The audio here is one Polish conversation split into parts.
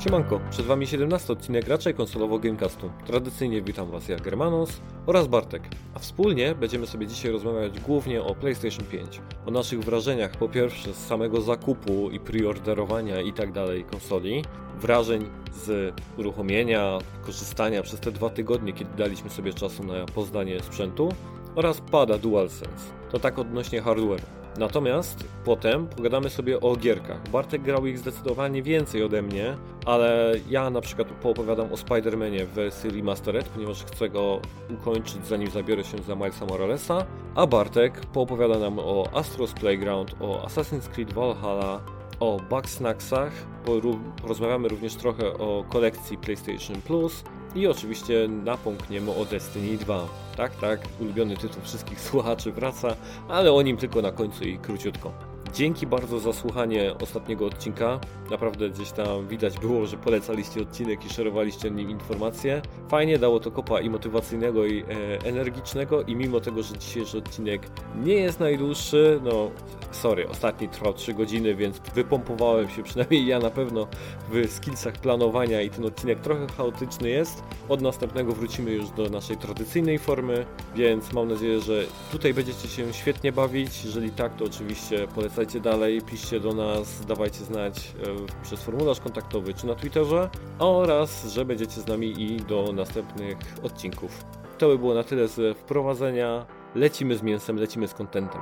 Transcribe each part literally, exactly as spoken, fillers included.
Siemanko, przed Wami siedemnasty odcinek raczej konsolowo Gamecastu. Tradycyjnie witam Was ja, Germanos oraz Bartek. A wspólnie będziemy sobie dzisiaj rozmawiać głównie o PlayStation pięć. O naszych wrażeniach po pierwsze z samego zakupu i preorderowania i tak dalej konsoli. Wrażeń z uruchomienia, korzystania przez te dwa tygodnie, kiedy daliśmy sobie czasu na poznanie sprzętu. Oraz pada DualSense. To tak odnośnie hardware. Natomiast potem pogadamy sobie o gierkach. Bartek grał ich zdecydowanie więcej ode mnie, ale ja na przykład poopowiadam o Spider-Manie w wersji Remastered, ponieważ chcę go ukończyć zanim zabiorę się za Milesa Moralesa, a Bartek poopowiada nam o Astro's Playground, o Assassin's Creed Valhalla, o Bugsnaxach, porozmawiamy również trochę o kolekcji PlayStation Plus i oczywiście napomkniemy o Destiny dwa. Tak, tak, ulubiony tytuł wszystkich słuchaczy wraca, ale o nim tylko na końcu i króciutko. Dzięki bardzo za słuchanie ostatniego odcinka. Naprawdę gdzieś tam widać było, że polecaliście odcinek i szerowaliście o nim informacje. Fajnie, dało to kopa i motywacyjnego i e, energicznego i mimo tego, że dzisiejszy odcinek nie jest najdłuższy, no sorry, ostatni trwał trzy godziny, więc wypompowałem się, przynajmniej ja na pewno w skillsach planowania i ten odcinek trochę chaotyczny jest. Od następnego wrócimy już do naszej tradycyjnej formy, więc mam nadzieję, że tutaj będziecie się świetnie bawić. Jeżeli tak, to oczywiście polecajcie dalej, piszcie do nas, dawajcie znać e, przez formularz kontaktowy czy na Twitterze oraz, że będziecie z nami i do następnych odcinków. To by było na tyle z wprowadzenia. Lecimy z mięsem, lecimy z kontentem.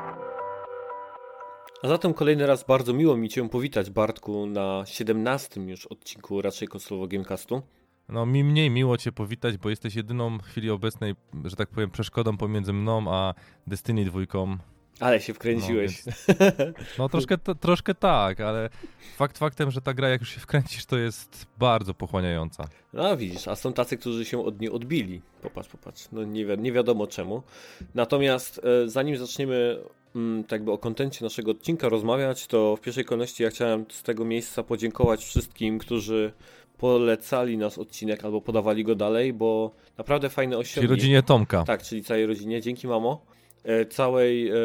A zatem kolejny raz bardzo miło mi Cię powitać, Bartku, na siedemnastym już odcinku raczej konsolowo Gamecastu. No mi mniej miło Cię powitać, bo jesteś jedyną w chwili obecnej, że tak powiem, przeszkodą pomiędzy mną a Destiny dwójką. Ale się wkręciłeś. No, więc, no troszkę, to, troszkę tak, ale fakt faktem, że ta gra jak już się wkręcisz, to jest bardzo pochłaniająca. No widzisz, a są tacy, którzy się od niej odbili. Popatrz, popatrz, no nie, wi- nie wiadomo czemu. Natomiast e, zanim zaczniemy mm, tak jakby o kontencie naszego odcinka rozmawiać, to w pierwszej kolejności ja chciałem z tego miejsca podziękować wszystkim, którzy polecali nas odcinek albo podawali go dalej, bo naprawdę fajne osiągnięcie. Czyli rodzinie Tomka. Tak, czyli całej rodzinie. Dzięki, mamo. E, całej e,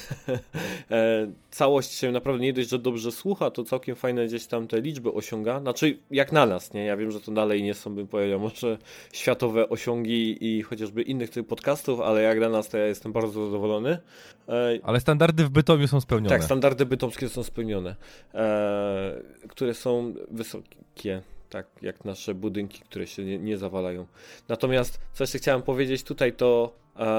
e, całość się naprawdę nie dość, że dobrze słucha, to całkiem fajne gdzieś tam te liczby osiąga. Znaczy, jak na nas, nie? Ja wiem, że to dalej nie są, bym powiedział, może światowe osiągi i chociażby innych tych podcastów, ale jak na nas, to ja jestem bardzo zadowolony. E, ale standardy w Bytomiu są spełnione. Tak, standardy bytomskie są spełnione, e, które są wysokie. Tak, jak nasze budynki, które się nie, nie zawalają. Natomiast, co jeszcze chciałem powiedzieć tutaj, to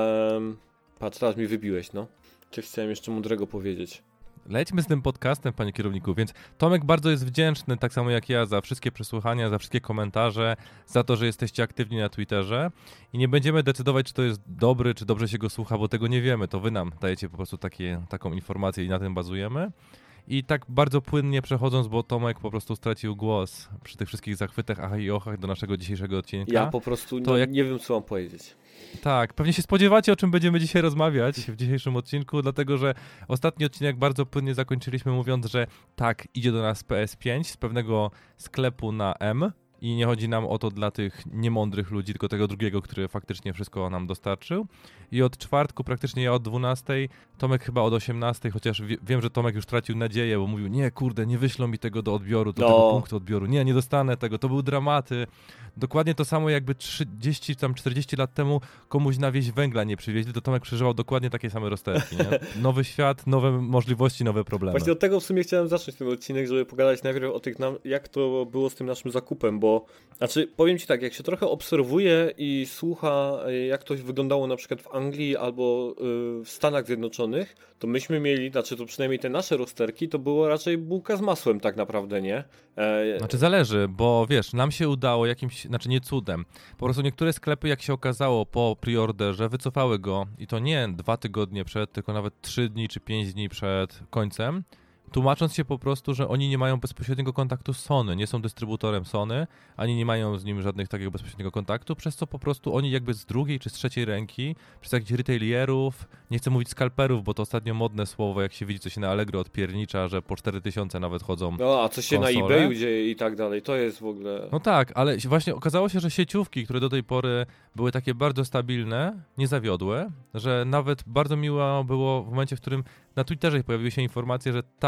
um, patrz, teraz mi wybiłeś, no. Coś chciałem jeszcze mądrego powiedzieć. Lećmy z tym podcastem, panie kierowniku, więc Tomek bardzo jest wdzięczny, tak samo jak ja, za wszystkie przesłuchania, za wszystkie komentarze, za to, że jesteście aktywni na Twitterze i nie będziemy decydować, czy to jest dobry, czy dobrze się go słucha, bo tego nie wiemy, to wy nam dajecie po prostu takie, taką informację i na tym bazujemy. I tak bardzo płynnie przechodząc, bo Tomek po prostu stracił głos przy tych wszystkich zachwytach, ach i ochach do naszego dzisiejszego odcinka. Ja po prostu to nie, jak... nie wiem, co mam powiedzieć. Tak, pewnie się spodziewacie, o czym będziemy dzisiaj rozmawiać w dzisiejszym odcinku, dlatego że ostatni odcinek bardzo płynnie zakończyliśmy mówiąc, że tak, idzie do nas P S pięć z pewnego sklepu na M. I nie chodzi nam o to dla tych niemądrych ludzi, tylko tego drugiego, który faktycznie wszystko nam dostarczył. I od czwartku, praktycznie ja od dwunastej, Tomek chyba od osiemnastej, chociaż wie, wiem, że Tomek już tracił nadzieję, bo mówił, nie kurde, nie wyślą mi tego do odbioru, do no. tego punktu odbioru, nie, nie dostanę tego, to były dramaty. Dokładnie to samo jakby trzydzieści, tam czterdzieści lat temu komuś na wieś węgla nie przywieźli, to Tomek przeżywał dokładnie takie same rozterki, nie? Nowy świat, nowe możliwości, nowe problemy. Właśnie od tego w sumie chciałem zacząć ten odcinek, żeby pogadać najpierw o tych, jak to było z tym naszym zakupem, bo znaczy powiem Ci tak, jak się trochę obserwuje i słucha, jak to wyglądało na przykład w Anglii albo w Stanach Zjednoczonych, to myśmy mieli, znaczy to przynajmniej te nasze rozterki, to było raczej bułka z masłem tak naprawdę, nie? E... Znaczy zależy, bo wiesz, nam się udało jakimś, znaczy nie cudem, po prostu niektóre sklepy, jak się okazało po preorderze, wycofały go i to nie dwa tygodnie przed, tylko nawet trzy dni czy pięć dni przed końcem, tłumacząc się po prostu, że oni nie mają bezpośredniego kontaktu z Sony, nie są dystrybutorem Sony, ani nie mają z nim żadnych takiego bezpośredniego kontaktu, przez co po prostu oni jakby z drugiej czy z trzeciej ręki, przez jakichś retailierów, nie chcę mówić skalperów, bo to ostatnio modne słowo, jak się widzi, co się na Allegro odpiernicza, że po cztery tysiące nawet chodzą No, a co się konsole. Na eBayu dzieje i tak dalej, to jest w ogóle... No tak, ale właśnie okazało się, że sieciówki, które do tej pory były takie bardzo stabilne, nie zawiodły, że nawet bardzo miło było w momencie, w którym na Twitterze pojawiły się informacje, że tak,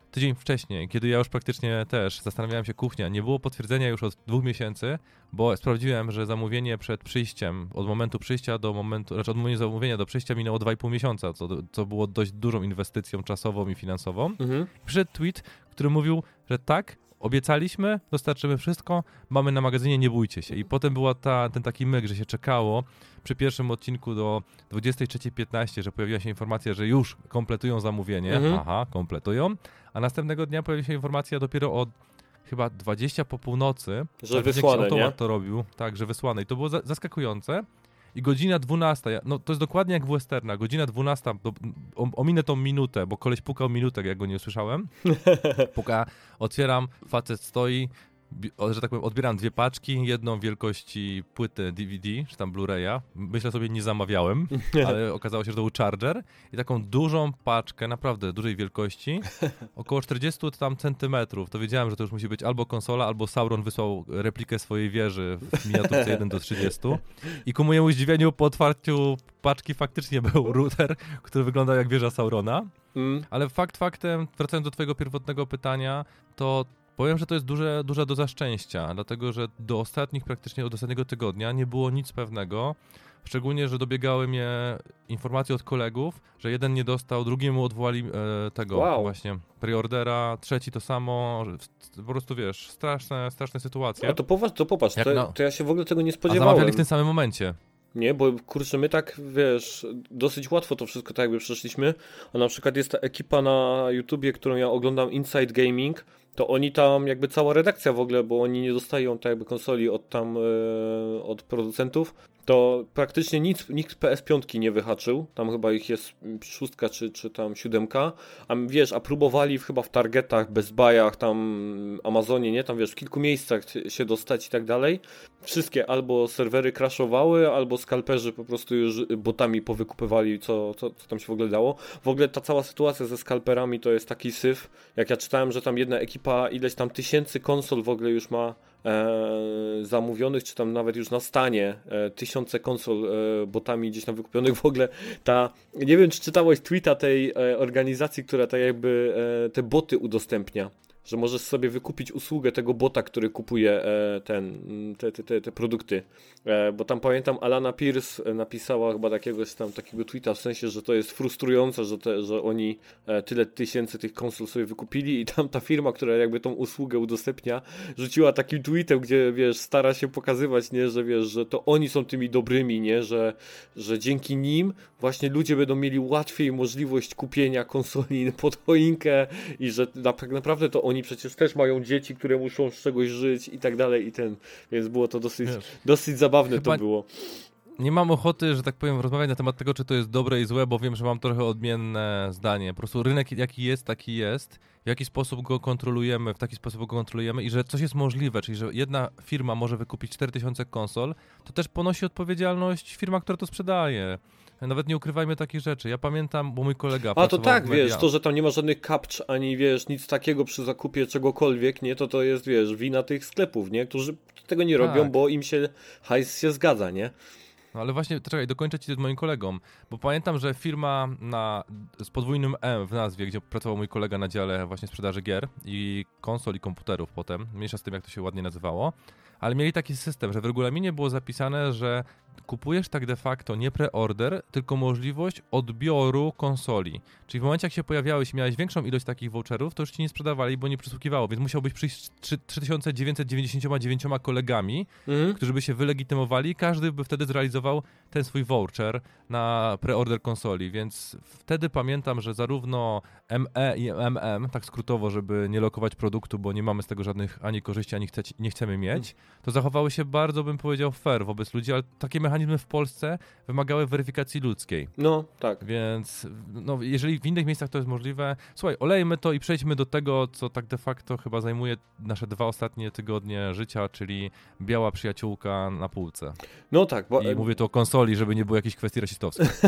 tydzień wcześniej, kiedy ja już praktycznie też zastanawiałem się, kuchnia, nie było potwierdzenia już od dwóch miesięcy, bo sprawdziłem, że zamówienie przed przyjściem, od momentu przyjścia do momentu, znaczy od momentu zamówienia do przyjścia minęło dwa i pół miesiąca, co, co było dość dużą inwestycją czasową i finansową. Mhm. Przyszedł tweet, który mówił, że tak, obiecaliśmy, dostarczymy wszystko, mamy na magazynie, nie bójcie się. I potem była ta, ten taki myk, że się czekało przy pierwszym odcinku do dwudziestej trzeciej piętnaście, że pojawiła się informacja, że już kompletują zamówienie. Mhm. Aha, kompletują. A następnego dnia pojawiła się informacja dopiero o chyba dwadzieścia po północy. Że wysłane, automat nie? to robił, tak, że wysłane. I to było za- zaskakujące. I godzina dwunasta, ja- no to jest dokładnie jak w westernach, godzina dwunasta, do, o, ominę tą minutę, bo koleś pukał minutę, jak go nie usłyszałem. Puka, otwieram, facet stoi, bi- o, że tak powiem, odbieram dwie paczki, jedną wielkości płyty D V D, czy tam Blu-raya. Myślę sobie, nie zamawiałem, ale okazało się, że to był Charger. I taką dużą paczkę, naprawdę dużej wielkości, około czterdzieści tam centymetrów. To wiedziałem, że to już musi być albo konsola, albo Sauron wysłał replikę swojej wieży w miniaturce jeden do trzydziestu. I ku mojemu zdziwieniu po otwarciu paczki faktycznie był router, który wyglądał jak wieża Saurona. Mm. Ale fakt faktem, wracając do twojego pierwotnego pytania, to powiem, że to jest duże, duża doza szczęścia, dlatego że do ostatnich, praktycznie od ostatniego tygodnia nie było nic pewnego, szczególnie, że dobiegały mnie informacje od kolegów, że jeden nie dostał, drugiemu odwołali e, tego Wow. właśnie preordera, trzeci to samo, że, po prostu wiesz, straszne, straszne sytuacje. A to, poważ, to popatrz, Jak to, no. to ja się w ogóle tego nie A spodziewałem. zamawiali w tym samym momencie. Nie, bo kurczę, my tak, wiesz, dosyć łatwo to wszystko tak jakby przeszliśmy, a na przykład jest ta ekipa na YouTubie, którą ja oglądam, Inside Gaming, to oni tam jakby cała redakcja w ogóle, bo oni nie dostają tak jakby konsoli od tam, yy, od producentów, to praktycznie nic, nikt P S pięć nie wyhaczył, tam chyba ich jest szóstka czy, czy tam siódemka, a wiesz, a próbowali w, chyba w Targetach, Best Buyach, tam Amazonie, nie, tam wiesz, w kilku miejscach się dostać i tak dalej. Wszystkie albo serwery crashowały, albo skalperzy po prostu już botami powykupywali, co, co, co tam się w ogóle dało. W ogóle ta cała sytuacja ze skalperami to jest taki syf, jak ja czytałem, że tam jedna ekipa ileś tam tysięcy konsol w ogóle już ma e, zamówionych, czy tam nawet już na stanie e, tysiące konsol e, botami gdzieś tam wykupionych. W ogóle ta, nie wiem czy czytałeś tweeta tej e, organizacji, która tak jakby e, te boty udostępnia, że możesz sobie wykupić usługę tego bota, który kupuje e, ten, te, te, te, te produkty. E, bo tam pamiętam, Alana Pierce napisała chyba takiegoś tam takiego tweeta, w sensie, że to jest frustrujące, że, te, że oni e, tyle tysięcy tych konsol sobie wykupili i tam ta firma, która jakby tą usługę udostępnia, rzuciła takim tweetem, gdzie wiesz, stara się pokazywać, nie, że wiesz, że to oni są tymi dobrymi, nie, że, że dzięki nim właśnie ludzie będą mieli łatwiej możliwość kupienia konsoli pod choinkę i że na, tak naprawdę to oni przecież też mają dzieci, które muszą z czegoś żyć i tak dalej i ten, więc było to dosyć, dosyć zabawne Chyba to było. Nie mam ochoty, że tak powiem, rozmawiać na temat tego, czy to jest dobre i złe, bo wiem, że mam trochę odmienne zdanie. Po prostu rynek jaki jest, taki jest. W jaki sposób go kontrolujemy, w taki sposób go kontrolujemy i że coś jest możliwe, czyli że jedna firma może wykupić cztery tysiące konsol, to też ponosi odpowiedzialność firma, która to sprzedaje. Nawet nie ukrywajmy takich rzeczy. Ja pamiętam, bo mój kolega A to tak, w media... wiesz, to, że tam nie ma żadnych captch, ani wiesz, nic takiego przy zakupie czegokolwiek, nie, to to jest, wiesz, wina tych sklepów, nie, którzy tego nie robią, Tak. bo im się hajs się zgadza, nie? No ale właśnie, czekaj, dokończę ci z moim kolegą, bo pamiętam, że firma na, z podwójnym M w nazwie, gdzie pracował mój kolega na dziale właśnie sprzedaży gier i konsol i komputerów potem, mniejsza z tym, jak to się ładnie nazywało, ale mieli taki system, że w regulaminie było zapisane, że kupujesz tak de facto nie preorder, tylko możliwość odbioru konsoli. Czyli w momencie, jak się pojawiałeś i miałeś większą ilość takich voucherów, to już ci nie sprzedawali, bo nie przysługiwało, więc musiałbyś przyjść z trzy tysiące dziewięćset dziewięćdziesięcioma dziewięcioma kolegami, Mhm. którzy by się wylegitymowali, każdy by wtedy zrealizował ten swój voucher na preorder konsoli, więc wtedy pamiętam, że zarówno M E i M M, tak skrótowo, żeby nie lokować produktu, bo nie mamy z tego żadnych ani korzyści, ani chce, nie chcemy mieć, to zachowały się bardzo, bym powiedział, fair wobec ludzi, ale takie mechanizmy w Polsce wymagały weryfikacji ludzkiej. No, tak. Więc no, jeżeli w innych miejscach to jest możliwe, słuchaj, olejmy to i przejdźmy do tego, co tak de facto chyba zajmuje nasze dwa ostatnie tygodnie życia, czyli biała przyjaciółka na półce. No tak, bo... I mówię tu o konsoli, żeby nie było jakichś kwestii rasistowskich.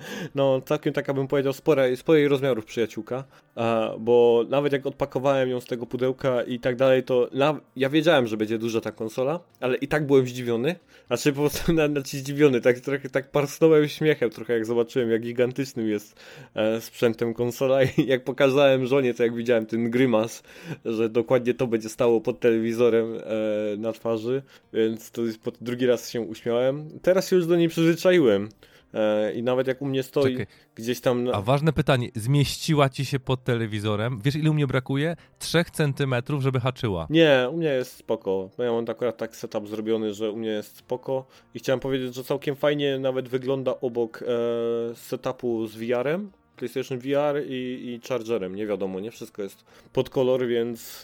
No, całkiem taka bym powiedział sporej, sporej rozmiarów przyjaciółka, bo nawet jak odpakowałem ją z tego pudełka i tak dalej, to na, ja wiedziałem, że będzie duża ta konsola. konsola, ale i tak byłem zdziwiony. Znaczy po prostu na, na zdziwiony, tak trochę tak parsnąłem śmiechem trochę jak zobaczyłem, jak gigantycznym jest e, sprzętem konsola i jak pokazałem żonie, to jak widziałem ten grymas, że dokładnie to będzie stało pod telewizorem e, na twarzy, więc to jest pod drugi raz się uśmiałem. Teraz się już do niej przyzwyczaiłem. I nawet jak u mnie stoi Czekaj. gdzieś tam... Na... A ważne pytanie, zmieściła ci się pod telewizorem? Wiesz, ile u mnie brakuje? Trzech centymetrów, żeby haczyła. Nie, u mnie jest spoko. No ja mam akurat tak setup zrobiony, że u mnie jest spoko. I chciałem powiedzieć, że całkiem fajnie nawet wygląda obok e, setupu z V R-em. PlayStation V R i, i chargerem, nie wiadomo, nie wszystko jest pod kolor, więc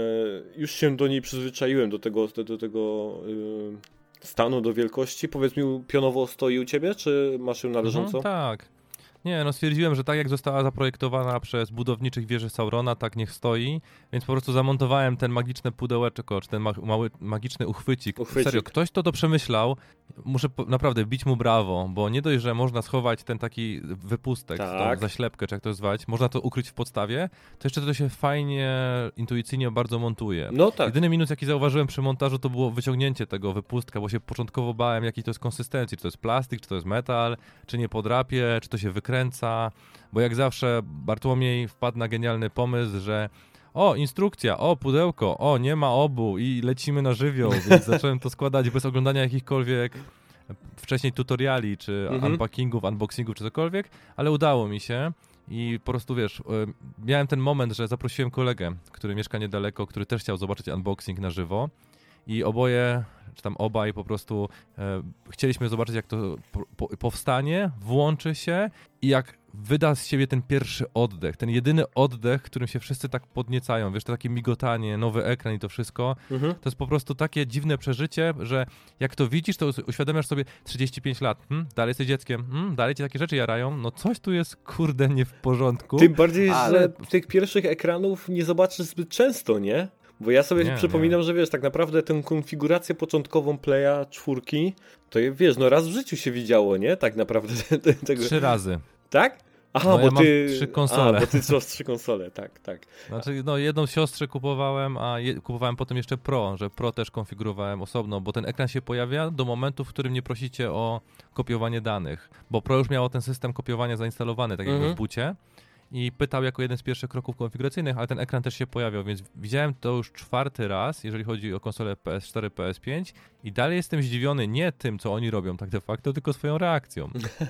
e, już się do niej przyzwyczaiłem, do tego, do, do tego e, stanu, do wielkości. Powiedz mi, pionowo stoi u ciebie, czy masz ją należąco? Mhm, tak. Nie, no stwierdziłem, że tak jak została zaprojektowana przez budowniczych wieży Saurona, tak niech stoi, więc po prostu zamontowałem ten magiczne pudełeczko, czy ten ma- mały magiczny uchwycik. uchwycik. Serio, ktoś to to przemyślał, muszę po- naprawdę bić mu brawo, bo nie dość, że można schować ten taki wypustek, tak. tą zaślepkę, czy jak to zwać, można to ukryć w podstawie, to jeszcze to się fajnie, intuicyjnie bardzo montuje. No tak. Jedyny minus, jaki zauważyłem przy montażu, to było wyciągnięcie tego wypustka, bo się początkowo bałem, jakiej to jest konsystencji, czy to jest plastik, czy to jest metal, czy nie podrapie, czy to się wykręca, bo jak zawsze Bartłomiej wpadł na genialny pomysł, że o, instrukcja, o, pudełko, o, nie ma obu i lecimy na żywioł, więc zacząłem to składać bez oglądania jakichkolwiek wcześniej tutoriali, czy mhm. unpackingów, unboxingów, czy cokolwiek, ale udało mi się i po prostu, wiesz, miałem ten moment, że zaprosiłem kolegę, który mieszka niedaleko, który też chciał zobaczyć unboxing na żywo i oboje, czy tam obaj po prostu e, chcieliśmy zobaczyć, jak to po, po, powstanie, włączy się i jak wyda z siebie ten pierwszy oddech, ten jedyny oddech, którym się wszyscy tak podniecają, wiesz, to takie migotanie, nowy ekran i to wszystko, mhm. to jest po prostu takie dziwne przeżycie, że jak to widzisz, to uświadamiasz sobie trzydzieści pięć lat, hmm? dalej jesteś dzieckiem, hmm? dalej cię takie rzeczy jarają, no coś tu jest, kurde, nie w porządku. Tym bardziej, ale... że tych pierwszych ekranów nie zobaczysz zbyt często, nie? Bo ja sobie nie, przypominam, nie. że wiesz, tak naprawdę tę konfigurację początkową Playa czwórki, to wiesz, no raz w życiu się widziało, nie? Tak naprawdę. Tego... Trzy razy. Tak? Aha, no, bo ja ty... mam trzy konsole. A, bo ty masz trzy konsole, tak, tak. Znaczy, no jedną siostrze kupowałem, a je, kupowałem potem jeszcze Pro, że Pro też konfigurowałem osobno, bo ten ekran się pojawia do momentu, w którym nie prosicie o kopiowanie danych, bo Pro już miało ten system kopiowania zainstalowany, tak jak mhm. w bucie. I pytał jako jeden z pierwszych kroków konfiguracyjnych, ale ten ekran też się pojawiał, więc widziałem to już czwarty raz, jeżeli chodzi o konsolę P S cztery, P S pięć i dalej jestem zdziwiony nie tym, co oni robią tak de facto, tylko swoją reakcją.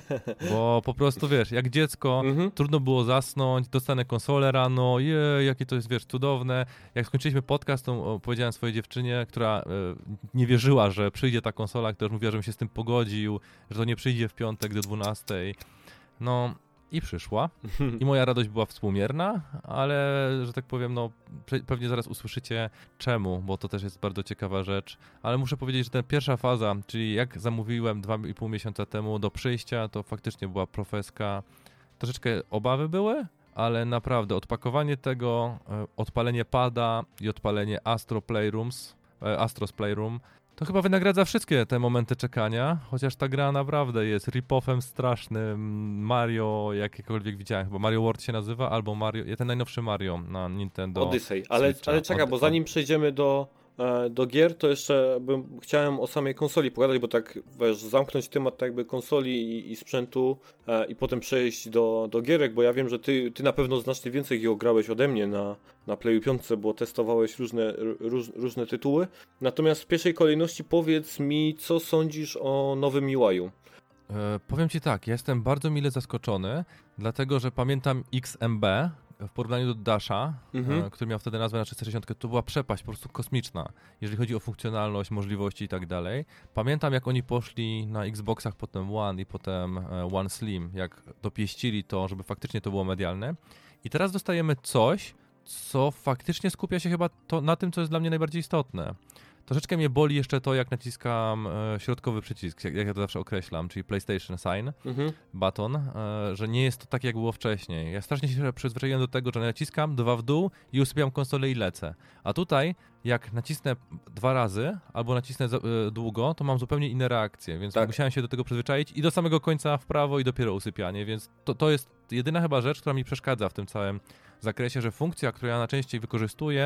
Bo po prostu, wiesz, jak dziecko, mhm. trudno było zasnąć, dostanę konsolę rano, je, jakie to jest, wiesz, cudowne. Jak skończyliśmy podcast, to powiedziałem swojej dziewczynie, która e, nie wierzyła, że przyjdzie ta konsola, która już mówiła, żebym się z tym pogodził, że to nie przyjdzie w piątek do dwunastej. No... I przyszła. I moja radość była współmierna, ale, że tak powiem, no pewnie zaraz usłyszycie czemu, bo to też jest bardzo ciekawa rzecz. Ale muszę powiedzieć, że ta pierwsza faza, czyli jak zamówiłem dwa i pół miesiąca temu do przyjścia, to faktycznie była profeska. Troszeczkę obawy były, ale naprawdę odpakowanie tego, odpalenie pada i odpalenie Astro Playrooms, Astros Playroom, to chyba wynagradza wszystkie te momenty czekania, chociaż ta gra naprawdę jest rip-offem strasznym Mario, jakiekolwiek widziałem, chyba Mario World się nazywa, albo Mario, ten najnowszy Mario na Nintendo Odyssey, ale, ale czekaj, bo zanim przejdziemy do, do gier, to jeszcze bym chciałem o samej konsoli pogadać, bo tak, wiesz, zamknąć temat tak jakby konsoli i, i sprzętu e, i potem przejść do, do gierek, bo ja wiem, że ty, ty na pewno znacznie więcej ich grałeś ode mnie na, na Playu pięć, bo testowałeś różne, róż, różne tytuły. Natomiast w pierwszej kolejności powiedz mi, co sądzisz o nowym U I-u? E, powiem ci tak, ja jestem bardzo mile zaskoczony, dlatego że pamiętam X M B, w porównaniu do Dasha, mhm. e, który miał wtedy nazwę na trzysta sześćdziesiąt, to była przepaść po prostu kosmiczna, jeżeli chodzi o funkcjonalność, możliwości i tak dalej. Pamiętam, jak oni poszli na Xboxach, potem One i potem e, One Slim, jak dopieścili to, żeby faktycznie to było medialne. I teraz dostajemy coś, co faktycznie skupia się chyba to, na tym, co jest dla mnie najbardziej istotne. Troszeczkę mnie boli jeszcze to, jak naciskam e, środkowy przycisk, jak, jak ja to zawsze określam, czyli PlayStation Sign, mhm. button, e, że nie jest to tak, jak było wcześniej. Ja strasznie się przyzwyczaiłem do tego, że naciskam dwa w dół i usypiam konsolę i lecę. A tutaj, jak nacisnę dwa razy albo nacisnę za, e, długo, to mam zupełnie inne reakcje, więc tak. musiałem się do tego przyzwyczaić i do samego końca w prawo i dopiero usypianie, więc to, to jest jedyna chyba rzecz, która mi przeszkadza w tym całym zakresie, że funkcja, którą ja najczęściej wykorzystuję,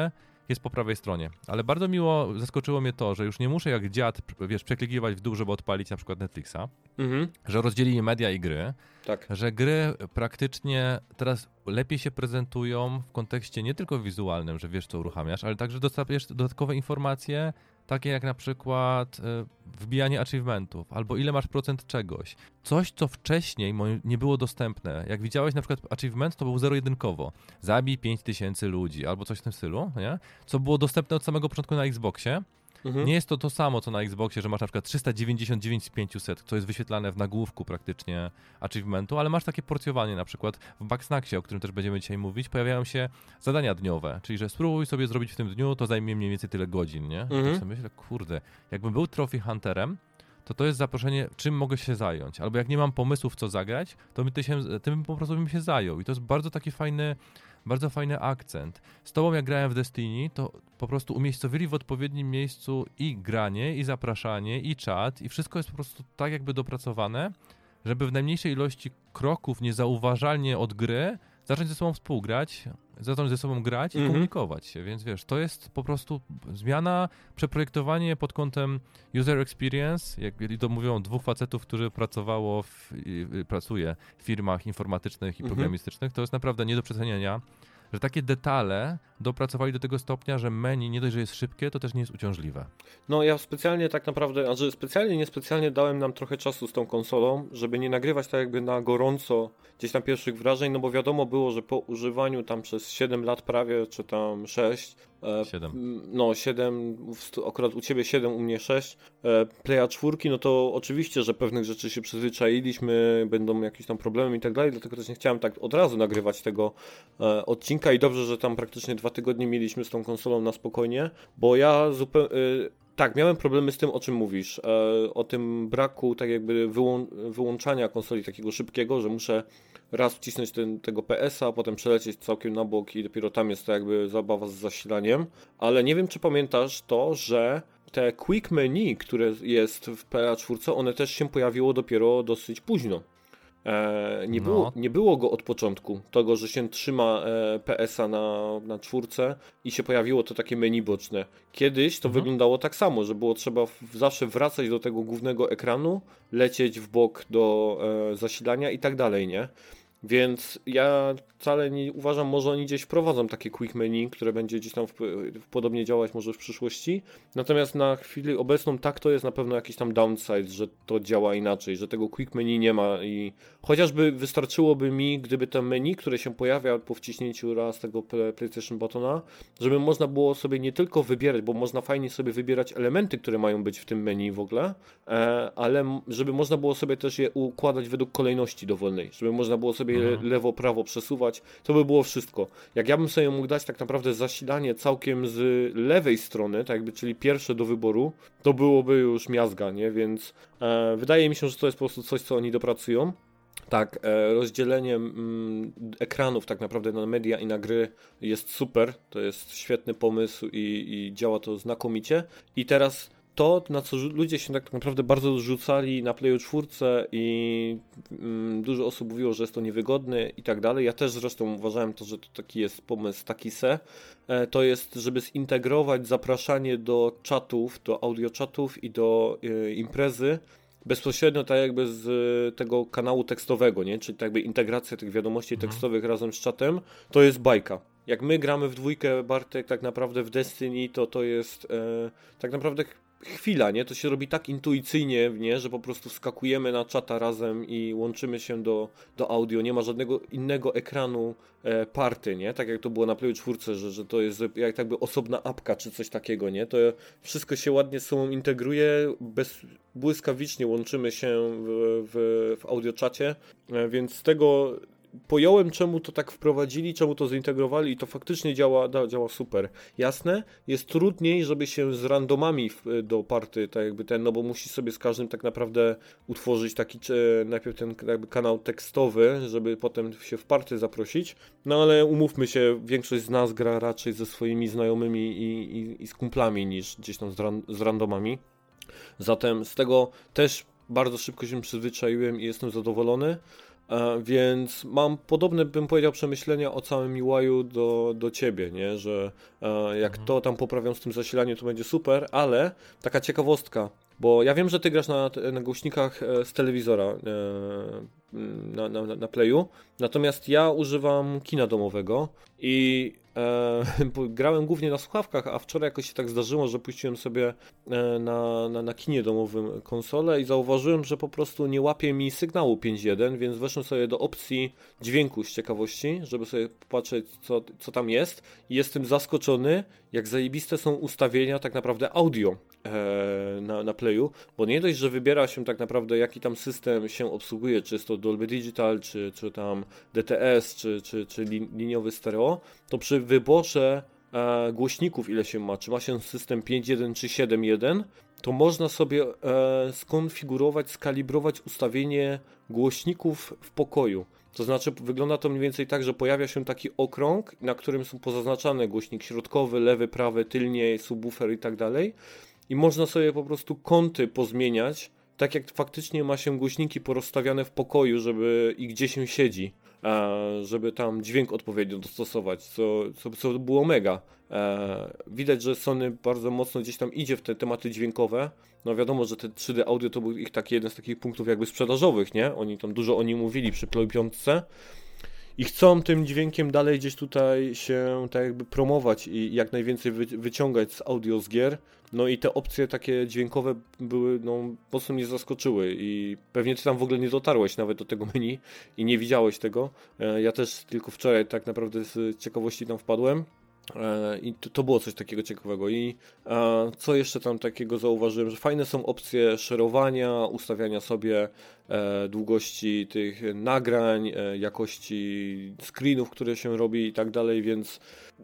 jest po prawej stronie. Ale bardzo miło zaskoczyło mnie to, że już nie muszę jak dziad, wiesz, przeklikiwać w dół, żeby odpalić na przykład Netflixa, mhm. że rozdzielili media i gry, tak. że gry praktycznie teraz lepiej się prezentują w kontekście nie tylko wizualnym, że wiesz co uruchamiasz, ale także dostajesz dodatkowe informacje, takie jak na przykład y, wbijanie achievementów, albo ile masz procent czegoś. Coś, co wcześniej nie było dostępne. Jak widziałeś na przykład achievement, to był zero-jedynkowo. Zabij pięć tysięcy ludzi, albo coś w tym stylu, nie? Co było dostępne od samego początku na Xboxie. Mhm. Nie jest to to samo, co na Xboxie, że masz na przykład trzysta dziewięćdziesiąt dziewięć z pięćset, co jest wyświetlane w nagłówku praktycznie achievementu, ale masz takie porcjowanie, na przykład w Bugsnaxie, o którym też będziemy dzisiaj mówić, pojawiają się zadania dniowe, czyli że spróbuj sobie zrobić w tym dniu, to zajmie mniej więcej tyle godzin, nie? Mhm. Tak sobie myślę, kurde, jakbym był Trophy Hunterem, to to jest zaproszenie, czym mogę się zająć, albo jak nie mam pomysłów, co zagrać, to my ty się, tym po prostu bym się zajął i to jest bardzo taki fajny Bardzo fajny akcent. Z tobą jak grałem w Destiny, to po prostu umiejscowili w odpowiednim miejscu i granie, i zapraszanie, i czat, i wszystko jest po prostu tak jakby dopracowane, żeby w najmniejszej ilości kroków niezauważalnie od gry zacząć ze sobą współgrać, zacząć ze sobą grać i mm-hmm. komunikować się, więc wiesz, to jest po prostu zmiana, przeprojektowanie pod kątem user experience, jak to mówią dwóch facetów, którzy pracowało w, pracuje w firmach informatycznych i mm-hmm. programistycznych, to jest naprawdę nie do przecenienia, że takie detale dopracowali do tego stopnia, że menu nie dość, że jest szybkie, to też nie jest uciążliwe. No ja specjalnie tak naprawdę, a że specjalnie, niespecjalnie dałem nam trochę czasu z tą konsolą, żeby nie nagrywać tak jakby na gorąco gdzieś tam pierwszych wrażeń, no bo wiadomo było, że po używaniu tam przez siedem lat prawie, czy tam sześć, siedem. No siedem, akurat u ciebie siedem, u mnie sześć, Playa czwórki, no to oczywiście, że pewnych rzeczy się przyzwyczailiśmy, będą jakieś tam problemy i tak dalej, dlatego też nie chciałem tak od razu nagrywać tego e, odcinka i dobrze, że tam praktycznie dwa tygodnie mieliśmy z tą konsolą na spokojnie, bo ja zupełnie... E, Tak, miałem problemy z tym, o czym mówisz, e, o tym braku tak jakby wyłą- wyłączania konsoli takiego szybkiego, że muszę raz wcisnąć ten, tego P S a, potem przelecieć całkiem na bok i dopiero tam jest to jakby zabawa z zasilaniem, ale nie wiem, czy pamiętasz to, że te quick menu, które jest w Playa czwórce, one też się pojawiło dopiero dosyć późno. E, nie, no. było, nie było go od początku, tego, że się trzyma e, P S a na, na czwórce i się pojawiło to takie menu boczne. Kiedyś to mhm. wyglądało tak samo, że było trzeba w, zawsze wracać do tego głównego ekranu, lecieć w bok do e, zasilania i tak dalej, nie? Więc ja wcale nie uważam, może oni gdzieś wprowadzą takie quick menu, które będzie gdzieś tam w, w podobnie działać może w przyszłości. Natomiast na chwilę obecną tak to jest na pewno jakiś tam downside, że to działa inaczej, że tego quick menu nie ma i chociażby wystarczyłoby mi, gdyby to menu, które się pojawia po wciśnięciu raz tego PlayStation Buttona, żeby można było sobie nie tylko wybierać, bo można fajnie sobie wybierać elementy, które mają być w tym menu w ogóle, ale żeby można było sobie też je układać według kolejności dowolnej, żeby można było sobie mhm. lewo, prawo przesuwać, to by było wszystko. Jak ja bym sobie mógł dać tak naprawdę zasilanie całkiem z lewej strony, tak jakby, czyli pierwsze do wyboru, to byłoby już miazga, nie? Więc e, wydaje mi się, że to jest po prostu coś, co oni dopracują. Tak, e, rozdzielenie mm, ekranów tak naprawdę na media i na gry jest super, to jest świetny pomysł i, i działa to znakomicie. I teraz to, na co ludzie się tak naprawdę bardzo rzucali na Playu czwórce i mm, dużo osób mówiło, że jest to niewygodne i tak dalej. Ja też zresztą uważałem to, że to taki jest pomysł, taki se. E, to jest, żeby zintegrować zapraszanie do czatów, do audio czatów i do e, imprezy bezpośrednio tak jakby z tego kanału tekstowego, nie? Czyli tak jakby integracja tych wiadomości mhm. tekstowych razem z czatem, to jest bajka. Jak my gramy w dwójkę, Bartek, tak naprawdę w Destiny, to to jest e, tak naprawdę chwila, nie? To się robi tak intuicyjnie, nie? Że po prostu wskakujemy na czata razem i łączymy się do, do audio. Nie ma żadnego innego ekranu e, party, nie? Tak jak to było na Playu czwórce, że, że to jest jak jakby osobna apka czy coś takiego, nie? To wszystko się ładnie z sobą integruje, bez, błyskawicznie łączymy się w, w, w audioczacie, e, więc z tego pojąłem, czemu to tak wprowadzili, czemu to zintegrowali i to faktycznie działa, da, działa super. Jasne, jest trudniej, żeby się z randomami w, do party, tak jakby ten, no bo musi sobie z każdym tak naprawdę utworzyć taki, czy, najpierw ten jakby kanał tekstowy, żeby potem się w party zaprosić, no ale umówmy się, większość z nas gra raczej ze swoimi znajomymi i, i, i z kumplami niż gdzieś tam z, ran, z randomami. Zatem z tego też bardzo szybko się przyzwyczaiłem i jestem zadowolony. E, więc mam podobne, bym powiedział, przemyślenia o całym U I-u do, do ciebie, nie? Że e, jak Mhm. to tam poprawią z tym zasilaniem, to będzie super, ale taka ciekawostka, bo ja wiem, że ty grasz na, na głośnikach e, z telewizora e, na, na, na Playu, natomiast ja używam kina domowego i e, bo grałem głównie na słuchawkach, a wczoraj jakoś się tak zdarzyło, że puściłem sobie e, na, na, na kinie domowym konsolę i zauważyłem, że po prostu nie łapie mi sygnału pięć jeden, więc weszłem sobie do opcji dźwięku z ciekawości, żeby sobie popatrzeć, co, co tam jest, i jestem zaskoczony, jak zajebiste są ustawienia tak naprawdę audio e, na, na Playu, bo nie dość, że wybiera się tak naprawdę, jaki tam system się obsługuje, czy jest to Dolby Digital, czy, czy tam D T S, czy, czy, czy liniowy stereo, to przy wyborze e, głośników, ile się ma, czy ma się system pięć jeden czy siedem jeden, to można sobie e, skonfigurować, skalibrować ustawienie głośników w pokoju. To znaczy wygląda to mniej więcej tak, że pojawia się taki okrąg, na którym są pozaznaczane głośnik środkowy, lewy, prawy, tylnie, subwoofer i tak dalej. I można sobie po prostu kąty pozmieniać, tak jak faktycznie ma się głośniki porozstawiane w pokoju, żeby i gdzie się siedzi, żeby tam dźwięk odpowiednio dostosować, co, co, co było mega. Widać, że Sony bardzo mocno gdzieś tam idzie w te tematy dźwiękowe. No wiadomo, że te trzy D audio to był ich taki jeden z takich punktów jakby sprzedażowych, nie? Oni tam dużo o nim mówili przy Play pięć i chcą tym dźwiękiem dalej gdzieś tutaj się tak jakby promować i jak najwięcej wy, wyciągać z audio z gier. No i te opcje takie dźwiękowe były, no mocno mnie zaskoczyły i pewnie ty tam w ogóle nie dotarłeś nawet do tego menu i nie widziałeś tego. Ja też tylko wczoraj tak naprawdę z ciekawości tam wpadłem. I to, to było coś takiego ciekawego. I e, co jeszcze tam takiego zauważyłem, że fajne są opcje szerowania, ustawiania sobie e, długości tych nagrań, e, jakości screenów, które się robi i tak dalej, więc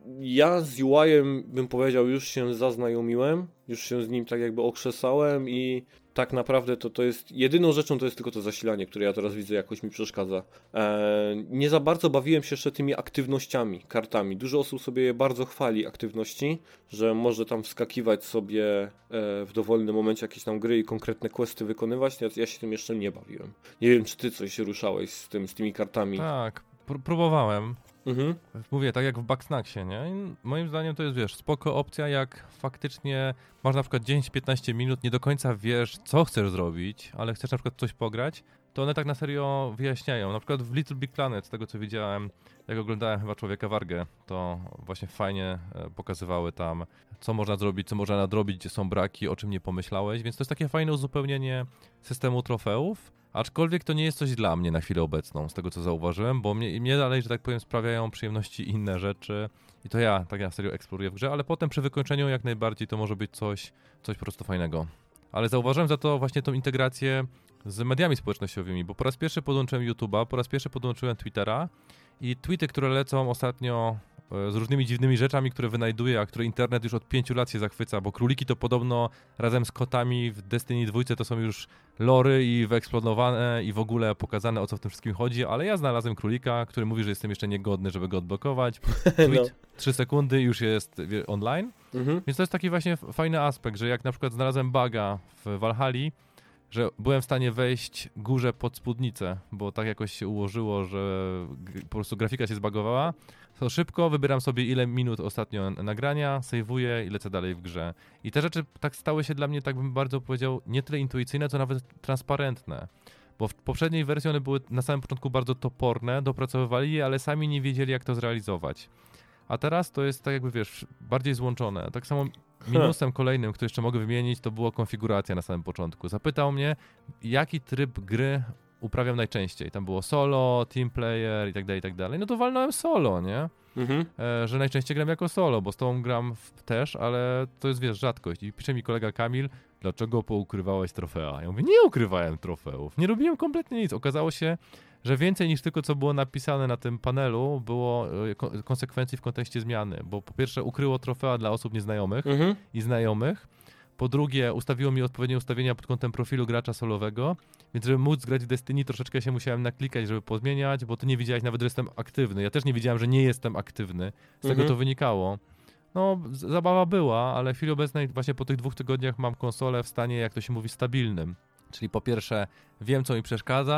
ja z U I-em bym powiedział już się zaznajomiłem, już się z nim tak jakby okrzesałem i tak naprawdę to, to jest, jedyną rzeczą to jest tylko to zasilanie, które ja teraz widzę jakoś mi przeszkadza. Eee, nie za bardzo bawiłem się jeszcze tymi aktywnościami, kartami. Dużo osób sobie je bardzo chwali, aktywności, że może tam wskakiwać sobie e, w dowolnym momencie jakieś tam gry i konkretne questy wykonywać. Ja, ja się tym jeszcze nie bawiłem. Nie wiem, czy ty coś ruszałeś z tym, z tymi kartami. Tak, pr- próbowałem. Mhm. Mówię, tak jak w Bugsnaxie, nie? I moim zdaniem to jest, wiesz, spoko opcja, jak faktycznie masz na przykład dziesięć piętnaście minut, nie do końca wiesz, co chcesz zrobić, ale chcesz na przykład coś pograć, to one tak na serio wyjaśniają. Na przykład w Little Big Planet, z tego co widziałem, jak oglądałem chyba Człowieka Wargę, to właśnie fajnie pokazywały tam, co można zrobić, co można nadrobić, gdzie są braki, o czym nie pomyślałeś, więc to jest takie fajne uzupełnienie systemu trofeów. Aczkolwiek to nie jest coś dla mnie na chwilę obecną, z tego co zauważyłem, bo mnie, mnie dalej, że tak powiem, sprawiają przyjemności inne rzeczy i to ja tak na serio eksploruję w grze, ale potem przy wykończeniu jak najbardziej to może być coś, coś po prostu fajnego. Ale zauważyłem za to właśnie tą integrację z mediami społecznościowymi, bo po raz pierwszy podłączyłem YouTube'a, po raz pierwszy podłączyłem Twittera i tweety, które lecą ostatnio z różnymi dziwnymi rzeczami, które wynajduję, a które internet już od pięciu lat się zachwyca, bo króliki to podobno razem z kotami w Destiny dwa to są już lory i wyeksplodowane i w ogóle pokazane, o co w tym wszystkim chodzi, ale ja znalazłem królika, który mówi, że jestem jeszcze niegodny, żeby go odblokować. Tweet, no. trzy sekundy już jest online, mhm. Więc to jest taki właśnie fajny aspekt, że jak na przykład znalazłem buga w Valhalli, że byłem w stanie wejść górze pod spódnicę, bo tak jakoś się ułożyło, że po prostu grafika się zbagowała, to szybko wybieram sobie ile minut ostatnio nagrania, sejwuję i lecę dalej w grze. I te rzeczy tak stały się dla mnie, tak bym bardzo powiedział, nie tyle intuicyjne, co nawet transparentne. Bo w poprzedniej wersji one były na samym początku bardzo toporne, dopracowywali je, ale sami nie wiedzieli, jak to zrealizować. A teraz to jest tak jakby, wiesz, bardziej złączone. Tak samo minusem kolejnym, który jeszcze mogę wymienić, to była konfiguracja na samym początku. Zapytał mnie, jaki tryb gry uprawiam najczęściej. Tam było solo, team player i tak dalej, i tak dalej. No to walnąłem solo, nie? Mhm. E, że najczęściej gram jako solo, bo z tobą gram w, też, ale to jest, wiesz, rzadkość. I pisze mi kolega Kamil, dlaczego poukrywałeś trofea? Ja mówię, nie ukrywałem trofeów, nie robiłem kompletnie nic. Okazało się, że więcej niż tylko co było napisane na tym panelu było konsekwencji w kontekście zmiany, bo po pierwsze ukryło trofea dla osób nieznajomych mhm. i znajomych, po drugie ustawiło mi odpowiednie ustawienia pod kątem profilu gracza solowego, więc żeby móc grać w Destiny troszeczkę się musiałem naklikać, żeby pozmieniać, bo ty nie wiedziałeś nawet, że jestem aktywny. Ja też nie wiedziałem, że nie jestem aktywny, z mhm. tego to wynikało. No, zabawa była, ale w chwili obecnej właśnie po tych dwóch tygodniach mam konsolę w stanie, jak to się mówi, stabilnym. Czyli po pierwsze wiem, co mi przeszkadza,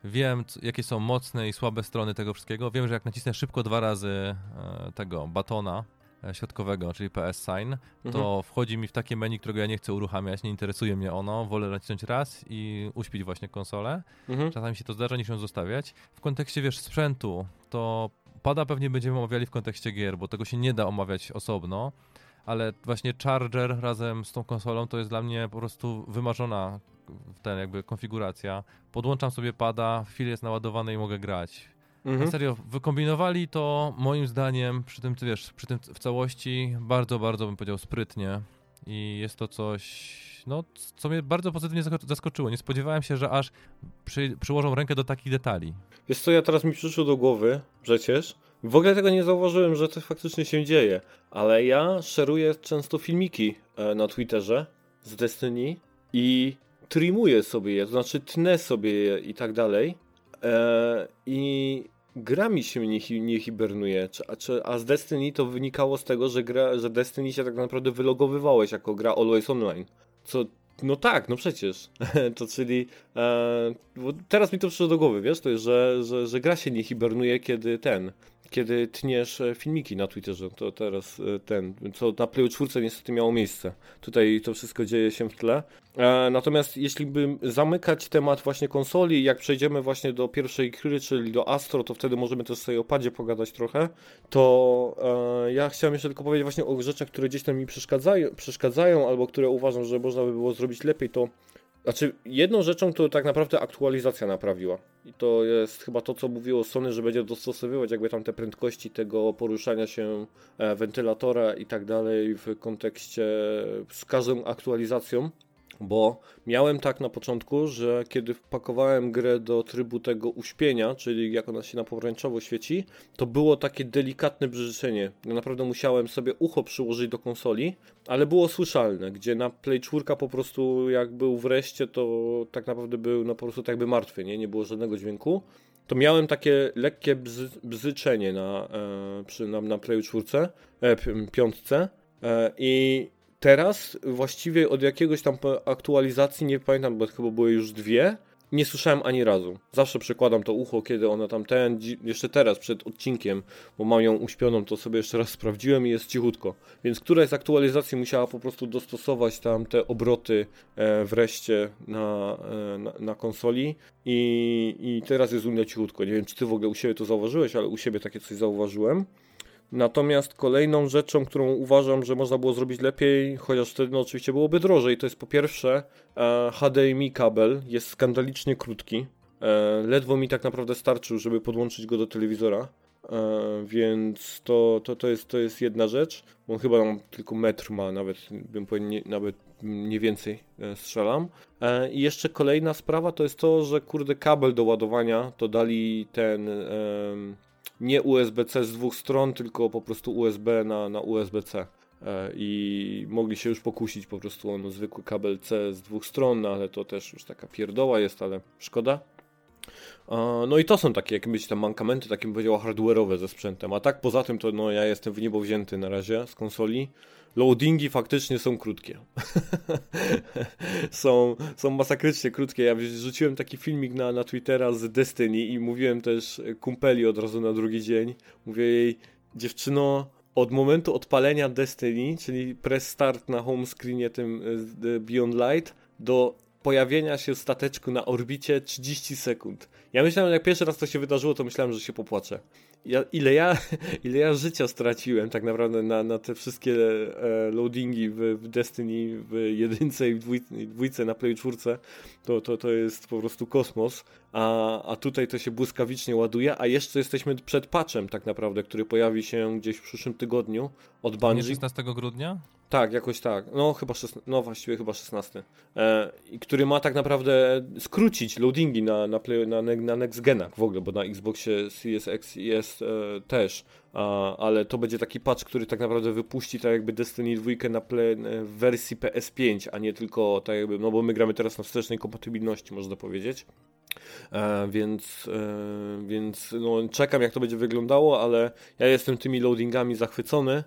wiem, c- jakie są mocne i słabe strony tego wszystkiego. Wiem, że jak nacisnę szybko dwa razy e, tego batona e, środkowego, czyli P S Sign, to Mhm. wchodzi mi w takie menu, którego ja nie chcę uruchamiać, nie interesuje mnie ono. Wolę nacisnąć raz i uśpić właśnie konsolę. Mhm. Czasami się to zdarza, niż ją zostawiać. W kontekście, wiesz, sprzętu, to pada pewnie będziemy omawiali w kontekście gier, bo tego się nie da omawiać osobno, ale właśnie Charger razem z tą konsolą to jest dla mnie po prostu wymarzona ten jakby konfiguracja. Podłączam sobie pada, chwilę jest naładowany i mogę grać. Na Mhm. serio, wykombinowali to moim zdaniem przy tym, ty wiesz, przy tym w całości bardzo, bardzo bym powiedział sprytnie i jest to coś, no, co mnie bardzo pozytywnie zako- zaskoczyło. Nie spodziewałem się, że aż przy, przyłożą rękę do takich detali. Wiesz co, ja teraz mi przyszło do głowy przecież. W ogóle tego nie zauważyłem, że to faktycznie się dzieje, ale ja szeruję często filmiki e, na Twitterze z Destiny i trimuję sobie je, to znaczy tnę sobie je i tak dalej. E, I gra mi się nie, hi- nie hibernuje. Czy, a, czy, a z Destiny to wynikało z tego, że, gra, że Destiny się tak naprawdę wylogowywałeś jako gra Always Online. Co no tak, no przecież. To czyli. E, bo teraz mi to przyszło do głowy, wiesz, to jest, że, że, że gra się nie hibernuje, kiedy ten. Kiedy tniesz e, filmiki na Twitterze. To teraz e, ten. Co na Playu cztery niestety miało miejsce. Tutaj to wszystko dzieje się w tle. E, natomiast jeśli bym zamykać temat właśnie konsoli, jak przejdziemy właśnie do pierwszej gry, czyli do Astro, to wtedy możemy też sobie o padzie pogadać trochę. To e, ja chciałem jeszcze tylko powiedzieć właśnie o rzeczach, które gdzieś tam mi przeszkadzają, przeszkadzają albo które uważam, że można by było zrobić lepiej, to znaczy jedną rzeczą to tak naprawdę aktualizacja naprawiła. I to jest chyba to, co mówiło Sony, że będzie dostosowywać jakby tam te prędkości tego poruszania się e, wentylatora i tak dalej w kontekście z każdą aktualizacją. Bo miałem tak na początku, że kiedy wpakowałem grę do trybu tego uśpienia, czyli jak ona się na pomarańczowo świeci, to było takie delikatne brzyczenie. Ja naprawdę musiałem sobie ucho przyłożyć do konsoli, ale było słyszalne, gdzie na Play cztery po prostu jak był wreszcie, to tak naprawdę był no po prostu tak jakby martwy, nie? Nie było żadnego dźwięku. To miałem takie lekkie bzy, bzyczenie na, e, przy, na, na Play cztery, e, pi- piątce e, i teraz właściwie od jakiegoś tam aktualizacji, nie pamiętam, bo chyba były już dwie, nie słyszałem ani razu. Zawsze przykładam to ucho, kiedy ona tam ten, jeszcze teraz przed odcinkiem, bo mam ją uśpioną, to sobie jeszcze raz sprawdziłem i jest cichutko. Więc któraś z aktualizacji musiała po prostu dostosować tam te obroty e, wreszcie na, e, na, na konsoli i, i teraz jest u mnie cichutko. Nie wiem, czy ty w ogóle u siebie to zauważyłeś, ale u siebie takie coś zauważyłem. Natomiast kolejną rzeczą, którą uważam, że można było zrobić lepiej, chociaż wtedy no, oczywiście byłoby drożej, to jest po pierwsze e, H D M I kabel jest skandalicznie krótki. E, ledwo mi tak naprawdę starczył, żeby podłączyć go do telewizora. E, więc to, to, to, jest, to jest jedna rzecz. On chyba tam tylko metr ma, nawet bym powiedział, nie, nawet nie więcej e, strzelam. E, I jeszcze kolejna sprawa to jest to, że kurde kabel do ładowania to dali ten... E, nie U S B C z dwóch stron, tylko po prostu U S B na, na U S B C. E, I mogli się już pokusić po prostu o no, zwykły kabel C z dwóch stron, no, ale to też już taka pierdoła jest, ale szkoda. E, no i to są takie jakieś tam mankamenty, takie bym powiedział hardware'owe ze sprzętem. A tak poza tym to no ja jestem w niebo wzięty na razie z konsoli. Loadingi faktycznie są krótkie. są, są masakrycznie krótkie. Ja rzuciłem taki filmik na, na Twittera z Destiny i mówiłem też kumpeli od razu na drugi dzień. Mówię jej, dziewczyno, od momentu odpalenia Destiny, czyli press start na home screenie tym Beyond Light, do pojawienia się stateczku na orbicie trzydzieści sekund. Ja myślałem, jak pierwszy raz to się wydarzyło, to myślałem, że się popłaczę. Ja, ile, ja, ile ja życia straciłem tak naprawdę na, na te wszystkie e, loadingi w, w Destiny, w jedynce i w dwójce, dwójce na Play cztery, to, to, to jest po prostu kosmos, a, a tutaj to się błyskawicznie ładuje, a jeszcze jesteśmy przed patchem tak naprawdę, który pojawi się gdzieś w przyszłym tygodniu od Bungie. Nie szesnastego grudnia? Tak, jakoś tak. No chyba szesnastego, no właściwie chyba szesnastego. E, i który ma tak naprawdę skrócić loadingi na, na, play, na, na next genach w ogóle, bo na Xboxie Series X jest e, też. A, ale to będzie taki patch, który tak naprawdę wypuści tak jakby Destiny dwa na play, w wersji P S pięć, a nie tylko tak jakby, no bo my gramy teraz na wstecznej kompatybilności, można powiedzieć. E, więc e, więc no, czekam, jak to będzie wyglądało, ale ja jestem tymi loadingami zachwycony.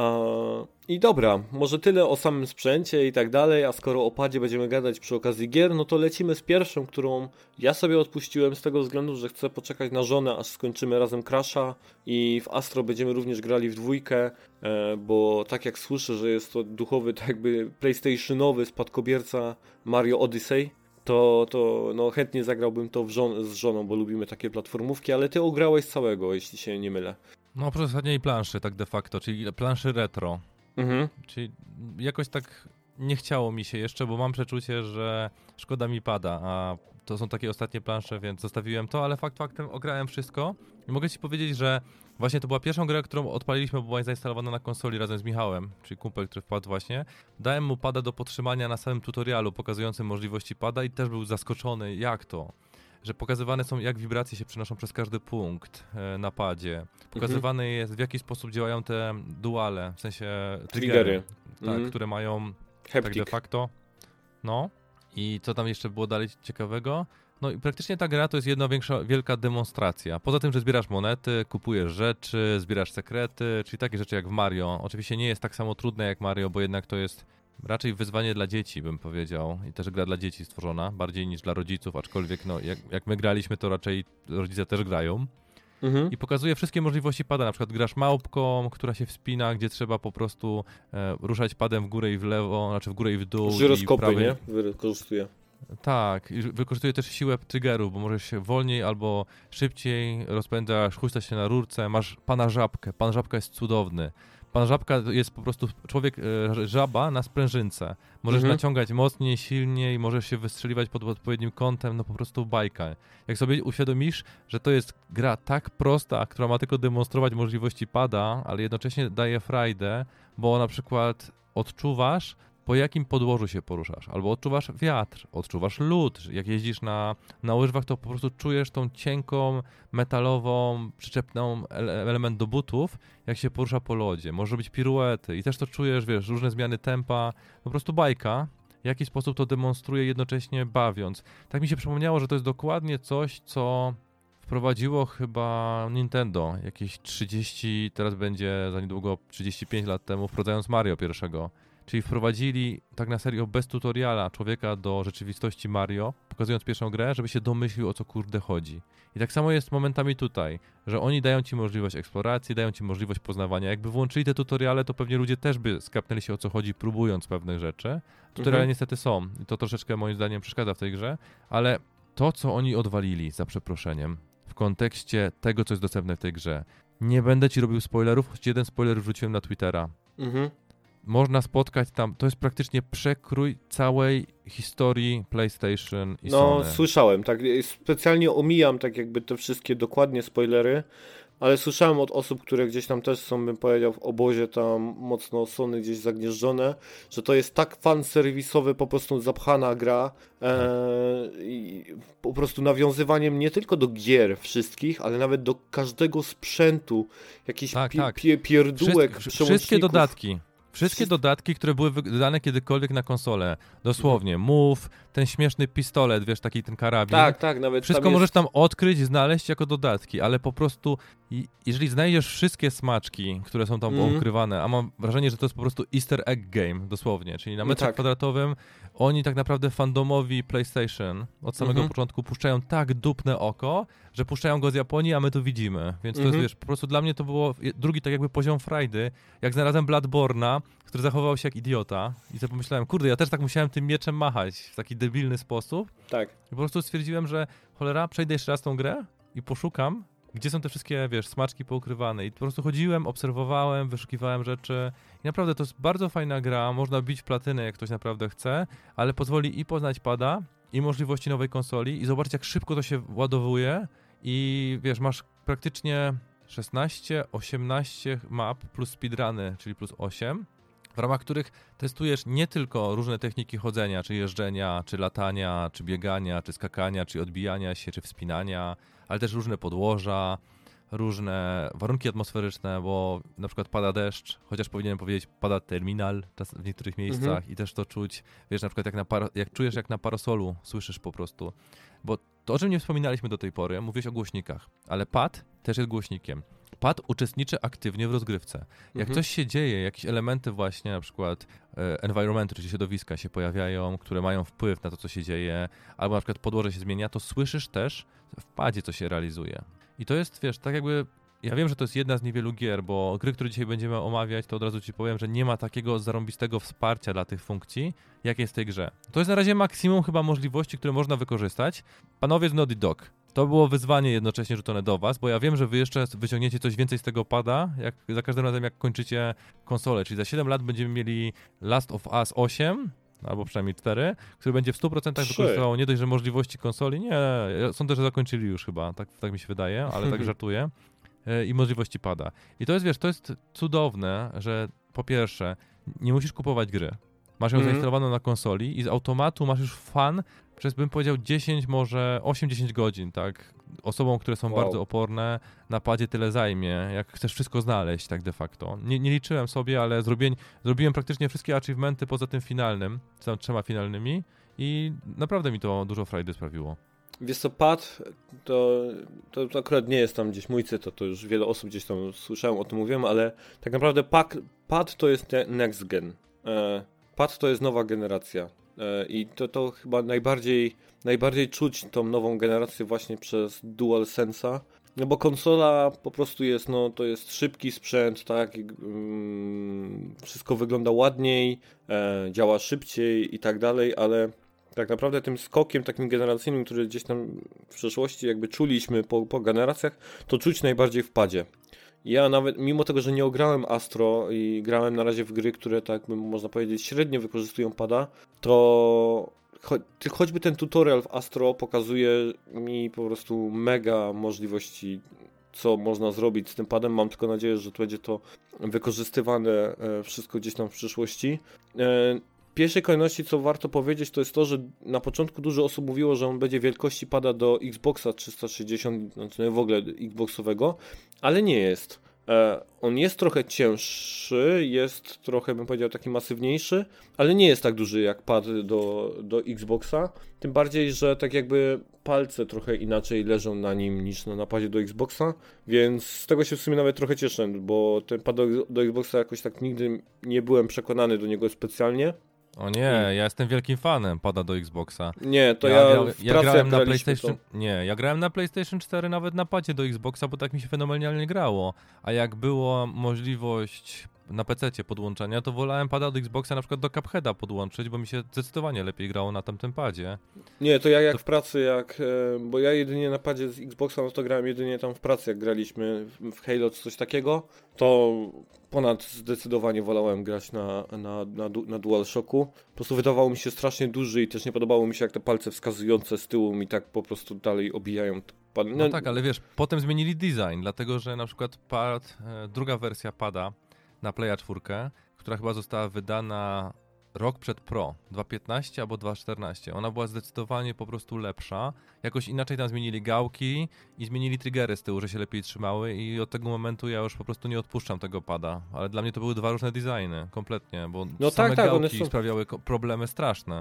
E, I dobra, może tyle o samym sprzęcie i tak dalej, a skoro o padzie będziemy gadać przy okazji gier, no to lecimy z pierwszą, którą ja sobie odpuściłem z tego względu, że chcę poczekać na żonę, aż skończymy razem Crasha i w Astro będziemy również grali w dwójkę, e, bo tak jak słyszę, że jest to duchowy, tak jakby PlayStationowy spadkobierca Mario Odyssey, to, to no, chętnie zagrałbym to w żon- z żoną, bo lubimy takie platformówki, ale ty ograłeś całego, jeśli się nie mylę. No przy ostatniej planszy tak de facto, czyli planszy retro. Mhm. Czyli jakoś tak nie chciało mi się jeszcze, bo mam przeczucie, że szkoda mi pada, a to są takie ostatnie plansze, więc zostawiłem to, ale fakt faktem ograłem wszystko i mogę ci powiedzieć, że właśnie to była pierwszą grę, którą odpaliliśmy, bo była zainstalowana na konsoli razem z Michałem, czyli kumpel, który wpadł właśnie. Dałem mu pada do podtrzymania na samym tutorialu pokazującym możliwości pada i też był zaskoczony, jak to, że pokazywane są, jak wibracje się przenoszą przez każdy punkt e, na padzie. Pokazywane mhm. jest, w jaki sposób działają te duale, w sensie triggery, triggery. Tak, mhm. które mają Heptic. Tak de facto. No i co tam jeszcze było dalej ciekawego? No i praktycznie ta gra to jest jedna większa, wielka demonstracja. Poza tym, że zbierasz monety, kupujesz rzeczy, zbierasz sekrety, czyli takie rzeczy jak w Mario. Oczywiście nie jest tak samo trudne jak Mario, bo jednak to jest raczej wyzwanie dla dzieci, bym powiedział. I też gra dla dzieci stworzona, bardziej niż dla rodziców, aczkolwiek no, jak, jak my graliśmy, to raczej rodzice też grają. Mhm. I pokazuje wszystkie możliwości pada. Na przykład grasz małpką, która się wspina, gdzie trzeba po prostu e, ruszać padem w górę i w lewo, znaczy w górę i w dół. Żyroskopy, i nie? Wykorzystuje. Tak, i wykorzystuje też siłę triggerów, bo możesz się wolniej albo szybciej rozpędzasz, huśtasz się na rurce, masz pana żabkę. Pan żabka jest cudowny. Pan żabka jest po prostu człowiek, e, żaba na sprężynce. Możesz mhm. naciągać mocniej, silniej, możesz się wystrzeliwać pod odpowiednim kątem, no po prostu bajka. Jak sobie uświadomisz, że to jest gra tak prosta, która ma tylko demonstrować możliwości pada, ale jednocześnie daje frajdę, bo na przykład odczuwasz, po jakim podłożu się poruszasz, albo odczuwasz wiatr, odczuwasz lód. Jak jeździsz na, na łyżwach, to po prostu czujesz tą cienką, metalową, przyczepną ele- element do butów, jak się porusza po lodzie. Może robić piruety i też to czujesz, wiesz, różne zmiany tempa, po prostu bajka. W jaki sposób to demonstruje, jednocześnie bawiąc. Tak mi się przypomniało, że to jest dokładnie coś, co wprowadziło chyba Nintendo jakieś trzydzieści, teraz będzie za niedługo trzydzieści pięć lat temu, wprowadzając Mario pierwszego. Czyli wprowadzili tak na serio bez tutoriala człowieka do rzeczywistości Mario, pokazując pierwszą grę, żeby się domyślił, o co kurde chodzi. I tak samo jest momentami tutaj, że oni dają ci możliwość eksploracji, dają ci możliwość poznawania. Jakby włączyli te tutoriale, to pewnie ludzie też by skapnęli się, o co chodzi, próbując pewnych rzeczy. Tutoriale mhm. niestety są i to troszeczkę moim zdaniem przeszkadza w tej grze, ale to, co oni odwalili, za przeproszeniem, w kontekście tego, co jest dostępne w tej grze, nie będę ci robił spoilerów, choć jeden spoiler wrzuciłem na Twittera. Mhm. Można spotkać tam, to jest praktycznie przekrój całej historii PlayStation i no, Sony. No, słyszałem, tak, specjalnie omijam tak jakby te wszystkie dokładnie spoilery, ale słyszałem od osób, które gdzieś tam też są, bym powiedział, w obozie tam mocno Sony gdzieś zagnieżdżone, że to jest tak fanserwisowy, po prostu zapchana gra, e, i po prostu nawiązywaniem nie tylko do gier wszystkich, ale nawet do każdego sprzętu, jakiś tak, pi- tak. Pie- pierdółek, Wszystkie, wszystkie dodatki. Wszystkie dodatki, które były wydane kiedykolwiek na konsolę. Dosłownie. Move, ten śmieszny pistolet, wiesz, taki ten karabin. Tak, tak, nawet wszystko tam jest... możesz tam odkryć, znaleźć jako dodatki, ale po prostu jeżeli znajdziesz wszystkie smaczki, które są tam mm. ukrywane, a mam wrażenie, że to jest po prostu easter egg game, dosłownie, czyli na metrze no tak. kwadratowym oni tak naprawdę fandomowi PlayStation od samego mm-hmm. początku puszczają tak dupne oko, że puszczają go z Japonii, a my to widzimy. Więc to mm-hmm. jest, wiesz, po prostu dla mnie to było drugi tak jakby poziom frajdy, jak znalazłem Bloodborne'a, który zachował się jak idiota i sobie pomyślałem, kurde, ja też tak musiałem tym mieczem machać w taki debilny sposób. Tak. I po prostu stwierdziłem, że cholera, przejdę jeszcze raz tą grę i poszukam, gdzie są te wszystkie, wiesz, smaczki poukrywane. I po prostu chodziłem, obserwowałem, wyszukiwałem rzeczy. I naprawdę to jest bardzo fajna gra, można bić w platynę, jak ktoś naprawdę chce, ale pozwoli i poznać pada, i możliwości nowej konsoli, i zobaczyć, jak szybko to się ładowuje. I wiesz, masz praktycznie szesnaście, osiemnaście map plus speedruny, czyli plus osiem, w ramach których testujesz nie tylko różne techniki chodzenia, czy jeżdżenia, czy latania, czy biegania, czy skakania, czy odbijania się, czy wspinania, ale też różne podłoża, różne warunki atmosferyczne, bo na przykład pada deszcz, chociaż powinienem powiedzieć pada terminal w niektórych miejscach mhm. i też to czuć, wiesz, na przykład jak, na par- jak czujesz jak na parasolu, słyszysz po prostu, bo To, o czym nie wspominaliśmy do tej pory, mówiłeś o głośnikach, ale pad też jest głośnikiem. Pad uczestniczy aktywnie w rozgrywce. Jak Mhm. coś się dzieje, jakieś elementy właśnie, na przykład e, environmentu, czyli środowiska się pojawiają, które mają wpływ na to, co się dzieje, albo na przykład podłoże się zmienia, to słyszysz też w padzie, co się realizuje. I to jest, wiesz, tak jakby... Ja wiem, że to jest jedna z niewielu gier, bo gry, które dzisiaj będziemy omawiać, to od razu ci powiem, że nie ma takiego zarąbistego wsparcia dla tych funkcji, jak jest w tej grze. To jest na razie maksimum chyba możliwości, które można wykorzystać. Panowie z Naughty Dog, to było wyzwanie jednocześnie rzucone do was, bo ja wiem, że wy jeszcze wyciągniecie coś więcej z tego pada, jak za każdym razem jak kończycie konsolę, czyli za siedem lat będziemy mieli Last of Us osiem, albo przynajmniej cztery, który będzie w stu procentach wykorzystywał nie dość, że możliwości konsoli, nie, sądzę, że zakończyli już chyba, tak, tak mi się wydaje, ale tak żartuję. I możliwości pada. I to jest, wiesz, to jest cudowne, że po pierwsze, nie musisz kupować gry. Masz ją mm. zainstalowaną na konsoli i z automatu masz już fan przez, bym powiedział, dziesięć, może osiem dziesięć godzin, tak? Osobom, które są wow. bardzo oporne, na padzie tyle zajmie, jak chcesz wszystko znaleźć, tak de facto. Nie, nie liczyłem sobie, ale zrobiłem, zrobiłem praktycznie wszystkie achievementy poza tym finalnym, z tam trzema finalnymi i naprawdę mi to dużo frajdy sprawiło. Wiesz co, pad, to, to, to akurat nie jest tam gdzieś mój cytat, to już wiele osób gdzieś tam słyszałem, o tym mówiłem, ale tak naprawdę pad, pad to jest next gen. E, pad to jest nowa generacja e, i to, to chyba najbardziej, najbardziej czuć tą nową generację właśnie przez DualSense'a, no bo konsola po prostu jest, no to jest szybki sprzęt, tak, mm, wszystko wygląda ładniej, e, działa szybciej i tak dalej, ale tak naprawdę tym skokiem takim generacyjnym, który gdzieś tam w przeszłości jakby czuliśmy po, po generacjach, to czuć najbardziej w padzie. Ja nawet, mimo tego, że nie ograłem Astro i grałem na razie w gry, które tak można powiedzieć średnio wykorzystują pada, to cho- choćby ten tutorial w Astro pokazuje mi po prostu mega możliwości, co można zrobić z tym padem. Mam tylko nadzieję, że to będzie to wykorzystywane wszystko gdzieś tam w przyszłości. W pierwszej kolejności, co warto powiedzieć, to jest to, że na początku dużo osób mówiło, że on będzie wielkości pada do Xboxa trzysta sześćdziesiąt, znaczy w ogóle Xboxowego, ale nie jest. E, on jest trochę cięższy, jest trochę, bym powiedział, taki masywniejszy, ale nie jest tak duży jak pad do, do Xboxa. Tym bardziej, że tak jakby palce trochę inaczej leżą na nim niż na napadzie do Xboxa, więc z tego się w sumie nawet trochę cieszę, bo ten pad do, do Xboxa jakoś tak nigdy nie byłem przekonany do niego specjalnie. O nie, ja jestem wielkim fanem pada do Xboxa. Nie, to ja, ja, gra, ja grałem na PlayStation. To. Nie, ja grałem na PlayStation cztery nawet na padzie do Xboxa, bo tak mi się fenomenalnie grało. A jak była możliwość na pececie podłączenia, to wolałem pada od Xboxa na przykład do Cupheada podłączyć, bo mi się zdecydowanie lepiej grało na tamtym padzie. Nie, to ja jak to... w pracy, jak, bo ja jedynie na padzie z Xboxa, no to grałem jedynie tam w pracy, jak graliśmy w Halo czy coś takiego, to ponad zdecydowanie wolałem grać na, na, na, na DualShocku. Po prostu wydawało mi się strasznie duży i też nie podobało mi się, jak te palce wskazujące z tyłu mi tak po prostu dalej obijają. No, no tak, ale wiesz, potem zmienili design, dlatego że na przykład pad, druga wersja pada na Playa cztery, która chyba została wydana rok przed Pro, dwa piętnaście albo dwa czternaście. Ona była zdecydowanie po prostu lepsza. Jakoś inaczej tam zmienili gałki i zmienili triggery z tyłu, że się lepiej trzymały i od tego momentu ja już po prostu nie odpuszczam tego pada. Ale dla mnie to były dwa różne designy, kompletnie, bo no same tak, tak, gałki one są... sprawiały problemy straszne.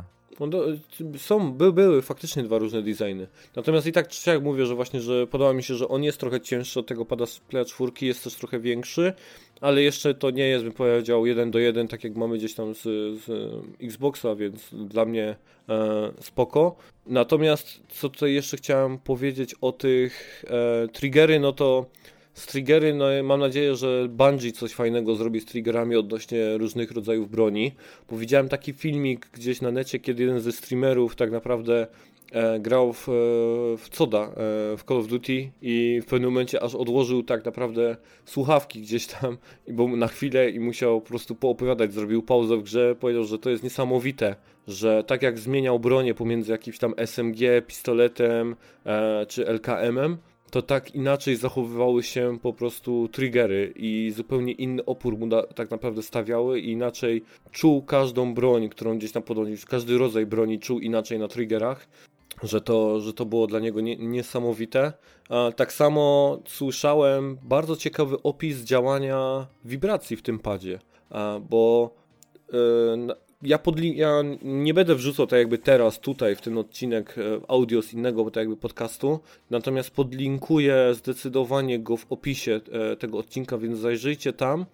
Są, by, były faktycznie dwa różne designy. Natomiast i tak czy jak mówię, że właśnie, że podoba mi się, że on jest trochę cięższy od tego pada z Playa cztery, jest też trochę większy, ale jeszcze to nie jest, bym powiedział, jeden do jeden, tak jak mamy gdzieś tam z, z Xboxa, więc dla mnie e, spoko. Natomiast co tutaj jeszcze chciałem powiedzieć o tych e, triggery, no to z triggery, no mam nadzieję, że Bungie coś fajnego zrobi z triggerami odnośnie różnych rodzajów broni, bo widziałem taki filmik gdzieś na necie, kiedy jeden ze streamerów tak naprawdę e, grał w, w Coda, e, w Call of Duty i w pewnym momencie aż odłożył tak naprawdę słuchawki gdzieś tam, bo na chwilę i musiał po prostu poopowiadać, zrobił pauzę w grze, powiedział, że to jest niesamowite, że tak jak zmieniał bronię pomiędzy jakimś tam S M G, pistoletem e, czy L K M-em, to tak inaczej zachowywały się po prostu triggery i zupełnie inny opór mu da, tak naprawdę stawiały i inaczej czuł każdą broń, którą gdzieś tam podchodził, każdy rodzaj broni czuł inaczej na triggerach, że to, że to było dla niego nie, niesamowite. A tak samo słyszałem bardzo ciekawy opis działania wibracji w tym padzie, a, bo yy, ja, podli- ja nie będę wrzucał tak jakby teraz tutaj w ten odcinek audio z innego tak jakby podcastu, natomiast podlinkuję zdecydowanie go w opisie e, tego odcinka, więc zajrzyjcie tam.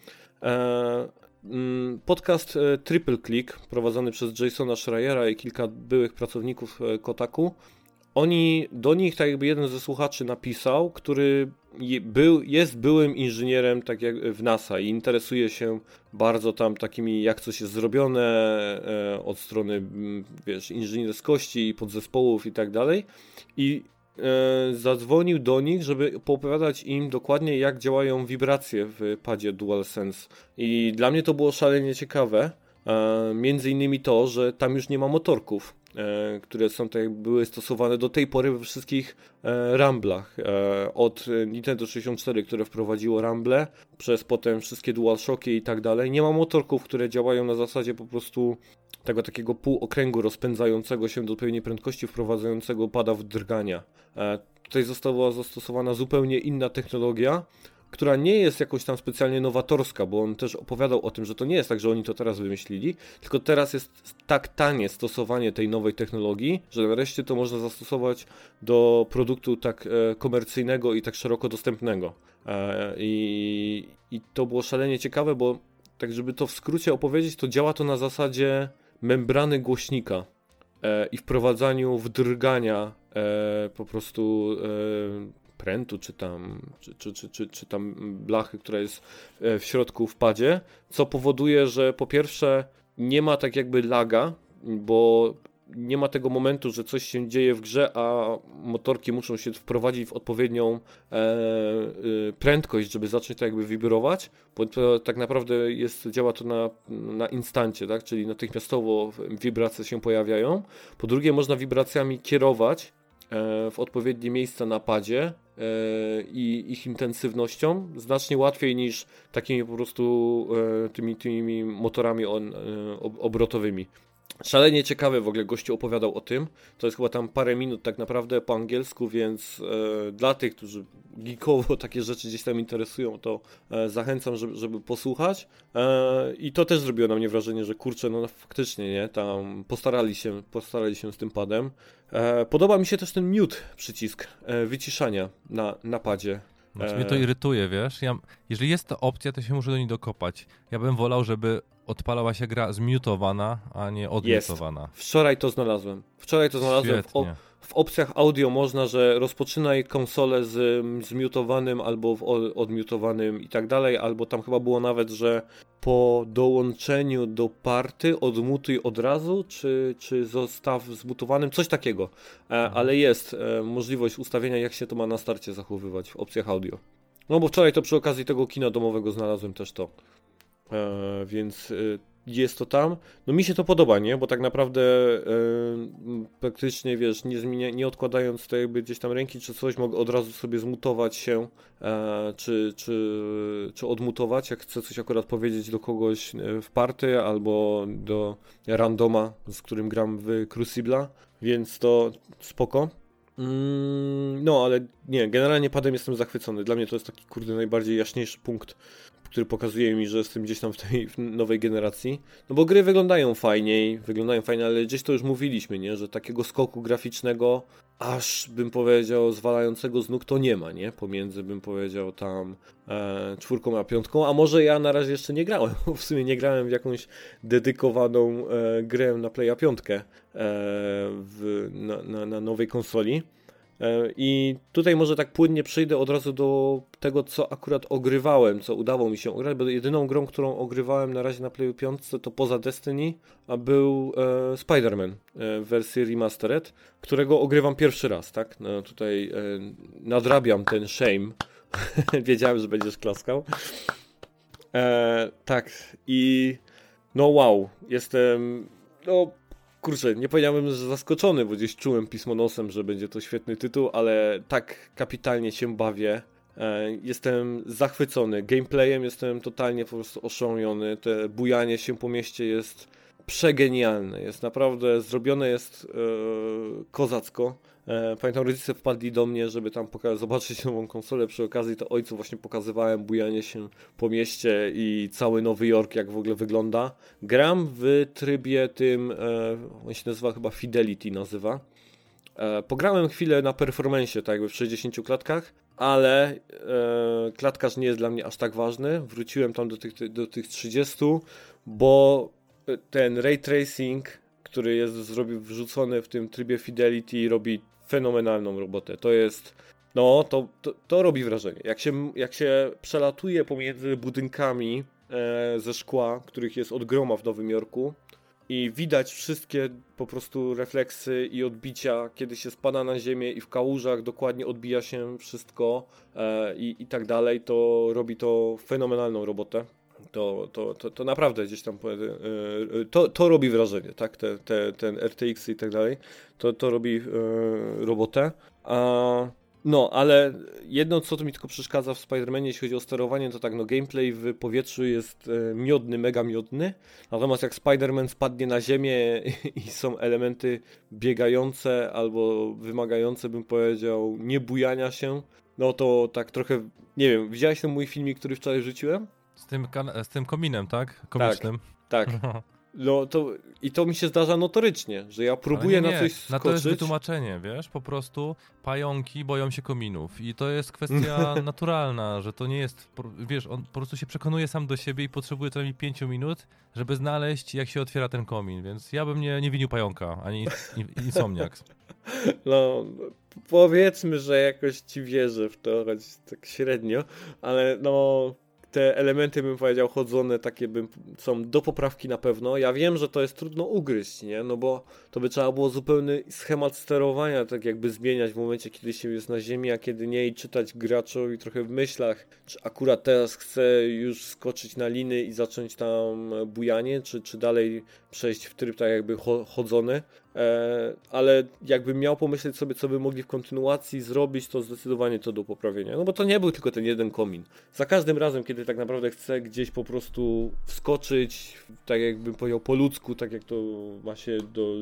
E, mm, podcast e, Triple Click prowadzony przez Jasona Schreiera i kilka byłych pracowników e, Kotaku. Oni, do nich tak jakby jeden ze słuchaczy napisał, który je, był, jest byłym inżynierem tak jak w NASA i interesuje się bardzo tam takimi, jak coś jest zrobione e, od strony, wiesz, inżynierskości i podzespołów i tak dalej. I e, zadzwonił do nich, żeby poopowiadać im dokładnie, jak działają wibracje w padzie DualSense. I dla mnie to było szalenie ciekawe. E, między innymi to, że tam już nie ma motorków, e, które są tak jakby były stosowane do tej pory we wszystkich e, Rumblach. E, od Nintendo sześćdziesiąt cztery, które wprowadziło Rumble, przez potem wszystkie DualShocki i tak dalej. Nie ma motorków, które działają na zasadzie po prostu tego takiego półokręgu rozpędzającego się do pewnej prędkości, wprowadzającego pada w drgania. E, tutaj została zastosowana zupełnie inna technologia, która nie jest jakoś tam specjalnie nowatorska, bo on też opowiadał o tym, że to nie jest tak, że oni to teraz wymyślili, tylko teraz jest tak tanie stosowanie tej nowej technologii, że nareszcie to można zastosować do produktu tak e, komercyjnego i tak szeroko dostępnego. E, i, I to było szalenie ciekawe, bo tak żeby to w skrócie opowiedzieć, to działa to na zasadzie membrany głośnika e, i wprowadzaniu wdrgania e, po prostu e, prętu, czy tam, czy, czy, czy, czy, czy tam blachy, która jest w środku w padzie, co powoduje, że po pierwsze nie ma tak jakby laga, bo nie ma tego momentu, że coś się dzieje w grze, a motorki muszą się wprowadzić w odpowiednią e, e, prędkość, żeby zacząć tak jakby wibrować, bo to tak naprawdę jest, działa to na, na instancie, tak? Czyli natychmiastowo wibracje się pojawiają. Po drugie, można wibracjami kierować w odpowiednie miejsca na padzie i ich intensywnością znacznie łatwiej niż takimi po prostu tymi, tymi motorami on, obrotowymi. Szalenie ciekawe w ogóle gościu opowiadał o tym. To jest chyba tam parę minut tak naprawdę po angielsku, więc e, dla tych, którzy geekowo takie rzeczy gdzieś tam interesują, to e, zachęcam, żeby, żeby posłuchać. E, I to też zrobiło na mnie wrażenie, że kurczę, no faktycznie, nie, tam postarali się, postarali się z tym padem. E, podoba mi się też ten mute przycisk e, wyciszania na, na padzie. Znaczy, mnie to irytuje, wiesz? Ja, jeżeli jest ta opcja, to się muszę do niej dokopać. Ja bym wolał, żeby odpalała się gra zmiutowana, a nie odmutowana. Jest. Wczoraj to znalazłem. Wczoraj to znalazłem. W, o, w opcjach audio można, że rozpoczynaj konsolę z zmiutowanym albo w odmiutowanym i tak dalej, albo tam chyba było nawet, że po dołączeniu do party odmutuj od razu, czy, czy zostaw zmutowanym, coś takiego. E, ale jest e, możliwość ustawienia, jak się to ma na starcie zachowywać w opcjach audio. No bo wczoraj to przy okazji tego kina domowego znalazłem też to. E, więc e, jest to tam. No mi się to podoba, nie? Bo tak naprawdę e, praktycznie, wiesz, nie, zmienia, nie odkładając to jakby gdzieś tam ręki czy coś, mogę od razu sobie zmutować się, e, czy, czy, czy odmutować, jak chcę coś akurat powiedzieć do kogoś w party albo do randoma, z którym gram w Crucible'a, więc to spoko. Mm, no, ale nie, generalnie padem jestem zachwycony. Dla mnie to jest taki, kurde, najbardziej jaśniejszy punkt, który pokazuje mi, że jestem gdzieś tam w tej w nowej generacji. No bo gry wyglądają fajniej, wyglądają fajnie, ale gdzieś to już mówiliśmy, nie? Że takiego skoku graficznego, aż bym powiedział, zwalającego z nóg to nie ma, nie? Pomiędzy, bym powiedział, tam e, czwórką a piątką, a może ja na razie jeszcze nie grałem, bo w sumie nie grałem w jakąś dedykowaną e, grę na Playa piątkę e, w, na, na, na nowej konsoli. I tutaj może tak płynnie przejdę od razu do tego, co akurat ogrywałem, co udało mi się ograć, bo jedyną grą, którą ogrywałem na razie na Playu pięć, to poza Destiny, a był e, Spider-Man e, w wersji remastered, którego ogrywam pierwszy raz, tak? No, tutaj e, nadrabiam ten shame. Wiedziałem, że będziesz klaskał. E, tak, i no wow, jestem, no kurczę, nie powiedziałbym, że zaskoczony, bo gdzieś czułem pismo nosem, że będzie to świetny tytuł, ale tak kapitalnie się bawię. E, jestem zachwycony gameplayem, jestem totalnie po prostu oszałamiony. Te bujanie się po mieście jest przegenialne. Jest naprawdę zrobione jest e, kozacko. E, pamiętam, rodzice wpadli do mnie, żeby tam poka- zobaczyć nową konsolę. Przy okazji to ojcu właśnie pokazywałem bujanie się po mieście i cały Nowy Jork, jak w ogóle wygląda. Gram w trybie tym, e, on się nazywa chyba Fidelity nazywa. E, pograłem chwilę na performance, tak jakby w sześćdziesięciu klatkach, ale e, klatkarz nie jest dla mnie aż tak ważny. Wróciłem tam do tych, do tych trzydziestu, bo ten ray tracing, który jest zrobi, wrzucony w tym trybie Fidelity, robi fenomenalną robotę. To jest, no, to, to, to robi wrażenie. Jak się, jak się przelatuje pomiędzy budynkami e, ze szkła, których jest od groma w Nowym Jorku, i widać wszystkie po prostu refleksy i odbicia, kiedy się spada na ziemię i w kałużach dokładnie odbija się wszystko e, i, i tak dalej, to robi to fenomenalną robotę. To, to, to, to naprawdę gdzieś tam e, to, to robi wrażenie, tak? Te, te, ten R T X i tak dalej, to, to robi e, robotę. A no, ale jedno, co to mi tylko przeszkadza w Spider-Manie, jeśli chodzi o sterowanie, to tak, no gameplay w powietrzu jest e, miodny, mega miodny, natomiast jak Spider-Man spadnie na ziemię i, i są elementy biegające albo wymagające, bym powiedział, nie bujania się, no to tak trochę, nie wiem, widziałeś ten mój filmik, który wczoraj rzuciłem? Z tym, kan- z tym kominem, tak? Komicznym. Tak, tak. No to i to mi się zdarza notorycznie, że ja próbuję nie, nie. na coś skoczyć. Na to jest wytłumaczenie, wiesz, po prostu pająki boją się kominów i to jest kwestia naturalna, że to nie jest, wiesz, on po prostu się przekonuje sam do siebie i potrzebuje co najmniej pięciu minut, żeby znaleźć, jak się otwiera ten komin, więc ja bym nie, nie winił pająka, ani Insomniac. No, powiedzmy, że jakoś ci wierzę w to, choć tak średnio, ale no... Te elementy, bym powiedział, chodzone takie bym, są do poprawki na pewno. Ja wiem, że to jest trudno ugryźć, nie? No bo to by trzeba było zupełny schemat sterowania, tak jakby zmieniać w momencie, kiedy się jest na ziemi, a kiedy nie, i czytać graczowi trochę w myślach, czy akurat teraz chcę już skoczyć na liny i zacząć tam bujanie, czy, czy dalej przejść w tryb tak jakby chodzony. E, ale jakbym miał pomyśleć sobie, co by mogli w kontynuacji zrobić, to zdecydowanie to do poprawienia. No bo to nie był tylko ten jeden komin. Za każdym razem, kiedy tak naprawdę chcę gdzieś po prostu wskoczyć, tak jakbym powiedział po ludzku, tak jak to ma się do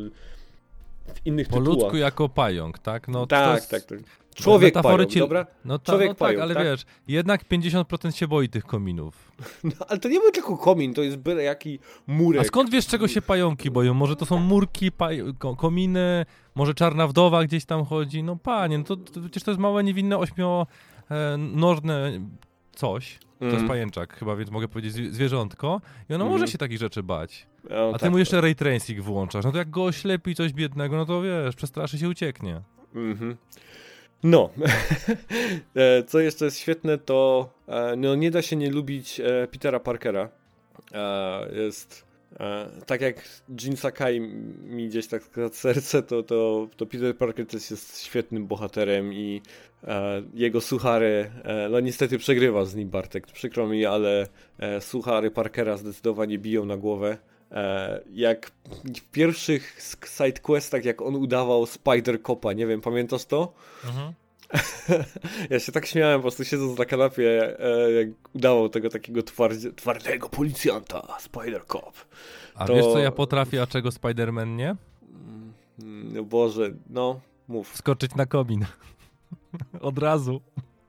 w innych po tytułach. ludzku jako pająk, tak? No, tak, to jest... tak, tak. Człowiek pająk, ci... dobra? No, ta, Człowiek no pająk, tak, ale tak? wiesz, jednak pięćdziesiąt procent się boi tych kominów. No, ale to nie był tylko komin, to jest byle jaki murek. A skąd wiesz, czego się pająki boją? Może to są murki, paj... kominy, może czarna wdowa gdzieś tam chodzi? No panie, no to, to przecież to jest małe, niewinne, ośmionożne coś. To Mm. jest pajęczak chyba, więc mogę powiedzieć zwi- zwierzątko. I ono Mm. może się takich rzeczy bać. No, A ty tak, mu jeszcze ray tracing włączasz. No to jak go oślepi coś biednego, no to wiesz, przestraszy się, ucieknie. Mhm. No, E, co jeszcze jest świetne, to e, no, nie da się nie lubić e, Petera Parkera. E, jest e, tak jak Jin Sakai mi gdzieś tak skradł serce, to, to, to Peter Parker też jest świetnym bohaterem i e, jego suchary, e, no niestety przegrywa z nim Bartek, przykro mi, ale e, suchary Parkera zdecydowanie biją na głowę. E, jak w pierwszych sidequestach, jak on udawał Spider-Copa, nie wiem, pamiętasz to? Mhm. Ja się tak śmiałem, po prostu siedząc na kanapie, e, jak udawał tego takiego twardzie, twardego policjanta, Spider-Cop. A To- wiesz, co ja potrafię, a czego Spider-Man nie? Mm, No Boże, no, mów. Skoczyć na komin. Od razu.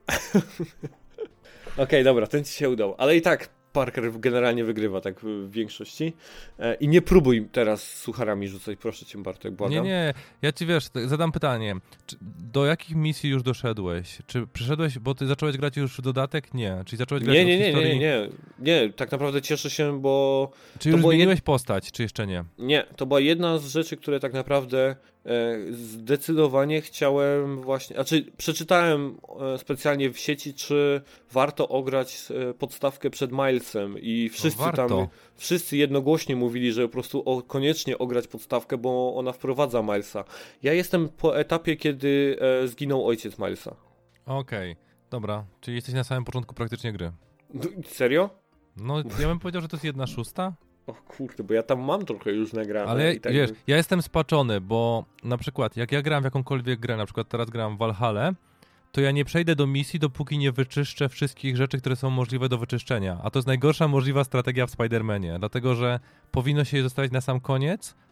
Okej, dobra, ten ci się udał, ale i tak Parker generalnie wygrywa tak w większości. E, I nie próbuj teraz sucharami rzucać, proszę cię, Bartek, błagam. Nie, nie, ja ci wiesz, tak zadam pytanie. Czy, do jakich misji już doszedłeś? Czy przeszedłeś, bo ty zacząłeś grać już w dodatek? Nie. Czyli zacząłeś grać Nie, od nie, nie, historii... nie, nie, nie, tak naprawdę cieszę się, bo Czy to już było zmieniłeś postać, czy jeszcze nie? Nie, to była jedna z rzeczy, które tak naprawdę e, zdecydowanie chciałem właśnie, znaczy przeczytałem e, specjalnie w sieci, czy warto ograć e, podstawkę przed Milesem i wszyscy warto. tam, wszyscy jednogłośnie mówili, że po prostu o, koniecznie ograć podstawkę, bo ona wprowadza Milesa. Ja jestem po etapie, kiedy e, zginął ojciec Milesa. Okej, dobra, czyli jesteś na samym początku praktycznie gry. D- Serio? No, ja bym powiedział, że to jest jedna szósta, O kurde, bo ja tam mam trochę już nagrane. ale i tak wiesz, ja jestem spaczony, bo na przykład jak ja gram w jakąkolwiek grę, na przykład teraz gram w Valhalla, to ja nie przejdę do misji, dopóki nie wyczyszczę wszystkich rzeczy, które są możliwe do wyczyszczenia. A to jest najgorsza możliwa strategia w Spider-Manie, dlatego że powinno się je zostawić na sam koniec,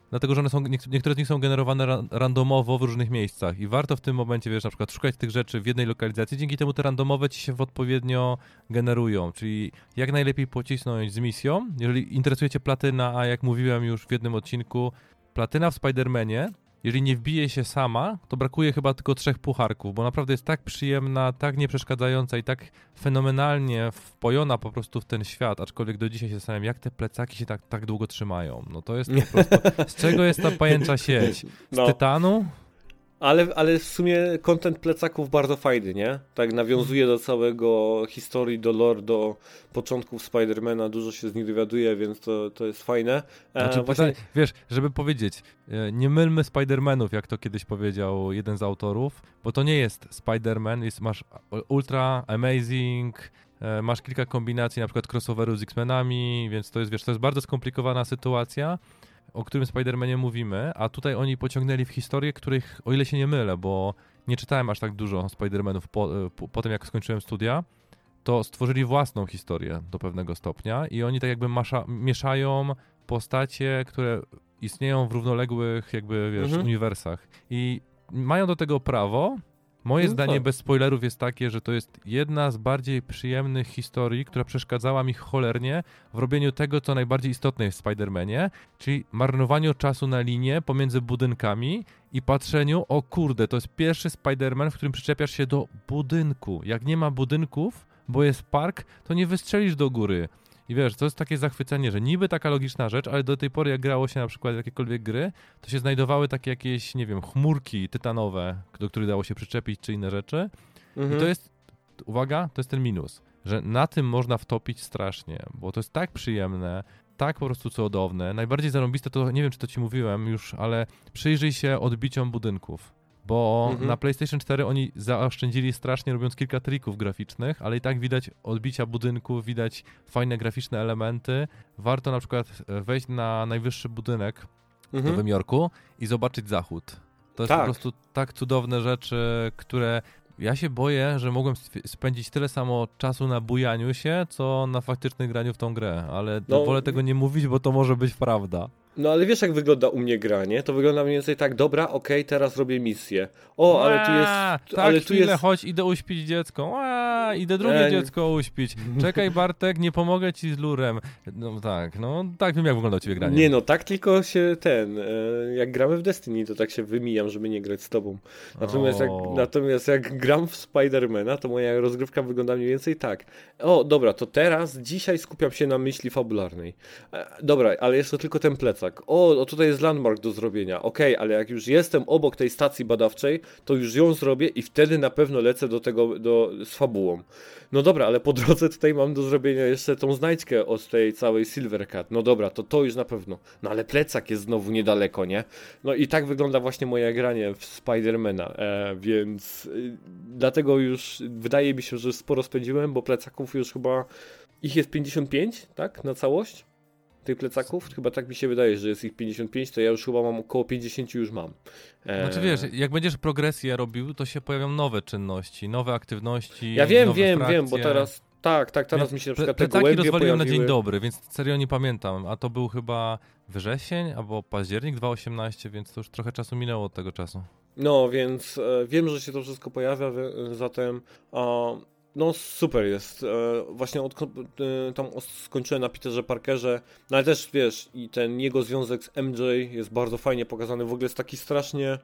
dlatego że one są, niektóre z nich są generowane ra- randomowo w różnych miejscach i warto w tym momencie, wiesz, na przykład szukać tych rzeczy w jednej lokalizacji, dzięki temu te randomowe ci się w odpowiednio generują, czyli jak najlepiej pocisnąć z misją, jeżeli interesuje cię platyna, a jak mówiłem już w jednym odcinku, platyna w Spider-Manie, jeżeli nie wbije się sama, to brakuje chyba tylko trzech pucharków, bo naprawdę jest tak przyjemna, tak nieprzeszkadzająca i tak fenomenalnie wpojona po prostu w ten świat, aczkolwiek do dzisiaj się zastanawiam, jak te plecaki się tak, tak długo trzymają. No to jest po prostu... Z czego jest ta pajęcza sieć? Z No. tytanu? Ale, ale w sumie content plecaków bardzo fajny, nie? Tak nawiązuje do całego historii, do lore, do początków Spidermana, dużo się z nich dowiaduje, więc to, to jest fajne. E, Znaczy, właśnie... pytanie, wiesz, żeby powiedzieć, e, nie mylmy Spidermanów, jak to kiedyś powiedział jeden z autorów, bo to nie jest Spider-Man, jest, masz Ultra, Amazing, e, masz kilka kombinacji, na przykład crossoveru z X-Menami, więc to jest, wiesz, to jest bardzo skomplikowana sytuacja, o którym Spider-Manie mówimy, a tutaj oni pociągnęli w historię, których, o ile się nie mylę, bo nie czytałem aż tak dużo Spider-Manów po, po, po tym, jak skończyłem studia, to stworzyli własną historię do pewnego stopnia i oni tak jakby masza, mieszają postacie, które istnieją w równoległych jakby, wiesz, Mhm. uniwersach i mają do tego prawo. Moje No zdanie tak. bez spoilerów jest takie, że to jest jedna z bardziej przyjemnych historii, która przeszkadzała mi cholernie w robieniu tego, co najbardziej istotne jest w Spider-Manie, czyli marnowaniu czasu na linię pomiędzy budynkami i patrzeniu, o kurde, to jest pierwszy Spider-Man, w którym przyczepiasz się do budynku. Jak nie ma budynków, bo jest park, to nie wystrzelisz do góry. I wiesz, to jest takie zachwycenie, że niby taka logiczna rzecz, ale do tej pory jak grało się na przykład w jakiekolwiek gry, to się znajdowały takie jakieś, nie wiem, chmurki tytanowe, do których dało się przyczepić, czy inne rzeczy. Mhm. I to jest, uwaga, to jest ten minus, że na tym można wtopić strasznie, bo to jest tak przyjemne, tak po prostu cudowne. Najbardziej zarąbiste to, nie wiem, czy to ci mówiłem już, ale przyjrzyj się odbiciom budynków. Bo Mhm. na PlayStation cztery oni zaoszczędzili strasznie, robiąc kilka trików graficznych, ale i tak widać odbicia budynków, widać fajne graficzne elementy. Warto na przykład wejść na najwyższy budynek w Mhm. Nowym Jorku i zobaczyć zachód. To jest Tak. po prostu tak cudowne rzeczy, które ja się boję, że mogłem sp- spędzić tyle samo czasu na bujaniu się, co na faktycznym graniu w tą grę, ale No. wolę tego nie mówić, bo to może być prawda. No ale wiesz jak wygląda u mnie gra, nie? To wygląda mniej więcej tak, dobra, okej, teraz robię misję. O, ale tu jest... Aaa, tak, ale tu chwilę, jest... chodź, idę uśpić dziecko. Aaa, idę drugie E, dziecko uśpić. Czekaj, Bartek, nie pomogę ci z lurem. No tak, no tak wiem, jak wygląda u ciebie granie. Nie no, tak tylko się ten, e, jak gramy w Destiny, to tak się wymijam, żeby nie grać z tobą. Natomiast jak, O. natomiast jak gram w Spidermana, to moja rozgrywka wygląda mniej więcej tak. O, dobra, to teraz, dzisiaj skupiam się na myśli fabularnej. E, dobra, ale jest to tylko ten plecak. O, o tutaj jest landmark do zrobienia. Okej, ale jak już jestem obok tej stacji badawczej, to już ją zrobię i wtedy na pewno lecę do tego, do, z fabułą. No dobra, ale po drodze tutaj mam do zrobienia jeszcze tą znajdźkę od tej całej Silver Cat. No dobra, to to już na pewno. No ale plecak jest znowu niedaleko, nie? No i tak wygląda właśnie moje granie w Spidermana, e, więc y, dlatego już wydaje mi się, że sporo spędziłem, bo plecaków już chyba, ich jest pięćdziesiąt pięć, tak? Na całość? Tych plecaków? Chyba tak mi się wydaje, że jest ich pięćdziesiąt pięć, to ja już chyba mam około pięćdziesiąt już mam. E, Znaczy wiesz, jak będziesz progresję robił, to się pojawią nowe czynności, nowe aktywności. Ja wiem, nowe wiem, frakcje. wiem, bo teraz, tak, tak, teraz Więc mi się na ple- przykład te plecaki gołębie rozwaliłem pojawiły. na dzień dobry, więc serio nie pamiętam, a to był chyba wrzesień albo październik dwa tysiące osiemnasty, więc to już trochę czasu minęło od tego czasu. No, więc e, wiem, że się to wszystko pojawia, wie- zatem e, no super jest. E, właśnie od, e, tam os- skończyłem na Peterze Parkerze, no ale też wiesz, i ten jego związek z M J jest bardzo fajnie pokazany, w ogóle jest taki strasznie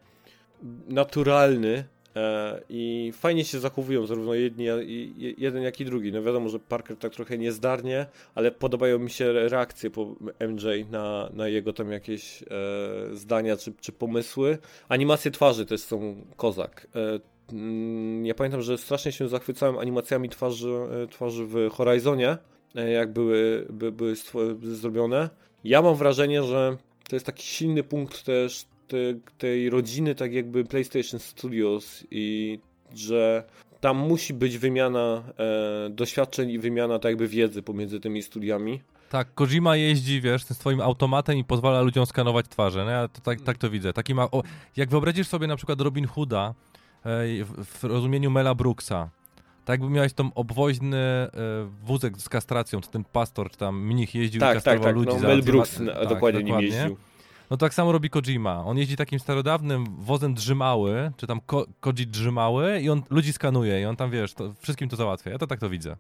naturalny e, i fajnie się zachowują zarówno jedni, i, i- jeden jak i drugi. No wiadomo, że Parker tak trochę niezdarnie, ale podobają mi się reakcje po M J na, na jego tam jakieś e, zdania czy, czy pomysły. Animacje twarzy też są kozak. E, mm, ja pamiętam, że strasznie się zachwycałem animacjami twarzy, e, twarzy w Horizonie, e, jak były, by, były stwo- zrobione. Ja mam wrażenie, że to jest taki silny punkt też te, tej rodziny, tak jakby PlayStation Studios, i że tam musi być wymiana e, doświadczeń i wymiana tak jakby wiedzy pomiędzy tymi studiami. Tak, Kojima jeździ, wiesz, tym swoim automatem i pozwala ludziom skanować twarze, no ja to, tak, tak to widzę. Taki ma, o, jak wyobrazisz sobie na przykład Robin Hooda e, w, w rozumieniu Mela Brooksa, tak jakby miałeś tą obwoźny e, wózek z kastracją, czy ten pastor, czy tam mnich jeździł i Tak, tak, kastrował tak. ludzi. No, za Mel dwie Brooks ma- na- tak, dokładnie nim jeździł. No tak samo robi Kojima. On jeździ takim starodawnym wozem drzymały, czy tam ko- Koji drzymały i on ludzi skanuje i on tam, wiesz, to wszystkim to załatwia. Ja to tak to widzę.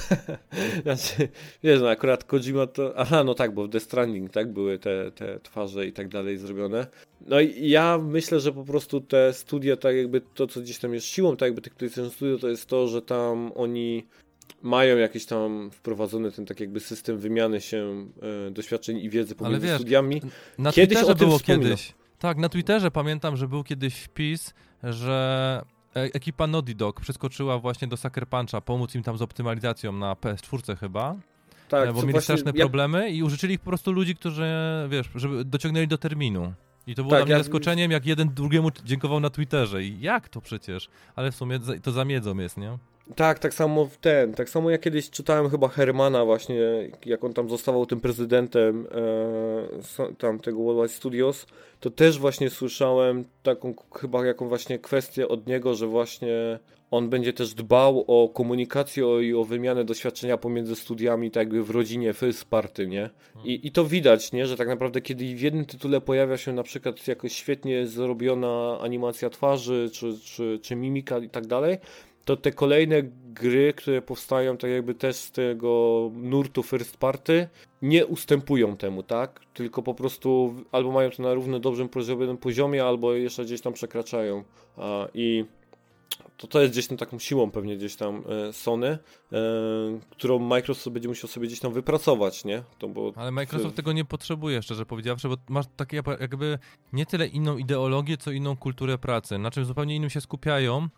Znaczy, wiesz, no akurat Kojima to... Aha, no tak, bo w Death Stranding, tak, były te, te twarze i tak dalej zrobione. No i ja myślę, że po prostu te studia, tak jakby to, co gdzieś tam jest siłą, tak jakby tych PlayStation Studio, to jest to, że tam oni mają jakiś tam wprowadzony ten tak jakby system wymiany się e, doświadczeń i wiedzy pomiędzy Ale wiesz, studiami. Na Kiedyś Twitterze o tym było wspominał. kiedyś. Tak, na Twitterze pamiętam, że był kiedyś wpis, że e- ekipa Naughty Dog przeskoczyła właśnie do Sucker Puncha, pomóc im tam z optymalizacją na P S cztery chyba. Tak, E, bo co mieli właśnie- straszne ja- problemy i użyczyli ich po prostu ludzi, którzy, wiesz, żeby dociągnęli do terminu. I to było Tak, dla mnie ja- zaskoczeniem, jak jeden drugiemu dziękował na Twitterze. I jak to przecież? Ale w sumie za- to za miedzą jest, nie? Tak, tak samo w ten, tak samo ja kiedyś czytałem chyba Hermana właśnie, jak on tam zostawał tym prezydentem e, so- tam tego Worldwide Studios, to też właśnie słyszałem taką k- chyba jaką właśnie kwestię od niego, że właśnie on będzie też dbał o komunikację o, i o wymianę doświadczenia pomiędzy studiami, tak jakby w rodzinie first party, nie? I, I to widać, nie? Że tak naprawdę kiedy w jednym tytule pojawia się na przykład jakoś świetnie zrobiona animacja twarzy, czy, czy, czy mimika i tak dalej, to te kolejne gry, które powstają tak jakby też z tego nurtu first party, nie ustępują temu, tak? Tylko po prostu albo mają to na równo dobrym zrobionym poziomie, albo jeszcze gdzieś tam przekraczają. A, I to, to jest gdzieś tam taką siłą pewnie gdzieś tam e, Sony, e, którą Microsoft będzie musiał sobie gdzieś tam wypracować, nie? To, bo Ale Microsoft tego nie potrzebuje, szczerze powiedziawszy, bo masz takie jakby nie tyle inną ideologię, co inną kulturę pracy, na czym zupełnie innym się skupiają,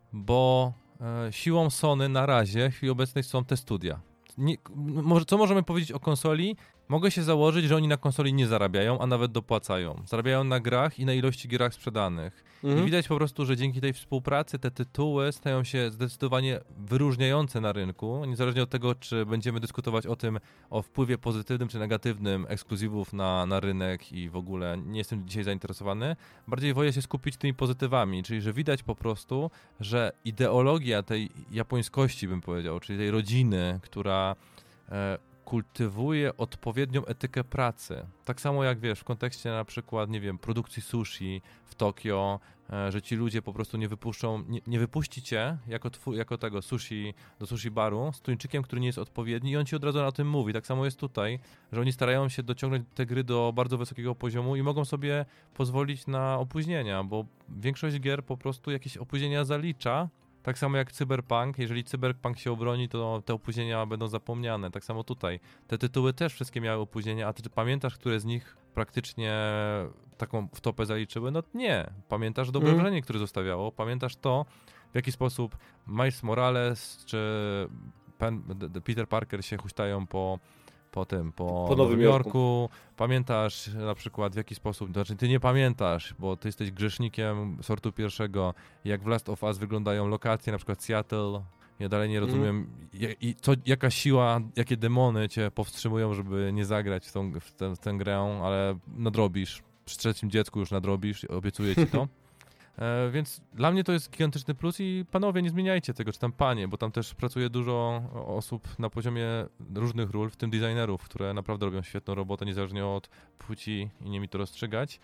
bo e, siłą Sony na razie, w chwili obecnej są te studia. Nie, może, co możemy powiedzieć o konsoli? Mogę się założyć, że oni na konsoli nie zarabiają, a nawet dopłacają. Zarabiają na grach i na ilości grach sprzedanych. Mhm. I widać po prostu, że dzięki tej współpracy te tytuły stają się zdecydowanie wyróżniające na rynku, niezależnie od tego, czy będziemy dyskutować o tym, o wpływie pozytywnym czy negatywnym ekskluzywów na, na rynek i w ogóle nie jestem dzisiaj zainteresowany. Bardziej wolę się skupić tymi pozytywami, czyli że widać po prostu, że ideologia tej japońskości, bym powiedział, czyli tej rodziny, która e, kultywuje odpowiednią etykę pracy. Tak samo jak wiesz, w kontekście na przykład, nie wiem, produkcji sushi w Tokio, e, że ci ludzie po prostu nie wypuszczą, nie, nie wypuści cię jako, twu, jako tego sushi do sushi baru z tuńczykiem, który nie jest odpowiedni i on ci od razu o tym mówi. Tak samo jest tutaj, że oni starają się dociągnąć te gry do bardzo wysokiego poziomu i mogą sobie pozwolić na opóźnienia, bo większość gier po prostu jakieś opóźnienia zalicza. Tak samo jak Cyberpunk, jeżeli Cyberpunk się obroni, to te opóźnienia będą zapomniane. Tak samo tutaj. Te tytuły też wszystkie miały opóźnienia, a ty pamiętasz, które z nich praktycznie taką wtopę zaliczyły? No nie. Pamiętasz dobre Mm. wrażenie, które zostawiało. Pamiętasz to, w jaki sposób Miles Morales czy Pen, D- D- Peter Parker się huśtają po po tym, po, Po Nowym Jorku. Pamiętasz na przykład w jaki sposób, to znaczy ty nie pamiętasz, bo ty jesteś grzesznikiem sortu pierwszego, jak w Last of Us wyglądają lokacje, na przykład Seattle. Ja dalej nie rozumiem, mm. i co, jaka siła, jakie demony cię powstrzymują, żeby nie zagrać w, tą, w, tę, w tę grę, ale nadrobisz. Przy trzecim dziecku już nadrobisz, obiecuję ci to. E, więc dla mnie to jest gigantyczny plus i panowie, nie zmieniajcie tego, czy tam panie, bo tam też pracuje dużo osób na poziomie różnych ról, w tym designerów, które naprawdę robią świetną robotę, niezależnie od płci i nie mi to rozstrzygać.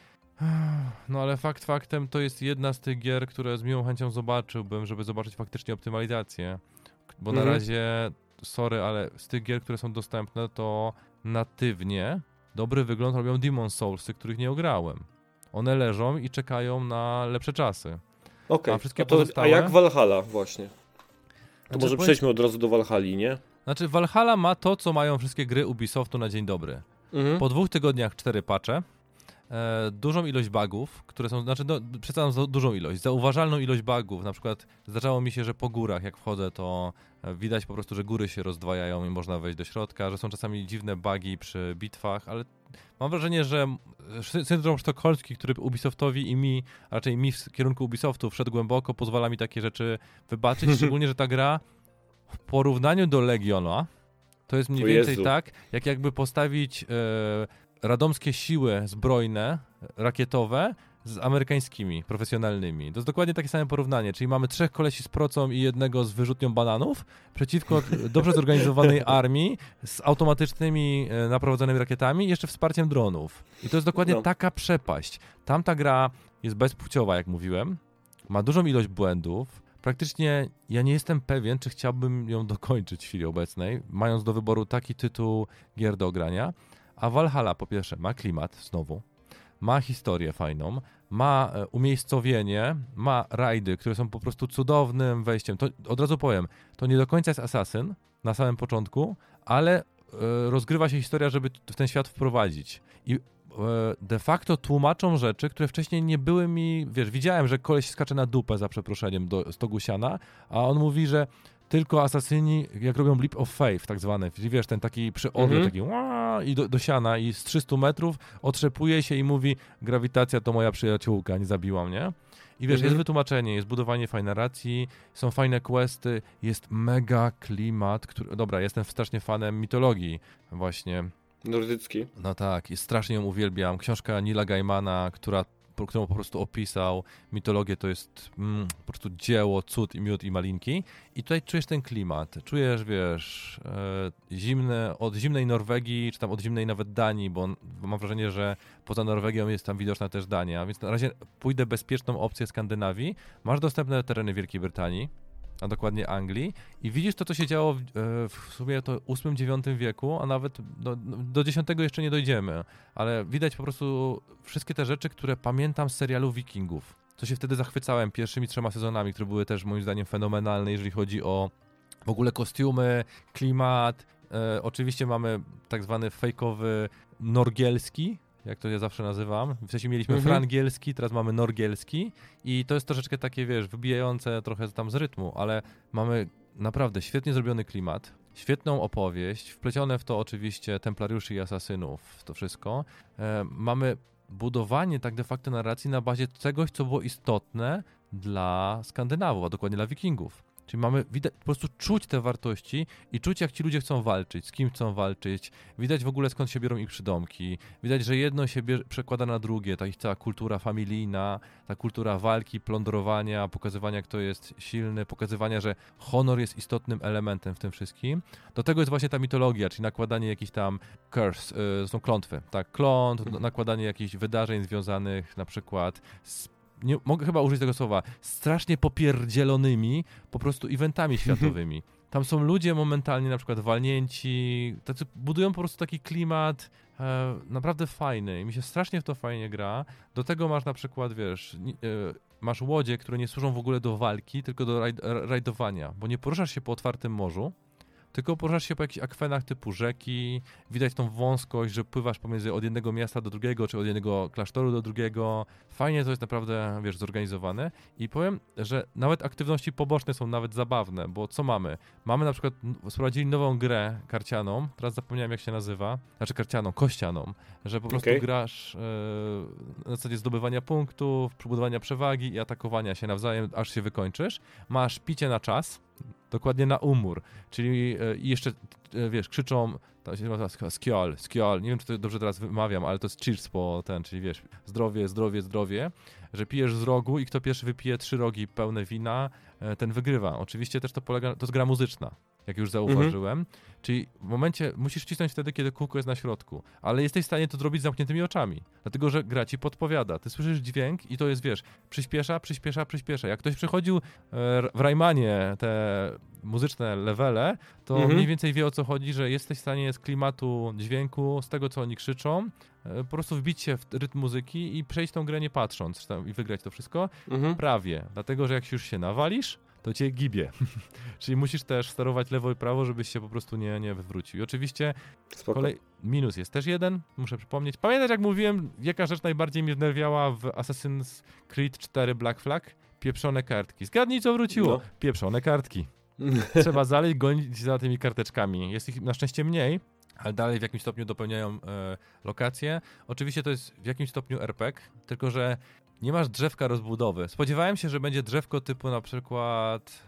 No ale fakt faktem to jest jedna z tych gier, które z miłą chęcią zobaczyłbym, żeby zobaczyć faktycznie optymalizację, bo Mhm. na razie, sorry, ale z tych gier, które są dostępne, to natywnie dobry wygląd robią Demon's Soulsy, których nie ograłem. One leżą i czekają na lepsze czasy. Okej, A wszystkie a, to- pozostałe? a jak Valhalla właśnie? To Znaczy, może powiem- przejdźmy od razu do Valhalli, nie? Znaczy Valhalla ma to, co mają wszystkie gry Ubisoftu na dzień dobry. Mhm. Po dwóch tygodniach cztery patche, e, dużą ilość bugów, które są, znaczy no, przedstawiam za dużą ilość, zauważalną ilość bugów. Na przykład zdarzało mi się, że po górach jak wchodzę, to e, widać po prostu, że góry się rozdwajają i można wejść do środka, że są czasami dziwne bugi przy bitwach, ale mam wrażenie, że sy- syndrom sztokholmski, który Ubisoftowi i mi, a raczej mi w kierunku Ubisoftu wszedł głęboko, pozwala mi takie rzeczy wybaczyć, szczególnie, że ta gra w porównaniu do Legiona to jest mniej O więcej Jezu. tak, jak jakby postawić e, radomskie siły zbrojne, rakietowe z amerykańskimi, profesjonalnymi. To jest dokładnie takie same porównanie, czyli mamy trzech kolesi z procą i jednego z wyrzutnią bananów przeciwko dobrze zorganizowanej armii z automatycznymi e, naprowadzonymi rakietami i jeszcze wsparciem dronów. I to jest dokładnie no. taka przepaść. Tamta gra jest bezpłciowa, jak mówiłem, ma dużą ilość błędów. Praktycznie ja nie jestem pewien, czy chciałbym ją dokończyć w chwili obecnej, mając do wyboru taki tytuł gier do grania. A Valhalla po pierwsze ma klimat, znowu, ma historię fajną, ma umiejscowienie, ma rajdy, które są po prostu cudownym wejściem. To od razu powiem, to nie do końca jest Assassin na samym początku, ale e, rozgrywa się historia, żeby w ten świat wprowadzić. I e, de facto tłumaczą rzeczy, które wcześniej nie były mi, wiesz, widziałem, że koleś skacze na dupę za przeproszeniem do stogu siana, a on mówi, że tylko asasyni, jak robią leap of faith tak zwane, czyli wiesz, ten taki przy odle, mm-hmm. taki waa, i do, do siana i z trzystu metrów otrzepuje się i mówi, grawitacja to moja przyjaciółka, nie zabiła mnie. I wiesz, mm-hmm. jest wytłumaczenie, jest budowanie fajnej narracji, są fajne questy, jest mega klimat, który, dobra, jestem strasznie fanem mitologii właśnie. Nordycki. No tak, i strasznie ją uwielbiam. Książka Neila Gaimana, która którą po prostu opisał. Mitologię to jest mm, po prostu dzieło, cud i miód i malinki. I tutaj czujesz ten klimat. Czujesz, wiesz, e, zimne, od zimnej Norwegii, czy tam od zimnej nawet Danii, bo, bo mam wrażenie, że poza Norwegią jest tam widoczna też Dania. Więc na razie pójdę bezpieczną opcję Skandynawii. Masz dostępne tereny Wielkiej Brytanii, a dokładnie Anglii i widzisz to, co się działo w, w sumie to ósmym dziewiątym wieku, a nawet do, do dziesiątego jeszcze nie dojdziemy, ale widać po prostu wszystkie te rzeczy, które pamiętam z serialu Wikingów, co się wtedy zachwycałem pierwszymi trzema sezonami, które były też moim zdaniem fenomenalne, jeżeli chodzi o w ogóle kostiumy, klimat, e, oczywiście mamy tak zwany fejkowy norgielski, jak to ja zawsze nazywam. Wcześniej mieliśmy mhm. frangielski, teraz mamy norgielski i to jest troszeczkę takie, wiesz, wybijające trochę tam z rytmu, ale mamy naprawdę świetnie zrobiony klimat, świetną opowieść, wplecione w to oczywiście templariuszy i asasynów, to wszystko. E, mamy budowanie tak de facto narracji na bazie czegoś, co było istotne dla Skandynawów, a dokładnie dla Wikingów. Czyli mamy widać, po prostu czuć te wartości i czuć, jak ci ludzie chcą walczyć, z kim chcą walczyć. Widać w ogóle, skąd się biorą ich przydomki. Widać, że jedno się bierze, przekłada na drugie. Ta ich cała kultura familijna, ta kultura walki, plądrowania, pokazywania, kto jest silny, pokazywania, że honor jest istotnym elementem w tym wszystkim. Do tego jest właśnie ta mitologia, czyli nakładanie jakichś tam curse, yy, są klątwy, tak, klątw, nakładanie jakichś wydarzeń związanych na przykład z Nie, mogę chyba użyć tego słowa, strasznie popierdzielonymi po prostu eventami światowymi. Tam są ludzie momentalnie na przykład walnięci, tacy budują po prostu taki klimat e, naprawdę fajny i mi się strasznie w to fajnie gra. Do tego masz na przykład, wiesz, e, masz łodzie, które nie służą w ogóle do walki, tylko do rajd, rajdowania, bo nie poruszasz się po otwartym morzu, tylko poruszasz się po jakichś akwenach typu rzeki, widać tą wąskość, że pływasz pomiędzy od jednego miasta do drugiego, czy od jednego klasztoru do drugiego. Fajnie to jest naprawdę, wiesz, zorganizowane i powiem, że nawet aktywności poboczne są nawet zabawne, bo co mamy? Mamy na przykład, sprowadzili nową grę karcianą, teraz zapomniałem jak się nazywa, znaczy karcianą, kościaną, że po prostu okay. grasz yy, na zasadzie zdobywania punktów, budowania przewagi i atakowania się nawzajem, aż się wykończysz. Masz picie na czas, dokładnie na umór, czyli e, jeszcze, e, wiesz, krzyczą, to się nazywa skiol, skiol, nie wiem, czy to dobrze teraz wymawiam, ale to jest cheers po ten, czyli wiesz, zdrowie, zdrowie, zdrowie, że pijesz z rogu i kto pierwszy wypije trzy rogi pełne wina, e, ten wygrywa. Oczywiście też to polega, to jest gra muzyczna, jak już zauważyłem, mhm. czyli w momencie musisz cisnąć wtedy, kiedy kółko jest na środku, ale jesteś w stanie to zrobić z zamkniętymi oczami, dlatego, że gra ci podpowiada. Ty słyszysz dźwięk i to jest, wiesz, przyspiesza, przyspiesza, przyspiesza. Jak ktoś przechodził w Raymanie te muzyczne levele, to mhm. mniej więcej wie, o co chodzi, że jesteś w stanie z klimatu dźwięku, z tego, co oni krzyczą, po prostu wbić się w rytm muzyki i przejść tą grę nie patrząc tam, i wygrać to wszystko. Mhm. Prawie, dlatego, że jak już się nawalisz, to cię gibie. Czyli musisz też sterować lewo i prawo, żebyś się po prostu nie, nie wywrócił. I oczywiście kolej... minus jest też jeden, muszę przypomnieć. Pamiętasz, jak mówiłem, jaka rzecz najbardziej mnie znerwiała w Assassin's Creed cztery Black Flag? Pieprzone kartki. Zgadnij, co wróciło. No. Pieprzone kartki. Trzeba dalej gonić za tymi karteczkami. Jest ich na szczęście mniej, ale dalej w jakimś stopniu dopełniają e, lokacje. Oczywiście to jest w jakimś stopniu er pe gie, tylko że nie masz drzewka rozbudowy. Spodziewałem się, że będzie drzewko typu na przykład,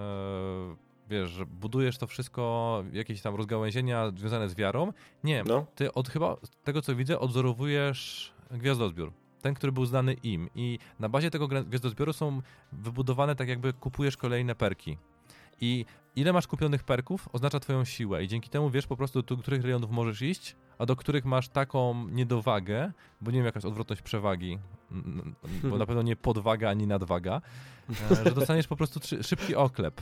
e, wiesz, że budujesz to wszystko, jakieś tam rozgałęzienia związane z wiarą. Nie, no. Ty od chyba, z tego co widzę, odzorowujesz gwiazdozbiór. ten, który był znany im. I na bazie tego gwiazdozbioru są wybudowane tak jakby kupujesz kolejne perki. I ile masz kupionych perków oznacza twoją siłę i dzięki temu wiesz po prostu, do których rejonów możesz iść, a do których masz taką niedowagę, bo nie wiem jaka jest odwrotność przewagi, bo na pewno nie podwaga ani nadwaga, że dostaniesz po prostu szybki oklep.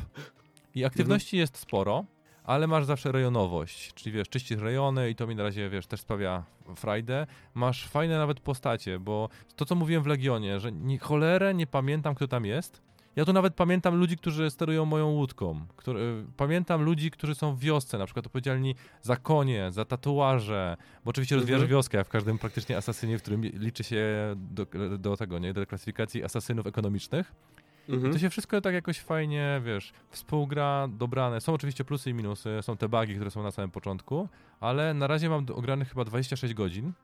I aktywności jest sporo, ale masz zawsze rejonowość, czyli wiesz, czyścisz rejony i to mi na razie, wiesz, też sprawia frajdę. Masz fajne nawet postacie, bo to, co mówiłem w Legionie, że ni cholerę nie pamiętam, kto tam jest. Ja tu nawet pamiętam ludzi, którzy sterują moją łódką. Który, pamiętam ludzi, którzy są w wiosce, na przykład odpowiedzialni za konie, za tatuaże, bo oczywiście rozwijasz Mhm. wioskę, jak w każdym praktycznie asasynie, w którym liczy się do, do tego, nie, do klasyfikacji asasynów ekonomicznych. Mhm. I to się wszystko tak jakoś fajnie, wiesz, współgra, dobrane. Są oczywiście plusy i minusy, są te bugi, które są na samym początku, ale na razie mam ogranych chyba dwadzieścia sześć godzin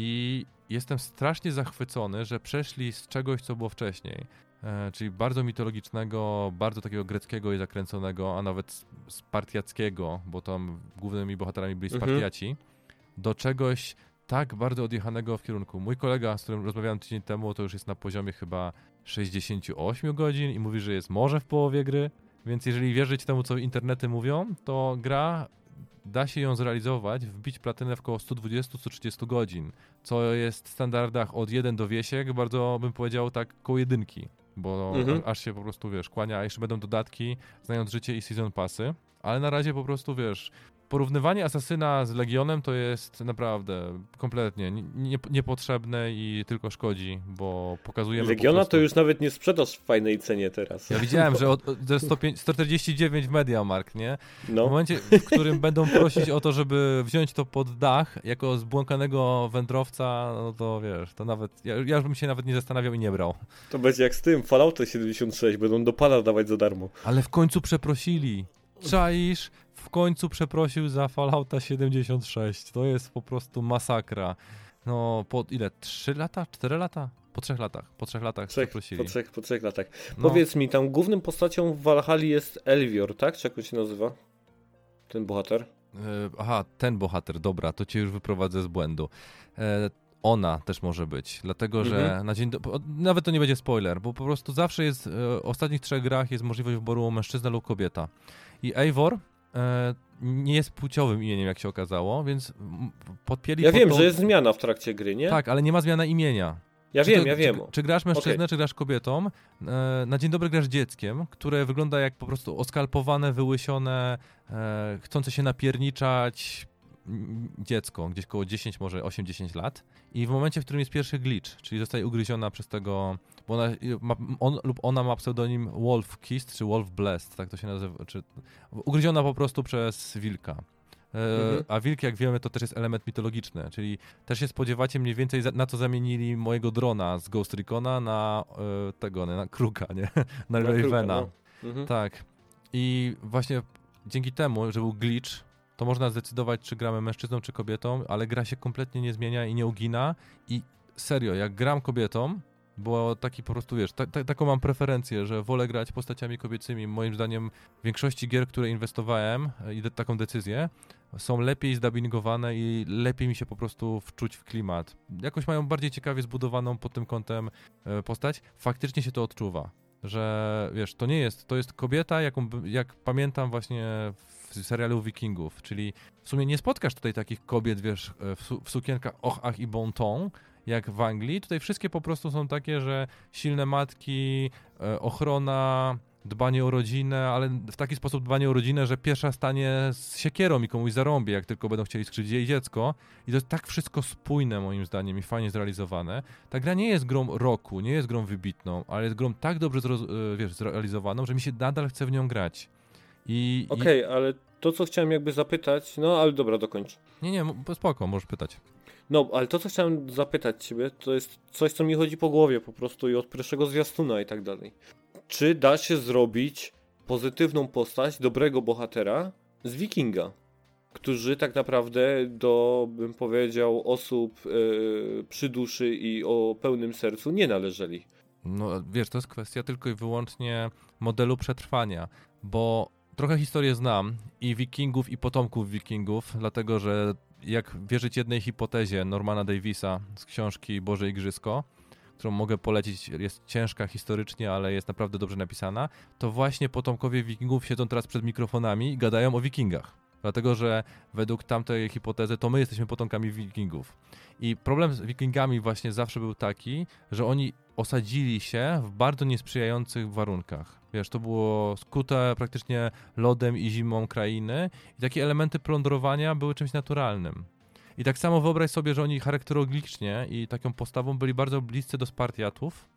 i jestem strasznie zachwycony, że przeszli z czegoś, co było wcześniej. E, czyli bardzo mitologicznego, bardzo takiego greckiego i zakręconego, a nawet spartiackiego, bo tam głównymi bohaterami byli Mhm. Spartiaci, do czegoś tak bardzo odjechanego w kierunku. Mój kolega, z którym rozmawiałem tydzień temu, to już jest na poziomie chyba sześćdziesiąt osiem godzin i mówi, że jest może w połowie gry, więc jeżeli wierzyć temu, co internety mówią, to gra, da się ją zrealizować, wbić platynę w około sto dwadzieścia do stu trzydziestu godzin, co jest w standardach od jeden do wiesiek, bardzo bym powiedział tak koło jedynki, bo Mhm. aż się po prostu, wiesz, kłania, a jeszcze będą dodatki, znając życie i season passy, ale na razie po prostu, wiesz, porównywanie Asasyna z Legionem to jest naprawdę kompletnie nie, niepotrzebne i tylko szkodzi, bo pokazujemy Legiona po prostu... to już nawet nie sprzedasz w fajnej cenie teraz. Ja widziałem, że od, od sto pięć, sto czterdzieści dziewięć w MediaMarkt, nie? W No. momencie, w którym będą prosić o to, żeby wziąć to pod dach jako zbłąkanego wędrowca, no to wiesz, to nawet, ja, ja już bym się nawet nie zastanawiał i nie brał. To będzie jak z tym, Fallouta siedemdziesiąt sześć, będą do pana dawać za darmo. Ale w końcu przeprosili. Czaisz? W końcu przeprosił za Fallouta siedemdziesiąt sześć. To jest po prostu masakra. No, po ile? trzy lata? cztery lata? Po trzech latach. Po trzech latach Trzech, przeprosili. po, trzech, po trzech latach. No. Powiedz mi, tam głównym postacią w Valhalli jest Elvior, tak? Czy jak on się nazywa? Ten bohater? E, aha, ten bohater, dobra, to cię już wyprowadzę z błędu. E, ona też może być, dlatego że Mhm. na dzień do... nawet to nie będzie spoiler, bo po prostu zawsze jest, e, w ostatnich trzech grach jest możliwość wyboru mężczyzna lub kobieta. I Eivor e, nie jest płciowym imieniem, jak się okazało, więc m, podpięli Ja pod wiem, to... że jest zmiana w trakcie gry, nie? Tak, ale nie ma zmiany imienia. Ja Czy wiem, to, ja wiem. Czy, czy grasz mężczyznę, Okay. czy grasz kobietą, e, na dzień dobry grasz dzieckiem, które wygląda jak po prostu oskalpowane, wyłysione, e, chcące się napierniczać m, dziecko, gdzieś koło dziesięć, może osiem dziesięć lat. I w momencie, w którym jest pierwszy glitch, czyli zostaje ugryziona przez tego, bo ona, ma, on lub ona ma pseudonim Wolf Kissed, czy Wolf Blessed, tak to się nazywa, czy ugryziona po prostu przez wilka. Mhm. A wilk, jak wiemy, to też jest element mitologiczny, czyli też się spodziewacie mniej więcej na co zamienili mojego drona z Ghost Recona na e, tego, na Kruka, nie? Na, Na Ravena. Kruka, no. Mhm. Tak. I właśnie dzięki temu, że był glitch, to można zdecydować, czy gramy mężczyzną, czy kobietą, ale gra się kompletnie nie zmienia i nie ugina. I serio, jak gram kobietą, bo taki po prostu, wiesz, ta, ta, taką mam preferencję, że wolę grać postaciami kobiecymi. Moim zdaniem w większości gier, które inwestowałem i de, taką decyzję, są lepiej zdubbingowane i lepiej mi się po prostu wczuć w klimat. Jakoś mają bardziej ciekawie zbudowaną pod tym kątem e, postać. Faktycznie się to odczuwa, że wiesz, to nie jest, to jest kobieta, jaką, jak pamiętam właśnie w serialu Wikingów, czyli w sumie nie spotkasz tutaj takich kobiet, wiesz, w, su w sukienkach och, ach i bon ton, jak w Anglii. Tutaj wszystkie po prostu są takie, że silne matki, e, ochrona, dbanie o rodzinę, ale w taki sposób dbanie o rodzinę, że pierwsza stanie z siekierą i komuś zarąbie, jak tylko będą chcieli skrzywdzić jej dziecko. I to jest tak wszystko spójne moim zdaniem i fajnie zrealizowane. Ta gra nie jest grą roku, nie jest grą wybitną, ale jest grą tak dobrze wiesz, zrealizowaną, że mi się nadal chce w nią grać. I, Okej, i... okay, ale to, co chciałem jakby zapytać, no ale dobra, dokończ. Nie, nie, spoko, możesz pytać. No, ale to, co chciałem zapytać ciebie, to jest coś, co mi chodzi po głowie po prostu i od pierwszego zwiastuna i tak dalej. Czy da się zrobić pozytywną postać, dobrego bohatera z Wikinga, którzy tak naprawdę do, bym powiedział, osób yy, przy duszy i o pełnym sercu nie należeli? No, wiesz, to jest kwestia tylko i wyłącznie modelu przetrwania, bo trochę historię znam i Wikingów, i potomków Wikingów, dlatego że jak wierzyć jednej hipotezie Normana Davisa z książki Boże Igrzysko, którą mogę polecić, jest ciężka historycznie, ale jest naprawdę dobrze napisana, to właśnie potomkowie wikingów siedzą teraz przed mikrofonami i gadają o wikingach. Dlatego, że według tamtej hipotezy to my jesteśmy potomkami wikingów. I problem z wikingami właśnie zawsze był taki, że oni osadzili się w bardzo niesprzyjających warunkach. Wiesz, to było skute praktycznie lodem i zimą krainy i takie elementy plądrowania były czymś naturalnym. I tak samo wyobraź sobie, że oni charakterologicznie i taką postawą byli bardzo bliscy do Spartiatów,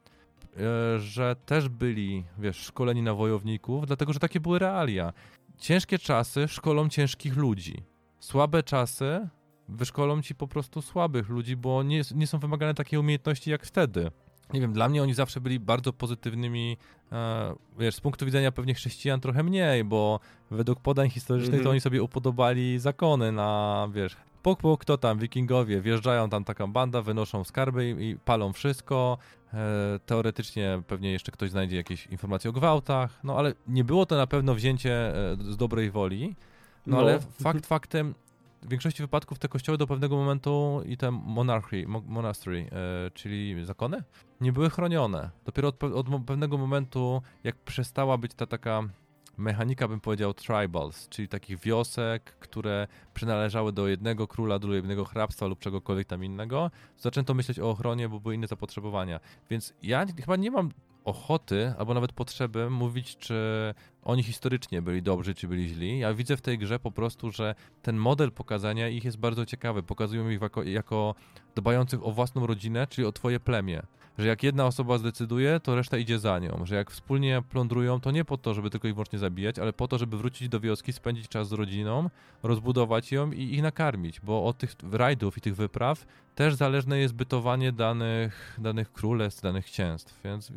że też byli, wiesz, szkoleni na wojowników, dlatego, że takie były realia. Ciężkie czasy szkolą ciężkich ludzi. Słabe czasy wyszkolą ci po prostu słabych ludzi, bo nie, nie są wymagane takie umiejętności jak wtedy. Nie wiem, dla mnie oni zawsze byli bardzo pozytywnymi, e, wiesz, z punktu widzenia pewnie chrześcijan trochę mniej, bo według podań historycznych mm-hmm. to oni sobie upodobali zakony na, wiesz, puk, puk, kto tam, wikingowie, wjeżdżają tam taką banda, wynoszą skarby i, i palą wszystko. E, teoretycznie pewnie jeszcze ktoś znajdzie jakieś informacje o gwałtach, no ale nie było to na pewno wzięcie e, z dobrej woli, no, no. ale fakt faktem, w większości wypadków te kościoły do pewnego momentu i te monarchy, monastery, e, czyli zakony, nie były chronione. Dopiero od, pe- od pewnego momentu, jak przestała być ta taka mechanika, bym powiedział, tribals, czyli takich wiosek, które przynależały do jednego króla, do jednego hrabstwa lub czegokolwiek tam innego, zaczęto myśleć o ochronie, bo były inne zapotrzebowania. Więc ja chyba nie mam ochoty, albo nawet potrzeby mówić, czy oni historycznie byli dobrzy, czy byli źli. Ja widzę w tej grze po prostu, że ten model pokazania ich jest bardzo ciekawy. Pokazują ich jako, jako dbających o własną rodzinę, czyli o twoje plemię. Że jak jedna osoba zdecyduje, to reszta idzie za nią. Że jak wspólnie plądrują, to nie po to, żeby tylko i wyłącznie zabijać, ale po to, żeby wrócić do wioski, spędzić czas z rodziną, rozbudować ją i ich nakarmić. Bo od tych rajdów i tych wypraw też zależne jest bytowanie danych, danych królestw, danych księstw. Więc...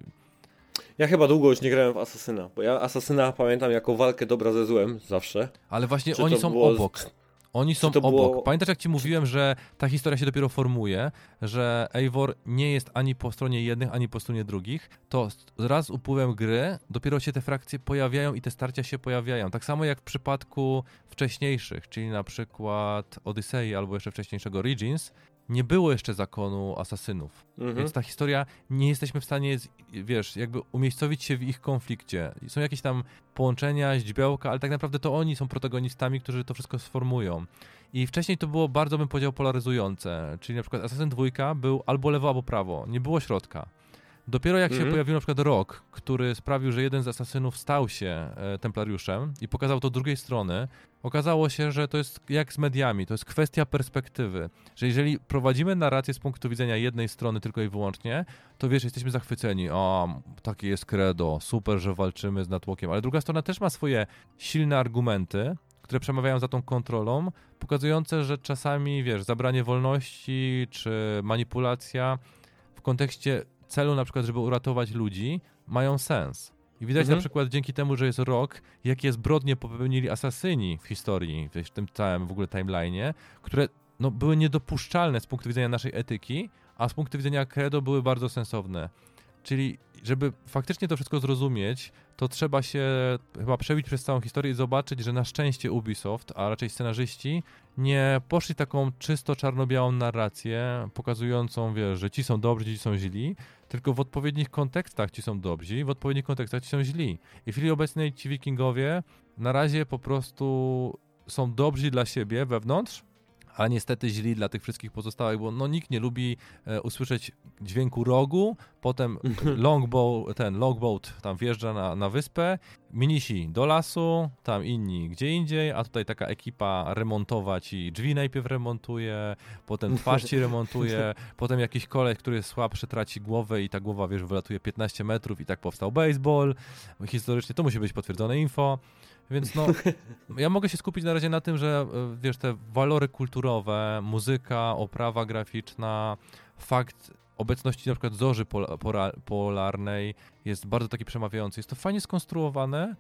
Ja chyba długo już nie grałem w Asasyna, bo ja Asasyna pamiętam jako walkę dobra ze złem zawsze. Ale właśnie Czy oni są było... obok. Oni są obok. Było... Pamiętasz, jak ci mówiłem, że ta historia się dopiero formuje, że Eivor nie jest ani po stronie jednych, ani po stronie drugich, to wraz z upływem gry dopiero się te frakcje pojawiają i te starcia się pojawiają. Tak samo jak w przypadku wcześniejszych, czyli na przykład Odyssey albo jeszcze wcześniejszego Origins, nie było jeszcze zakonu asasynów, mhm. więc ta historia nie jesteśmy w stanie, wiesz, jakby umiejscowić się w ich konflikcie. Są jakieś tam połączenia, źdźbełka, ale tak naprawdę to oni są protagonistami, którzy to wszystko sformują. I wcześniej to było bardzo, bym powiedział, polaryzujące, czyli na przykład Assassin dwa był albo lewo, albo prawo, nie było środka. Dopiero jak mhm. się pojawił na przykład Rogue, który sprawił, że jeden z asasynów stał się e, templariuszem i pokazał to drugiej strony, okazało się, że to jest jak z mediami, to jest kwestia perspektywy, że jeżeli prowadzimy narrację z punktu widzenia jednej strony tylko i wyłącznie, to wiesz, jesteśmy zachwyceni, o, takie jest credo, super, że walczymy z natłokiem, ale druga strona też ma swoje silne argumenty, które przemawiają za tą kontrolą, pokazujące, że czasami, wiesz, zabranie wolności czy manipulacja w kontekście celu na przykład, żeby uratować ludzi, mają sens. I widać mhm. na przykład dzięki temu, że jest rok, jakie zbrodnie popełnili asasyni w historii, w tym całym w ogóle timeline'ie, które no, były niedopuszczalne z punktu widzenia naszej etyki, a z punktu widzenia credo były bardzo sensowne. Czyli żeby faktycznie to wszystko zrozumieć, to trzeba się chyba przebić przez całą historię i zobaczyć, że na szczęście Ubisoft, a raczej scenarzyści, nie poszli taką czysto czarno-białą narrację, pokazującą, wiesz, że ci są dobrzy, ci są źli, tylko w odpowiednich kontekstach ci są dobrzy, w odpowiednich kontekstach ci są źli. I w chwili obecnej ci wikingowie na razie po prostu są dobrzy dla siebie wewnątrz, a niestety źli dla tych wszystkich pozostałych, bo no, nikt nie lubi e, usłyszeć dźwięku rogu, potem longbow, ten longboat tam wjeżdża na, na wyspę, minisi do lasu, tam inni gdzie indziej, a tutaj taka ekipa remontowa ci drzwi najpierw remontuje, potem twarz ci remontuje, potem jakiś koleś, który jest słabszy, traci głowę i ta głowa, wiesz, wylatuje piętnaście metrów i tak powstał baseball. Historycznie to musi być potwierdzone info. Więc no, ja mogę się skupić na razie na tym, że wiesz, te walory kulturowe, muzyka, oprawa graficzna, fakt obecności na przykład zorzy pola, pola, polarnej jest bardzo taki przemawiający. Jest to fajnie skonstruowane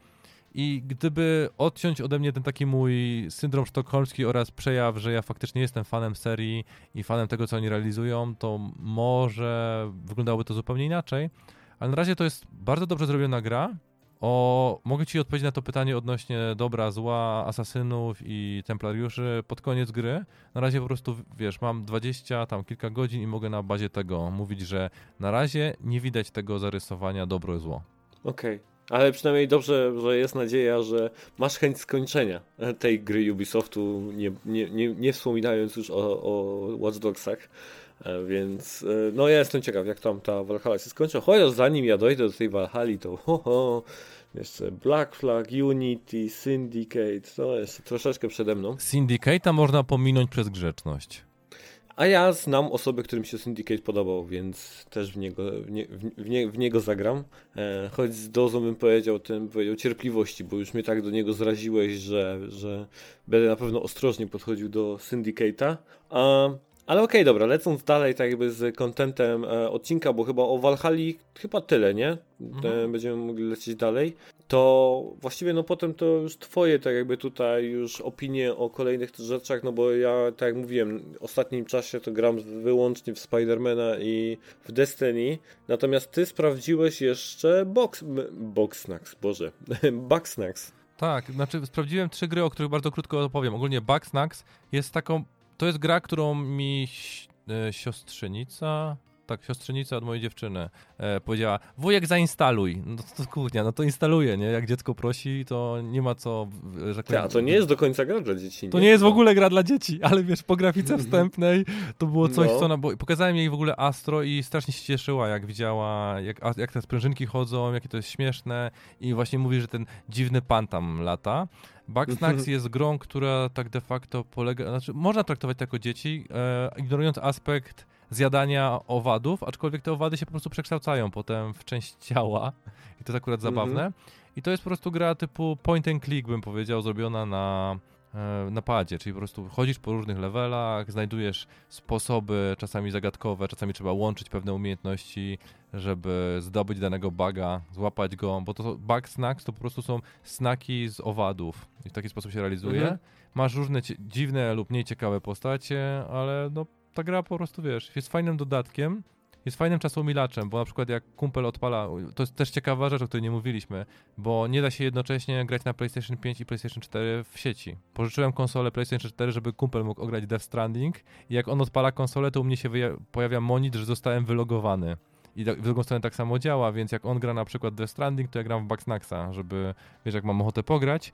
i gdyby odciąć ode mnie ten taki mój syndrom sztokholmski oraz przejaw, że ja faktycznie jestem fanem serii i fanem tego, co oni realizują, to może wyglądałoby to zupełnie inaczej. Ale na razie to jest bardzo dobrze zrobiona gra. O, mogę ci odpowiedzieć na to pytanie odnośnie dobra, zła, asasynów i templariuszy pod koniec gry. Na razie po prostu, wiesz, mam dwadzieścia, tam kilka godzin i mogę na bazie tego mówić, że na razie nie widać tego zarysowania dobro i zło. Okej. Okay. Ale przynajmniej dobrze, że jest nadzieja, że masz chęć skończenia tej gry Ubisoftu, nie, nie, nie, nie wspominając już o, o Watch Dogsach. Więc no ja jestem ciekaw, jak tam ta Valhalla się skończy. Chociaż zanim ja dojdę do tej Valhalli, to ho, ho, jeszcze Black Flag, Unity, Syndicate, to jeszcze troszeczkę przede mną. Syndicate'a można pominąć przez grzeczność. A ja znam osoby, którym się Syndicate podobał, więc też w niego, w nie, w nie, w niego zagram. E, choć z dozą bym powiedział, tym, powiedział cierpliwości, bo już mnie tak do niego zraziłeś, że, że będę na pewno ostrożnie podchodził do Syndicate'a. A Ale okej, okay, dobra, lecąc dalej tak jakby z kontentem e, odcinka, bo chyba o Valhalli chyba tyle, nie? Mhm. E, będziemy mogli lecieć dalej. To właściwie no potem to już twoje tak jakby tutaj już opinie o kolejnych rzeczach, no bo ja tak jak mówiłem, w ostatnim czasie to gram wyłącznie w Spidermana i w Destiny, natomiast ty sprawdziłeś jeszcze Box... Boxsnacks, Boże, Bugsnax. Tak, znaczy sprawdziłem trzy gry, o których bardzo krótko opowiem. Ogólnie Bugsnax jest taką To jest gra, którą mi e, siostrzenica, tak, siostrzenica od mojej dziewczyny e, powiedziała, wujek zainstaluj. No to, to kurnia, no to instaluję, nie? Jak dziecko prosi, to nie ma co... Że tak, a to nie jest do końca gra dla dzieci. To nie, nie jest w ogóle gra dla dzieci, ale wiesz, po grafice wstępnej to było coś, no. co ona... Bo pokazałem jej w ogóle Astro i strasznie się cieszyła, jak widziała, jak, jak te sprężynki chodzą, jakie to jest śmieszne i właśnie mówi, że ten dziwny pan tam lata. Bugsnax jest grą, która tak de facto polega, znaczy można traktować to jako dzieci, e, ignorując aspekt zjadania owadów, aczkolwiek te owady się po prostu przekształcają potem w część ciała i to jest akurat zabawne. I to jest po prostu gra typu point and click, bym powiedział, zrobiona na, e, na padzie, czyli po prostu chodzisz po różnych levelach, znajdujesz sposoby, czasami zagadkowe, czasami trzeba łączyć pewne umiejętności, żeby zdobyć danego buga, złapać go, bo to Bugsnax to po prostu są snaki z owadów i w taki sposób się realizuje. Mhm. Masz różne cie- dziwne lub mniej ciekawe postacie, ale no ta gra po prostu, wiesz, jest fajnym dodatkiem, jest fajnym czasomilaczem, bo na przykład jak kumpel odpala, to jest też ciekawa rzecz, o której nie mówiliśmy, bo nie da się jednocześnie grać na PlayStation pięć i PlayStation cztery w sieci. Pożyczyłem konsolę PlayStation cztery, żeby kumpel mógł ograć Death Stranding i jak on odpala konsolę, to u mnie się wyja- pojawia monit, że zostałem wylogowany. I w drugą stronę tak samo działa, więc jak on gra na przykład Death Stranding, to ja gram w Bugsnaxa, żeby, wiesz, jak mam ochotę pograć.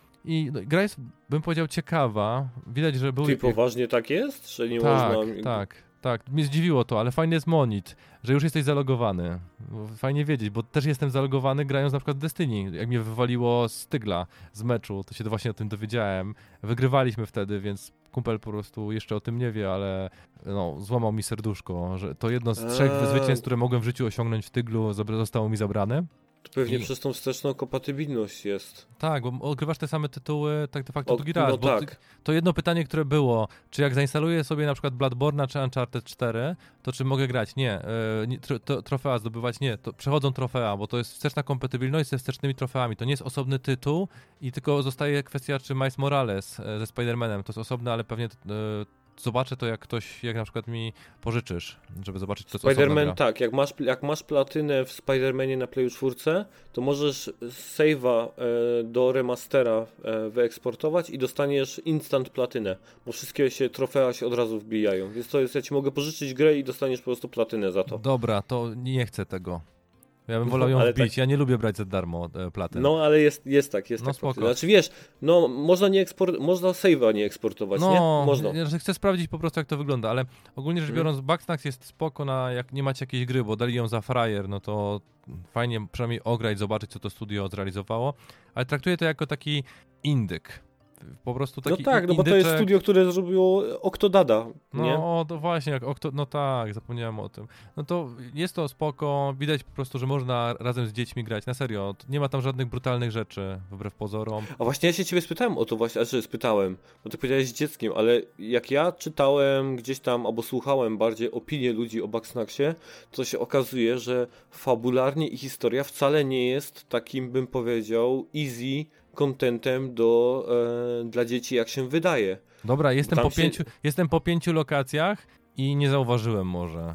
I no, gra jest, bym powiedział, ciekawa. Widać, że był... Ty poważnie tak jest? Że nie tak, można... tak, tak. Mnie zdziwiło to, ale fajny jest monit, że już jesteś zalogowany. Fajnie wiedzieć, bo też jestem zalogowany grając na przykład w Destiny. Jak mnie wywaliło z tygla z meczu, to się właśnie o tym dowiedziałem. Wygrywaliśmy wtedy, więc kumpel po prostu jeszcze o tym nie wie, ale no, złamał mi serduszko, że to jedno z trzech A. zwycięstw, które mogłem w życiu osiągnąć w tyglu, zostało mi zabrane. To pewnie I... przez tą wsteczną kompatybilność jest. Tak, bo ogrywasz te same tytuły, tak de facto o, drugi raz. No bo tak. ty, to jedno pytanie, które było, czy jak zainstaluję sobie na przykład Bloodborne'a czy Uncharted cztery, to czy mogę grać? Nie. Yy, nie tro, to, trofea zdobywać? Nie. To przechodzą trofea, bo to jest wsteczna kompatybilność ze wstecznymi trofeami. To nie jest osobny tytuł i tylko zostaje kwestia, czy Miles Morales yy, ze Spider-Manem. To jest osobne, ale pewnie... Yy, zobaczę to, jak ktoś, jak na przykład mi pożyczysz, żeby zobaczyć to, co Spider-Man, tak, jak masz, jak masz platynę w Spider-Manie na Playu cztery, to możesz save'a e, do remastera e, wyeksportować i dostaniesz instant platynę, bo wszystkie się trofea się od razu wbijają, więc to jest, ja ci mogę pożyczyć grę i dostaniesz po prostu platynę za to. Dobra, to nie chcę tego. Ja bym wolał ją ale wbić, tak. ja nie lubię brać za darmo e, platyn. No, ale jest, jest tak, jest no, tak. Spoko. Znaczy wiesz, no można nie eksport, można save'a nie eksportować, no, nie? Można. Ja chcę sprawdzić po prostu, jak to wygląda, ale ogólnie rzecz biorąc, hmm. Bugsnax jest spoko, na, jak nie macie jakiejś gry, bo dali ją za frajer, no to fajnie przynajmniej ograć, zobaczyć, co to studio zrealizowało, ale traktuję to jako taki indyk. Po prostu taki no tak, no indyczek. bo to jest studio, które zrobiło Octodada, nie? No to właśnie, jak Octo... no tak, zapomniałem o tym. No to jest to spoko, widać po prostu, że można razem z dziećmi grać, na serio. Nie ma tam żadnych brutalnych rzeczy, wbrew pozorom. A właśnie ja się ciebie spytałem o to właśnie, znaczy spytałem, bo ty powiedziałeś z dzieckiem, ale jak ja czytałem gdzieś tam, albo słuchałem bardziej opinie ludzi o Bugsnaxie, to się okazuje, że fabularnie i historia wcale nie jest takim, bym powiedział, easy contentem do, e, dla dzieci, jak się wydaje. Dobra, jestem po, się... pięciu, jestem po pięciu lokacjach i nie zauważyłem może.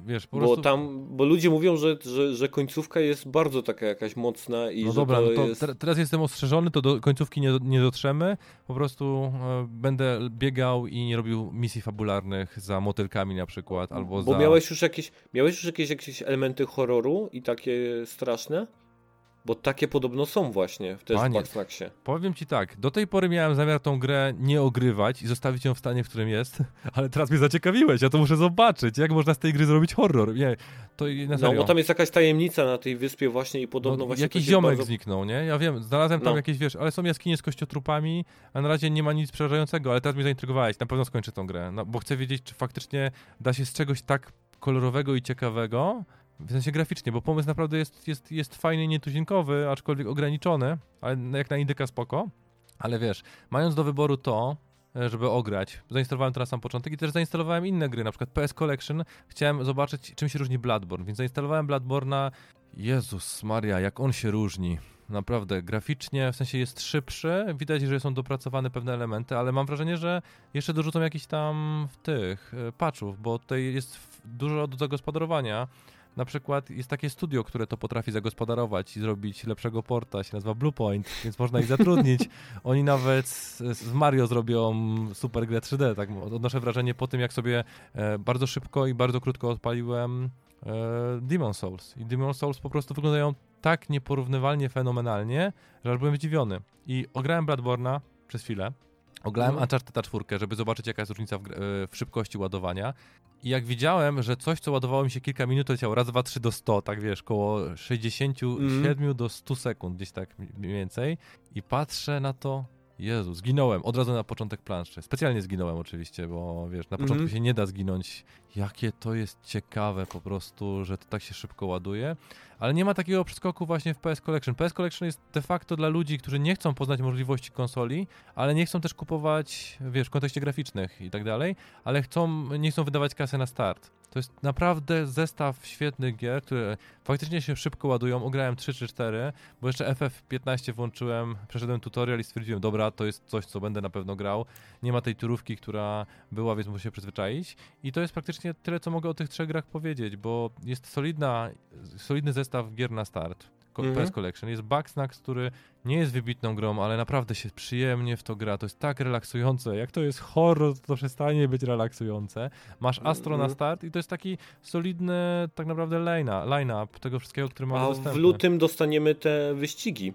wiesz, po bo prostu... tam, bo ludzie mówią, że, że, że końcówka jest bardzo taka jakaś mocna i No że dobra, to, no to jest... te, teraz jestem ostrzeżony, to do końcówki nie, nie dotrzemy, po prostu e, będę biegał i nie robił misji fabularnych za motylkami na przykład, albo Bo za... miałeś już jakieś, miałeś już jakieś, jakieś elementy horroru i takie straszne? Bo takie podobno są właśnie też Panie, w Bugsnaxie. Powiem ci tak, do tej pory miałem zamiar tą grę nie ogrywać i zostawić ją w stanie, w którym jest, ale teraz mnie zaciekawiłeś, ja to muszę zobaczyć, jak można z tej gry zrobić horror. Nie, to na serio. No, bo tam jest jakaś tajemnica na tej wyspie właśnie i podobno no, właśnie... jakiś to się ziomek bardzo... zniknął, nie? Ja wiem, znalazłem tam No. jakieś, wiesz, ale są jaskinie z kościotrupami, a na razie nie ma nic przerażającego, ale teraz mnie zaintrygowałeś, na pewno skończę tą grę, no, bo chcę wiedzieć, czy faktycznie da się z czegoś tak kolorowego i ciekawego, w sensie graficznie, bo pomysł naprawdę jest, jest, jest fajny, nietuzinkowy, aczkolwiek ograniczony, ale jak na indyka spoko. Ale wiesz, mając do wyboru to, żeby ograć, zainstalowałem to na sam początek i też zainstalowałem inne gry, na przykład P S Collection. Chciałem zobaczyć, czym się różni Bloodborne, więc zainstalowałem Bloodborne'a. Jezus Maria, jak on się różni. Naprawdę, graficznie, w sensie jest szybszy, widać, że są dopracowane pewne elementy, ale mam wrażenie, że jeszcze dorzucą jakichś tam tych patchów, bo tutaj jest dużo do zagospodarowania. Na przykład jest takie studio, które to potrafi zagospodarować i zrobić lepszego porta, się nazywa Bluepoint, więc można ich zatrudnić. Oni nawet z, z Mario zrobią super grę trzy D, tak odnoszę wrażenie po tym, jak sobie e, bardzo szybko i bardzo krótko odpaliłem e, Demon's Souls. I Demon's Souls po prostu wyglądają tak nieporównywalnie fenomenalnie, że aż byłem zdziwiony. I ograłem Bloodborne'a przez chwilę, ograłem Mhm. Uncharted cztery, żeby zobaczyć, jaka jest różnica w, gr- w szybkości ładowania. I jak widziałem, że coś, co ładowało mi się kilka minut, to leciało raz, dwa, trzy do sto, tak wiesz, koło sześćdziesiąt siedem Mhm. do stu sekund, gdzieś tak mniej więcej. I patrzę na to, Jezu, zginąłem od razu na początek planszy. Specjalnie zginąłem oczywiście, bo wiesz, na początku Mhm. się nie da zginąć. Jakie to jest ciekawe po prostu, że to tak się szybko ładuje. Ale nie ma takiego przeskoku właśnie w P S Collection. P S Collection jest de facto dla ludzi, którzy nie chcą poznać możliwości konsoli, ale nie chcą też kupować, wiesz, w kontekście graficznych i tak dalej, ale chcą, nie chcą wydawać kasy na start. To jest naprawdę zestaw świetnych gier, które faktycznie się szybko ładują. Ograłem trzy czy cztery, bo jeszcze F F piętnaście włączyłem, przeszedłem tutorial i stwierdziłem, dobra, to jest coś, co będę na pewno grał. Nie ma tej turówki, która była, więc muszę się przyzwyczaić. I to jest praktycznie tyle, co mogę o tych trzech grach powiedzieć, bo jest solidna, solidny zestaw gier na start. Mhm. P S Collection. Jest Bugsnax, który nie jest wybitną grą, ale naprawdę się przyjemnie w to gra. To jest tak relaksujące. Jak to jest horror, to przestanie być relaksujące. Masz Astro Mhm. na start i to jest taki solidny tak naprawdę line- line-up tego wszystkiego, który mamy A dostępne. w lutym dostaniemy te wyścigi.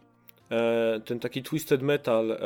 E, ten taki Twisted Metal e,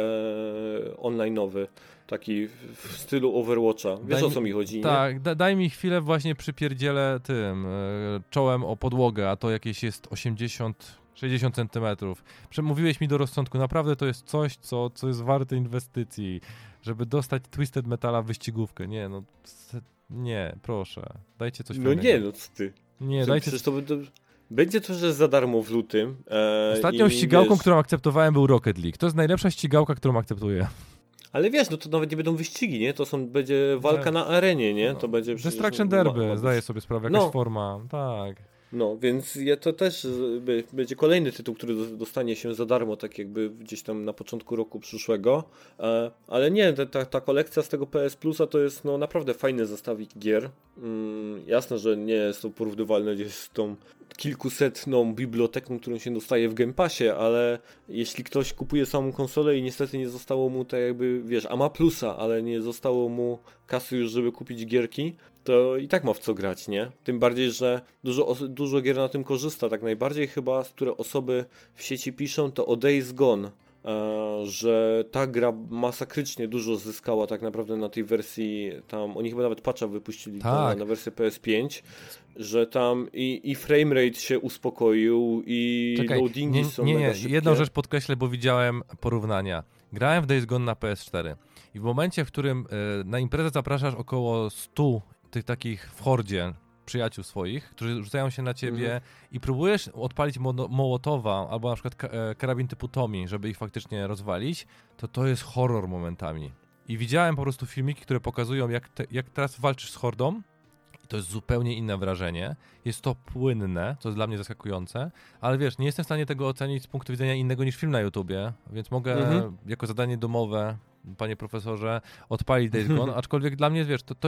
online'owy. Taki w, w stylu Overwatcha. Wiesz, Daj o mi- co mi chodzi, nie? Tak, da, daj mi chwilę, właśnie przypierdzielę tym e, czołem o podłogę, a to jakieś jest osiemdziesiąt sześćdziesiąt centymetrów. Przemówiłeś mi do rozsądku, naprawdę to jest coś, co, co jest warte inwestycji, żeby dostać Twisted Metala w wyścigówkę. Nie, no, se- nie, proszę, dajcie coś No fajnego. nie, no co ty. Nie, Co, dajcie przecież to, to będzie to, że za darmo w lutym. E, Ostatnią i ścigałką, wiesz, którą akceptowałem, był Rocket League. To jest najlepsza ścigałka, którą akceptuję. Ale wiesz, no to nawet nie będą wyścigi, nie? To są, będzie walka na arenie, nie? To będzie przecież- Destruction ma- Derby, ma- zdaję sobie sprawę, jakaś No. forma, tak. No, więc ja to też y, by- będzie kolejny tytuł, który do- dostanie się za darmo, tak jakby gdzieś tam na początku roku przyszłego. E, ale nie, ta- ta, ta kolekcja z tego P S Plusa to jest no naprawdę fajny zestawik gier. Mm, jasne, że nie jest to porównywalne gdzieś z tą kilkusetną biblioteką, którą się dostaje w Game Passie, ale jeśli ktoś kupuje samą konsolę i niestety nie zostało mu tak jakby, wiesz, a ma plusa, ale nie zostało mu kasy już, żeby kupić gierki, to i tak ma w co grać, nie? Tym bardziej, że dużo, os- dużo gier na tym korzysta. Tak najbardziej chyba, z które osoby w sieci piszą, to o Days Gone, e, że ta gra masakrycznie dużo zyskała tak naprawdę na tej wersji, tam oni chyba nawet patcha wypuścili Tak. na, na wersję P S pięć, że tam i, i framerate się uspokoił i Czekaj, loadingi nie, są nie, mega nie, szybkie. jedną rzecz podkreślę, bo widziałem porównania. Grałem w Days Gone na P S cztery i w momencie, w którym e, na imprezę zapraszasz około stu tych takich w hordzie przyjaciół swoich, którzy rzucają się na ciebie Mhm. i próbujesz odpalić mo- Mołotowa albo na przykład ka- e, karabin typu Tommy, żeby ich faktycznie rozwalić, to to jest horror momentami. I widziałem po prostu filmiki, które pokazują, jak, te, jak teraz walczysz z hordą. I to jest zupełnie inne wrażenie. Jest to płynne, co jest dla mnie zaskakujące, ale wiesz, nie jestem w stanie tego ocenić z punktu widzenia innego niż film na YouTubie, więc mogę Mhm. jako zadanie domowe, panie profesorze, odpalić Days Gone, aczkolwiek dla mnie, wiesz, to, to jest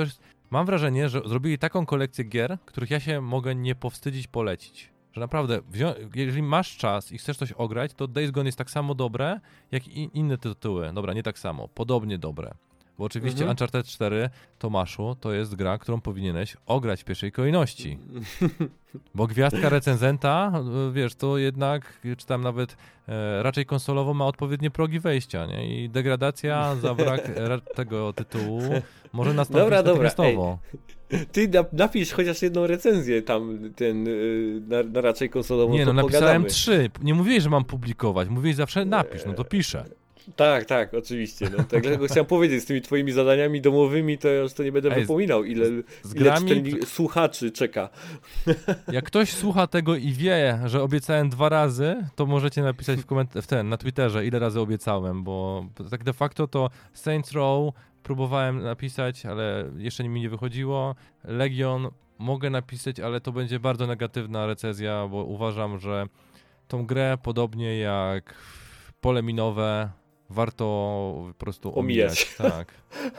mam wrażenie, że zrobili taką kolekcję gier, których ja się mogę nie powstydzić polecić. Że naprawdę, jeżeli masz czas i chcesz coś ograć, to Days Gone jest tak samo dobre, jak i inne tytuły. Dobra, nie tak samo, podobnie dobre. Bo oczywiście mhm. Uncharted cztery, Tomaszu, to jest gra, którą powinieneś ograć w pierwszej kolejności. Bo gwiazdka recenzenta, wiesz, to jednak, czy tam nawet e, raczej konsolowo ma odpowiednie progi wejścia, nie? I degradacja za brak ra- tego tytułu może nastąpić dobra, dobra. natychmiastowo. Ej, ty napisz chociaż jedną recenzję tam, ten, na, na raczej konsolową. Nie, no napisałem pogadamy. trzy. Nie mówiłeś, że mam publikować. Mówiłeś zawsze napisz, no to piszę. Tak, tak, oczywiście. No, tak, dlatego chciałem powiedzieć, z tymi twoimi zadaniami domowymi to ja już to nie będę Ej, wypominał, ile, z ile grami... czytelni... słuchaczy czeka. Jak ktoś słucha tego i wie, że obiecałem dwa razy, to możecie napisać w, koment- w ten, na Twitterze, ile razy obiecałem, bo tak de facto to Saints Row próbowałem napisać, ale jeszcze mi nie wychodziło. Legion mogę napisać, ale to będzie bardzo negatywna recenzja, bo uważam, że tą grę, podobnie jak pole minowe, warto po prostu omijać. omijać. Tak.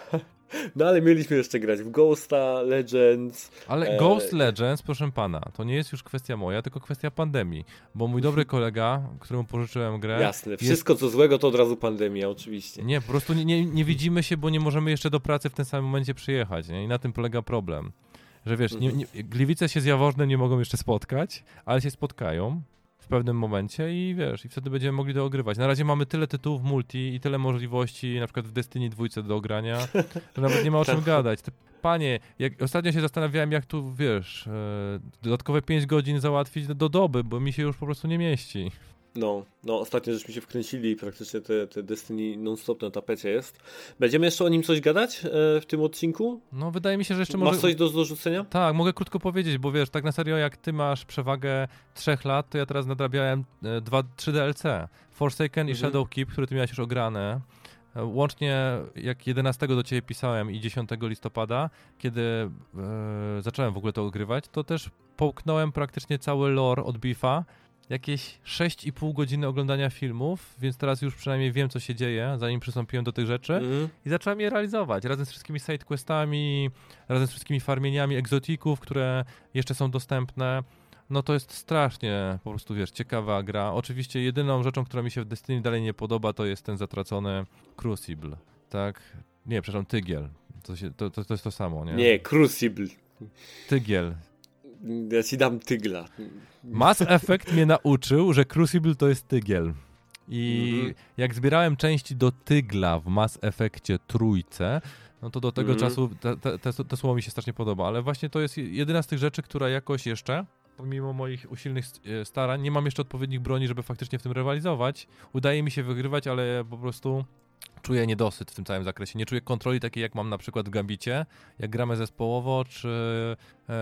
No ale mieliśmy jeszcze grać w Ghosta, Legends. Ale e... Ghost Legends, proszę pana, to nie jest już kwestia moja, tylko kwestia pandemii. Bo mój dobry kolega, któremu pożyczyłem grę... Jasne, wszystko jest... co złego to od razu pandemia, oczywiście. Nie, po prostu nie, nie, nie widzimy się, bo nie możemy jeszcze do pracy w tym samym momencie przyjechać. Nie? I na tym polega problem. Że wiesz, nie, nie, Gliwice się z Jaworznem nie mogą jeszcze spotkać, ale się spotkają w pewnym momencie i wiesz, i wtedy będziemy mogli to ogrywać. Na razie mamy tyle tytułów multi i tyle możliwości, na przykład w Destiny dwójce do ogrania, że nawet nie ma o czym gadać. Te, panie, jak, ostatnio się zastanawiałem, jak tu, wiesz, e, dodatkowe pięć godzin załatwić do, do doby, bo mi się już po prostu nie mieści. No, no ostatnio żeśmy się wkręcili i praktycznie te, te Destiny non-stop na tapecie jest. Będziemy jeszcze o nim coś gadać e, w tym odcinku? No wydaje mi się, że jeszcze Masz może... coś do dorzucenia? Tak, mogę krótko powiedzieć, bo wiesz, tak na serio jak ty masz przewagę trzech lat, to ja teraz nadrabiałem e, dwa, trzy D L C. Forsaken mhm. i Shadowkeep, które ty miałeś już ograne. E, łącznie jak jedenastego do ciebie pisałem i dziesiątego listopada, kiedy e, zacząłem w ogóle to ogrywać, to też połknąłem praktycznie cały lore od Beefa. Jakieś sześć i pół godziny oglądania filmów, więc teraz już przynajmniej wiem, co się dzieje, zanim przystąpiłem do tych rzeczy mm. i zacząłem je realizować razem z wszystkimi sidequestami, razem z wszystkimi farmieniami egzotików, które jeszcze są dostępne. No to jest strasznie po prostu, wiesz, ciekawa gra. Oczywiście jedyną rzeczą, która mi się w Destiny dalej nie podoba, to jest ten zatracony Crucible, tak? Nie, przepraszam, Tygiel. To, się, to, to, to jest to samo, nie? Nie, Crucible. Tygiel. Ja ci dam tygla. Mass Effect mnie nauczył, że Crucible to jest tygiel. I mm-hmm. jak zbierałem części do tygla w Mass Effectie trójce, no to do tego mm-hmm. czasu te, te, te, te słowo mi się strasznie podoba. Ale właśnie to jest jedyna z tych rzeczy, która jakoś jeszcze, pomimo moich usilnych starań, nie mam jeszcze odpowiednich broni, żeby faktycznie w tym rywalizować. Udaje mi się wygrywać, ale po prostu czuję niedosyt w tym całym zakresie. Nie czuję kontroli takiej, jak mam na przykład w Gambicie, jak gramy zespołowo, czy e,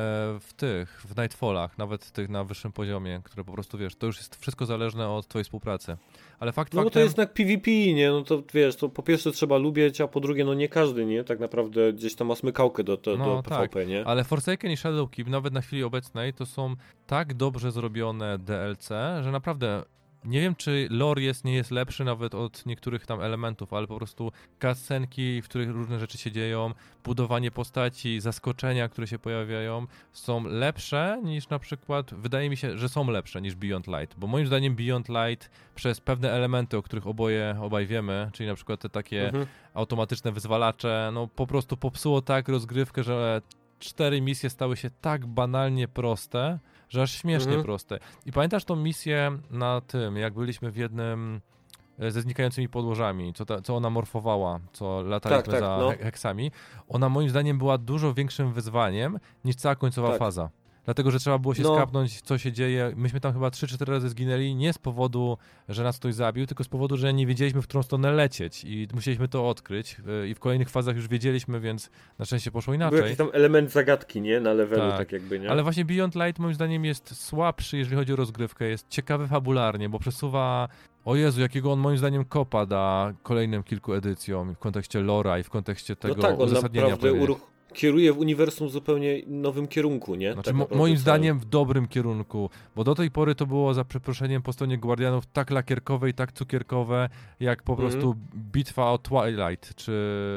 w tych, w Nightfallach, nawet tych na wyższym poziomie, które po prostu, wiesz, to już jest wszystko zależne od twojej współpracy. Ale fakt No faktem... bo to jest znak PvP, nie? No to wiesz, to po pierwsze trzeba lubić, a po drugie, no nie każdy, nie? Tak naprawdę gdzieś tam ma smykałkę do, do, no, do tak. PvP, nie? Ale Forsaken i Shadowkeep nawet na chwili obecnej to są tak dobrze zrobione D L C, że naprawdę nie wiem, czy lore jest, nie jest lepszy nawet od niektórych tam elementów, ale po prostu cutscenki, w których różne rzeczy się dzieją, budowanie postaci, zaskoczenia, które się pojawiają, są lepsze niż na przykład, wydaje mi się, że są lepsze niż Beyond Light, bo moim zdaniem Beyond Light przez pewne elementy, o których oboje obaj wiemy, czyli na przykład te takie mhm. automatyczne wyzwalacze, no po prostu popsuło tak rozgrywkę, że cztery misje stały się tak banalnie proste, że aż śmiesznie mhm. proste. I pamiętasz tą misję na tym, jak byliśmy w jednym ze znikającymi podłożami, co, ta, co ona morfowała, co lataliśmy tak, tak, za no. heksami. Ona moim zdaniem była dużo większym wyzwaniem niż cała końcowa tak. faza. Dlatego, że trzeba było się no. skapnąć, co się dzieje. Myśmy tam chyba trzy cztery razy zginęli, nie z powodu, że nas ktoś zabił, tylko z powodu, że nie wiedzieliśmy, w którą stronę lecieć i musieliśmy to odkryć. I w kolejnych fazach już wiedzieliśmy, więc na szczęście poszło inaczej. Był jakiś tam element zagadki, nie? Na levelu, tak, tak jakby, nie? Ale właśnie Beyond Light moim zdaniem jest słabszy, jeżeli chodzi o rozgrywkę. Jest ciekawy fabularnie, bo przesuwa... O Jezu, jakiego on moim zdaniem kopa da kolejnym kilku edycjom w kontekście lora i w kontekście tego no tak, on uzasadnienia. Naprawdę uruch- kieruje w uniwersum w zupełnie nowym kierunku, nie? Znaczy, tak mo- moim zdaniem w dobrym kierunku, bo do tej pory to było, za przeproszeniem, po stronie Guardianów tak lakierkowe i tak cukierkowe, jak po mm-hmm. prostu bitwa o Twilight, czy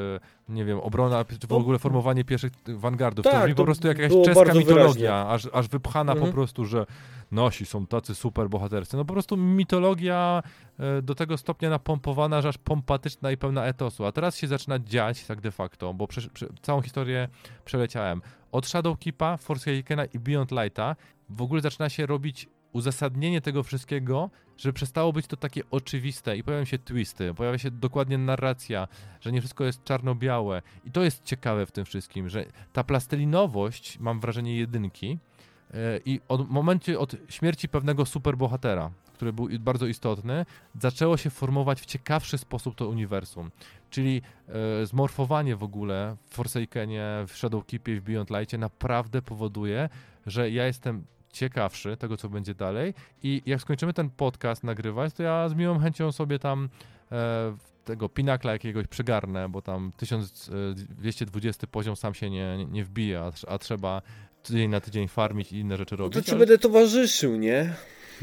nie wiem, obrona, czy w ogóle formowanie pierwszych Vanguardów. Tak, to brzmi to po prostu jak jakaś było czeska bardzo mitologia, aż, aż wypchana Mhm. po prostu, że nasi są tacy super bohaterscy. No po prostu mitologia e, do tego stopnia napompowana, że aż pompatyczna i pełna etosu. A teraz się zaczyna dziać tak de facto, bo prze, prze, całą historię przeleciałem. Od Shadowkeepa, Forsakena i Beyond Lighta w ogóle zaczyna się robić uzasadnienie tego wszystkiego, że przestało być to takie oczywiste i pojawiają się twisty, pojawia się dokładnie narracja, że nie wszystko jest czarno-białe i to jest ciekawe w tym wszystkim, że ta plastelinowość, mam wrażenie, jedynki yy, i od momencie od śmierci pewnego superbohatera, który był bardzo istotny, zaczęło się formować w ciekawszy sposób to uniwersum, czyli yy, zmorfowanie w ogóle w Forsakenie, w Shadowkeepie i w Beyond Lightie naprawdę powoduje, że ja jestem ciekawszy tego, co będzie dalej i jak skończymy ten podcast nagrywać, to ja z miłą chęcią sobie tam e, tego pinakla jakiegoś przygarnę, bo tam tysiąc dwieście dwudziesty poziom sam się nie, nie wbije, a, a trzeba tydzień na tydzień farmić i inne rzeczy robić. To ci ale... będę towarzyszył, nie?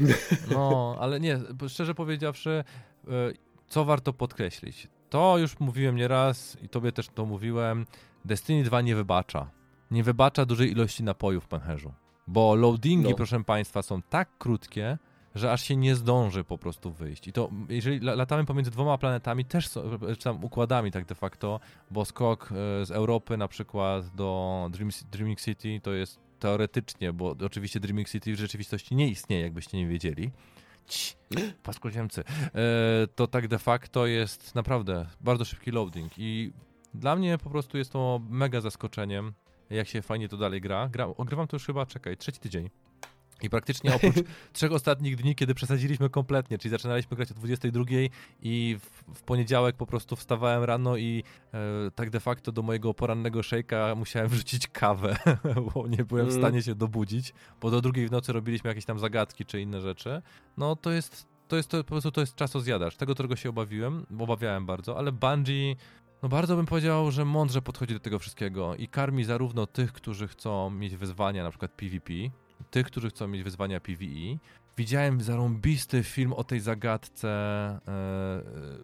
No, ale nie, szczerze powiedziawszy, e, co warto podkreślić? To już mówiłem nieraz i tobie też to mówiłem, Destiny dwa nie wybacza. Nie wybacza dużej ilości napojów w pęcherzu. Bo loadingi, No. proszę Państwa, są tak krótkie, że aż się nie zdąży po prostu wyjść. I to, jeżeli latamy pomiędzy dwoma planetami, też są, czy tam układami tak de facto, bo skok z Europy na przykład do Dream, Dreaming City to jest teoretycznie, bo oczywiście Dreaming City w rzeczywistości nie istnieje, jakbyście nie wiedzieli. Cii, paskudziemcy. To tak de facto jest naprawdę bardzo szybki loading i dla mnie po prostu jest to mega zaskoczeniem, jak się fajnie to dalej gra. gra ogrywam to już chyba, czekaj, trzeci tydzień. I praktycznie oprócz trzech ostatnich dni, kiedy przesadziliśmy kompletnie, czyli zaczynaliśmy grać o dwudziestej drugiej i w, w poniedziałek po prostu wstawałem rano i e, tak de facto do mojego porannego szejka musiałem wrzucić kawę, bo nie byłem w stanie się dobudzić, bo do drugiej w nocy robiliśmy jakieś tam zagadki czy inne rzeczy. No to jest, to jest to, po prostu to jest czasozjadacz. Tego, którego się obawiłem, obawiałem bardzo, ale Bungie... No bardzo bym powiedział, że mądrze podchodzi do tego wszystkiego i karmi zarówno tych, którzy chcą mieć wyzwania, na przykład PvP, tych, którzy chcą mieć wyzwania PvE. Widziałem zarąbisty film o tej zagadce, e,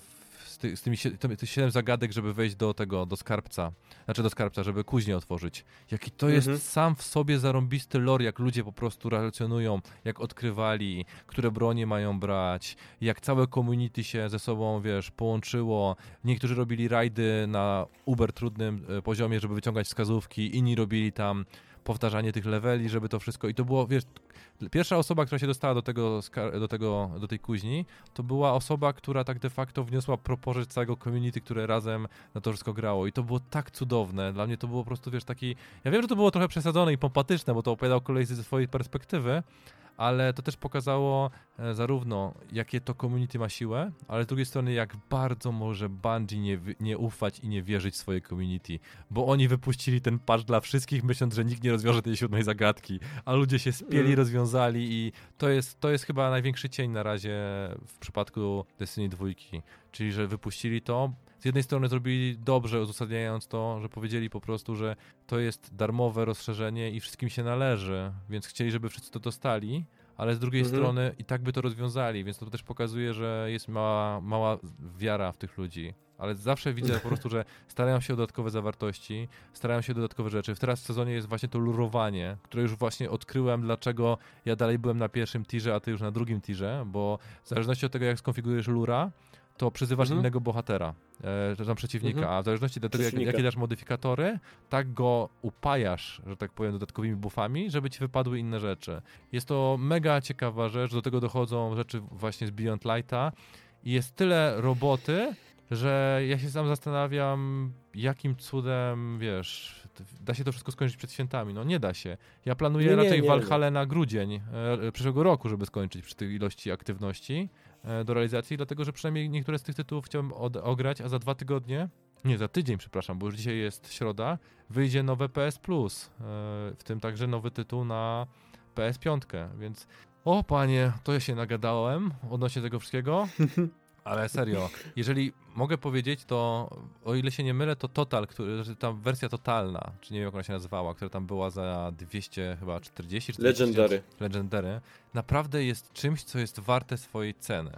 z, ty, z tymi tych siedem zagadek, żeby wejść do tego, do skarbca, znaczy do skarbca, żeby kuźnię otworzyć. Jaki to Mhm. jest sam w sobie zarąbisty lore, jak ludzie po prostu relacjonują, jak odkrywali, które bronie mają brać, jak całe community się ze sobą, wiesz, połączyło. Niektórzy robili rajdy na uber trudnym poziomie, żeby wyciągać wskazówki, inni robili tam powtarzanie tych leveli, żeby to wszystko i to było, wiesz, pierwsza osoba, która się dostała do tego, do tego, do tej kuźni, to była osoba, która tak de facto wniosła propozycję całego community, które razem na to wszystko grało i to było tak cudowne, dla mnie to było po prostu, wiesz, taki, ja wiem, że to było trochę przesadzone i pompatyczne, bo to opowiadał kolej ze swojej perspektywy, ale to też pokazało e, zarówno, jakie to community ma siłę, ale z drugiej strony, jak bardzo może Bungie nie, nie ufać i nie wierzyć w swoje community, bo oni wypuścili ten patch dla wszystkich, myśląc, że nikt nie rozwiąże tej siódmej zagadki, a ludzie się spieli, mm. rozwiązali i to jest, to jest chyba największy cień na razie w przypadku Destiny dwa, czyli, że wypuścili to. Z jednej strony zrobili dobrze, uzasadniając to, że powiedzieli po prostu, że to jest darmowe rozszerzenie i wszystkim się należy, więc chcieli, żeby wszyscy to dostali, ale z drugiej mhm. strony i tak by to rozwiązali, więc to też pokazuje, że jest mała, mała wiara w tych ludzi. Ale zawsze widzę po prostu, że starają się o dodatkowe zawartości, starają się o dodatkowe rzeczy. Teraz w sezonie jest właśnie to lurowanie, które już właśnie odkryłem, dlaczego ja dalej byłem na pierwszym tirze, a ty już na drugim tirze, bo w zależności od tego, jak skonfigurujesz lura, to przyzywasz mhm. innego bohatera, e, tam przeciwnika, mhm. a w zależności od tego, jak, jakie dasz modyfikatory, tak go upajasz, że tak powiem, dodatkowymi buffami, żeby ci wypadły inne rzeczy. Jest to mega ciekawa rzecz, do tego dochodzą rzeczy właśnie z Beyond Lighta i jest tyle roboty, że ja się sam zastanawiam, jakim cudem, wiesz, da się to wszystko skończyć przed świętami. No nie da się. Ja planuję nie, raczej nie, nie, Valhalla na grudzień e, przyszłego roku, żeby skończyć przy tej ilości aktywności e, do realizacji, dlatego że przynajmniej niektóre z tych tytułów chciałbym od, ograć, a za dwa tygodnie, nie, za tydzień, przepraszam, bo już dzisiaj jest środa, wyjdzie nowe P S Plus, e, w tym także nowy tytuł na P S pięć, więc o panie, to ja się nagadałem odnośnie tego wszystkiego. Ale serio, jeżeli mogę powiedzieć, to o ile się nie mylę, to Total, który, ta wersja totalna, czy nie wiem jak ona się nazywała, która tam była za dwieście chyba czterdzieści, czterdzieści Legendary. Legendary, naprawdę jest czymś, co jest warte swojej ceny.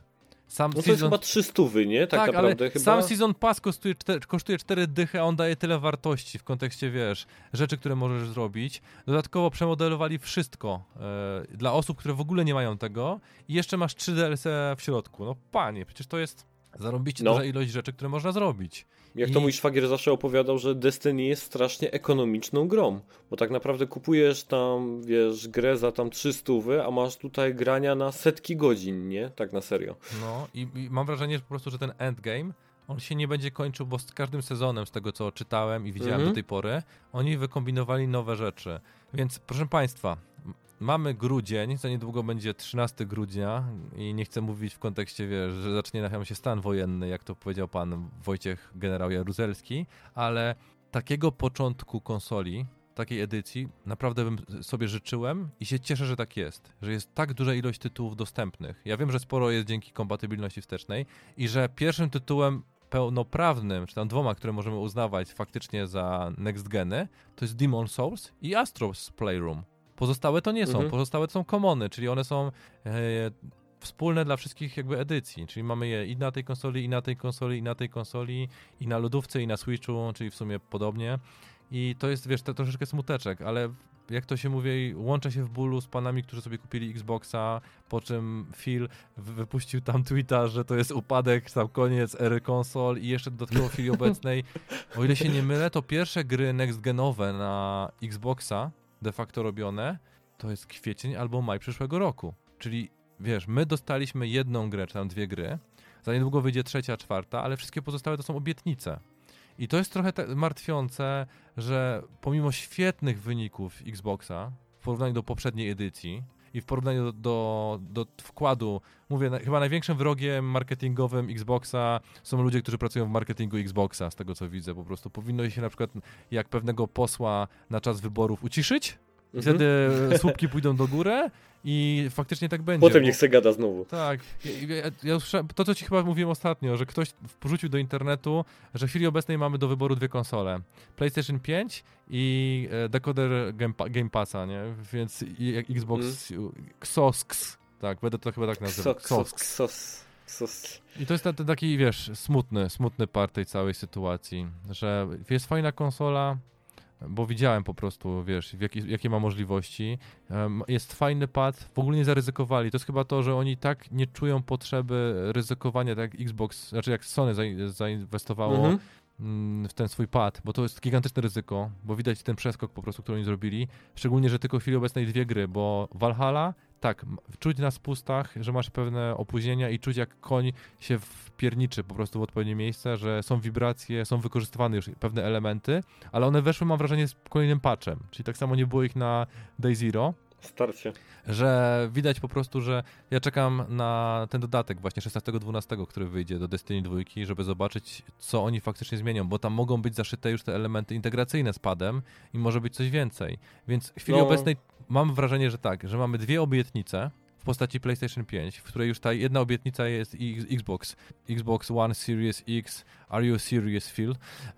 Sam No to season... jest chyba trzysta, nie? Tak, tak naprawdę ale chyba. sam Season Pass kosztuje, kosztuje cztery dychy, a on daje tyle wartości w kontekście, wiesz, rzeczy, które możesz zrobić. Dodatkowo przemodelowali wszystko e, dla osób, które w ogóle nie mają tego i jeszcze masz trzy D L C w środku. No panie, przecież to jest zarobicie No. duża ilość rzeczy, które można zrobić. Jak I... to mój szwagier zawsze opowiadał, że Destiny jest strasznie ekonomiczną grą, bo tak naprawdę kupujesz tam, wiesz, grę za tam trzysta, a masz tutaj grania na setki godzin, nie? Tak na serio. No i, i mam wrażenie, że po prostu, że ten endgame, on się nie będzie kończył, bo z każdym sezonem, z tego co czytałem i widziałem Mhm. do tej pory, oni wykombinowali nowe rzeczy. Więc proszę Państwa, mamy grudzień, za niedługo będzie trzynastego grudnia i nie chcę mówić w kontekście, wiesz, że zacznie nam się stan wojenny, jak to powiedział pan Wojciech generał Jaruzelski, ale takiego początku konsoli, takiej edycji naprawdę bym sobie życzyłem i się cieszę, że tak jest, że jest tak duża ilość tytułów dostępnych. Ja wiem, że sporo jest dzięki kompatybilności wstecznej i że pierwszym tytułem pełnoprawnym, czy tam dwoma, które możemy uznawać faktycznie za next geny, to jest Demon's Souls i Astro's Playroom. Pozostałe to nie są, Mhm. pozostałe to są commony, czyli one są e, wspólne dla wszystkich jakby edycji, czyli mamy je i na tej konsoli, i na tej konsoli, i na tej konsoli, i na lodówce, i na Switchu, czyli w sumie podobnie. I to jest, wiesz, to troszeczkę smuteczek, ale jak to się mówi, łączę się w bólu z panami, którzy sobie kupili Xboxa, po czym Phil wypuścił tam tweeta, że to jest upadek, tam koniec ery konsol i jeszcze dodatkowo w chwili obecnej, o ile się nie mylę, to pierwsze gry next-genowe na Xboxa de facto robione, to jest kwiecień albo maj przyszłego roku. Czyli, wiesz, my dostaliśmy jedną grę, czy tam dwie gry, za niedługo wyjdzie trzecia, czwarta, ale wszystkie pozostałe to są obietnice. I to jest trochę te- martwiące, że pomimo świetnych wyników Xboxa w porównaniu do poprzedniej edycji i w porównaniu do, do, do wkładu, mówię, na, chyba największym wrogiem marketingowym Xboxa są ludzie, którzy pracują w marketingu Xboxa, z tego co widzę. Po prostu powinno się na przykład jak pewnego posła na czas wyborów uciszyć, Mhm. wtedy słupki pójdą do góry i faktycznie tak będzie. Potem bo- niech se gada znowu. tak, ja, ja, ja usłyszałem, to co ci chyba mówiłem ostatnio, że ktoś porzucił do internetu, że w chwili obecnej mamy do wyboru dwie konsole. PlayStation pięć i e, decoder Game, pa, Game Passa, nie? Więc i, jak Xbox mm. Xosks, tak, będę to chyba tak nazywał. Ksos, ksos, ksos, ksos. I to jest ten, ten taki, wiesz, smutny, smutny part tej całej sytuacji, że jest fajna konsola, bo widziałem po prostu, wiesz, w jaki, jakie ma możliwości. Um, jest fajny pad, w ogóle nie zaryzykowali. To jest chyba to, że oni tak nie czują potrzeby ryzykowania, tak jak Xbox, znaczy jak Sony za, zainwestowało Mhm. mm, w ten swój pad, bo to jest gigantyczne ryzyko, bo widać ten przeskok po prostu, który oni zrobili. Szczególnie, że tylko w chwili obecnej dwie gry, bo Valhalla, tak, m- czuć na spustach, że masz pewne opóźnienia i czuć jak koń się wpierniczy po prostu w odpowiednie miejsce, że są wibracje, są wykorzystywane już pewne elementy, ale one weszły, mam wrażenie, z kolejnym patchem, czyli tak samo nie było ich na Day Zero, Starcie. że widać po prostu, że ja czekam na ten dodatek właśnie szesnastego dwunastego, który wyjdzie do Destiny dwa, żeby zobaczyć, co oni faktycznie zmienią, bo tam mogą być zaszyte już te elementy integracyjne z padem i może być coś więcej. Więc w chwili No. obecnej mam wrażenie, że tak, że mamy dwie obietnice w postaci PlayStation pięć, w której już ta jedna obietnica jest i Xbox, Xbox One Series X, Are You Serious Phil?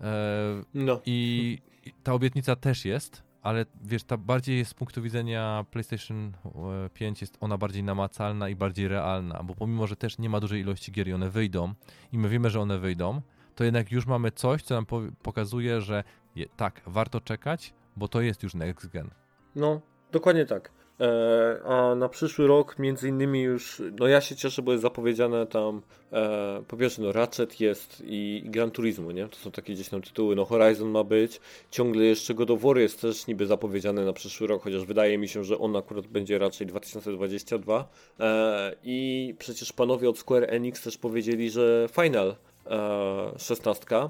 E, No. I i ta obietnica też jest, ale wiesz, ta bardziej jest z punktu widzenia PlayStation pięć, jest ona bardziej namacalna i bardziej realna, bo pomimo, że też nie ma dużej ilości gier i one wyjdą i my wiemy, że one wyjdą, to jednak już mamy coś, co nam po- pokazuje, że je, tak, warto czekać, bo to jest już next gen. No, dokładnie tak. E, a na przyszły rok między innymi już, no ja się cieszę, bo jest zapowiedziane tam e, po pierwsze no Ratchet jest i, i Gran Turismo, nie? To są takie gdzieś tam tytuły, no Horizon ma być, ciągle jeszcze God of War jest też niby zapowiedziany na przyszły rok, chociaż wydaje mi się, że on akurat będzie raczej dwa tysiące dwudziesty drugi e, i przecież panowie od Square Enix też powiedzieli, że Final e, szesnastka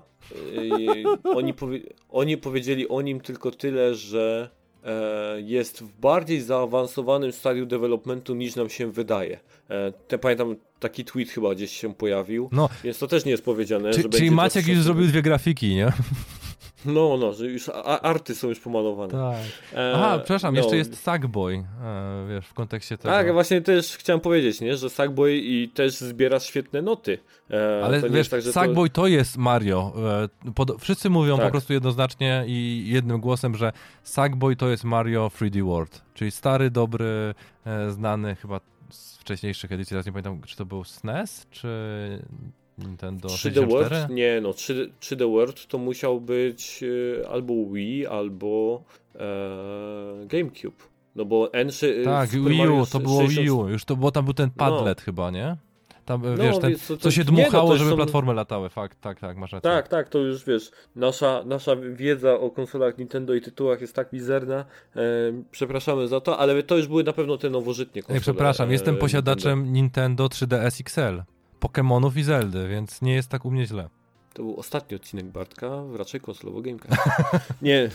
e, oni, powie, oni powiedzieli o nim tylko tyle, że jest w bardziej zaawansowanym stadium developmentu niż nam się wydaje. Te, pamiętam, taki tweet chyba gdzieś się pojawił, No, więc to też nie jest powiedziane, czy, że czyli będzie Maciek już zrobił dwie grafiki, nie? No, no, że już a- arty są już pomalowane. Tak. E, Aha, przepraszam, no. jeszcze jest Sackboy, e, wiesz, w kontekście tego. Tak, właśnie też chciałem powiedzieć, nie, że Sackboy i też zbiera świetne noty. E, Ale to nie wiesz, jest tak, że Sackboy to... to jest Mario. E, pod, wszyscy mówią Tak. po prostu jednoznacznie i jednym głosem, że Sackboy to jest Mario trzy D World, czyli stary, dobry, e, znany chyba z wcześniejszych edycji, teraz nie pamiętam, czy to był S N E S, czy Nintendo trzy D sześćdziesiąt cztery? World? Nie, no trzy D World to musiał być e, albo Wii, albo e, GameCube. No bo N trzy... Tak, Super Wii Mario U, to było sześćdziesiąt... Wii U, już to było, tam był ten padlet No. chyba, nie? Tam, No, wiesz, ten, więc to- to- co się nie, no, dmuchało, to żeby są- platformy latały, fakt, tak, tak, masz rację. Tak, tak, to już wiesz, nasza, nasza wiedza o konsolach Nintendo i tytułach jest tak mizerna, e, przepraszamy za to, ale to już były na pewno te nowożytnie konsole. Ej, przepraszam, e, jestem Nintendo. posiadaczem Nintendo trzy D S X L, Pokemonów i Zeldy, więc nie jest tak u mnie źle. To był ostatni odcinek Bartka, raczej konsolowo Gamecast. Nie.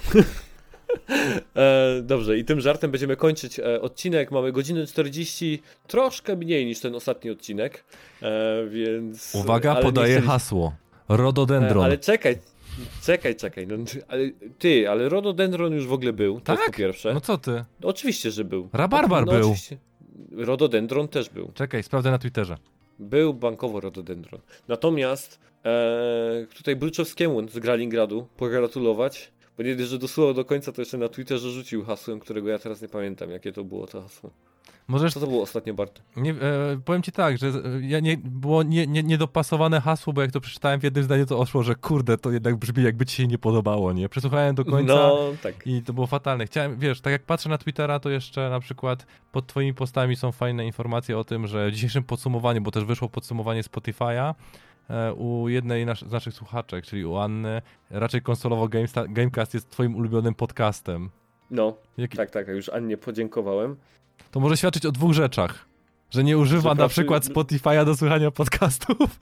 E, dobrze, i tym żartem będziemy kończyć e, odcinek. Mamy godzinę czterdzieści, troszkę mniej niż ten ostatni odcinek, e, więc... Uwaga, ale nie podaję chcieliśmy- hasło. Rododendron. E, Ale czekaj, czekaj, czekaj. No, ale ty, ale Rododendron już w ogóle był, to Tak? jest po pierwsze. No co ty? Oczywiście, że był. Rabarbar no, był. Oczywiście. Rododendron też był. Czekaj, sprawdzę na Twitterze. Był bankowo Rododendron. Natomiast e, tutaj Bruczowskiemu z Gralingradu pogratulować, bo nie dość, że dosłownie do końca, to jeszcze na Twitterze rzucił hasłem, którego ja teraz nie pamiętam, jakie to było to hasło. Możesz, Co to było ostatnio, Bart? nie, e, powiem ci tak, że e, ja nie, było nie, nie, niedopasowane hasło, bo jak to przeczytałem w jednym zdaniu, to oszło, że kurde, to jednak brzmi jakby ci się nie podobało, nie? Przesłuchałem do końca. No, tak. I to było fatalne. Chciałem, wiesz, tak jak patrzę na Twittera, to jeszcze na przykład pod twoimi postami są fajne informacje o tym, że w dzisiejszym podsumowaniu, bo też wyszło podsumowanie Spotify'a, e, u jednej nas, z naszych słuchaczek, czyli u Anny, raczej konsolowo Gamesta, Gamecast jest twoim ulubionym podcastem. No, Jaki, tak, tak, już Annie podziękowałem. To może świadczyć o dwóch rzeczach. Że nie używa Że na pracuj- przykład Spotify'a do słuchania podcastów.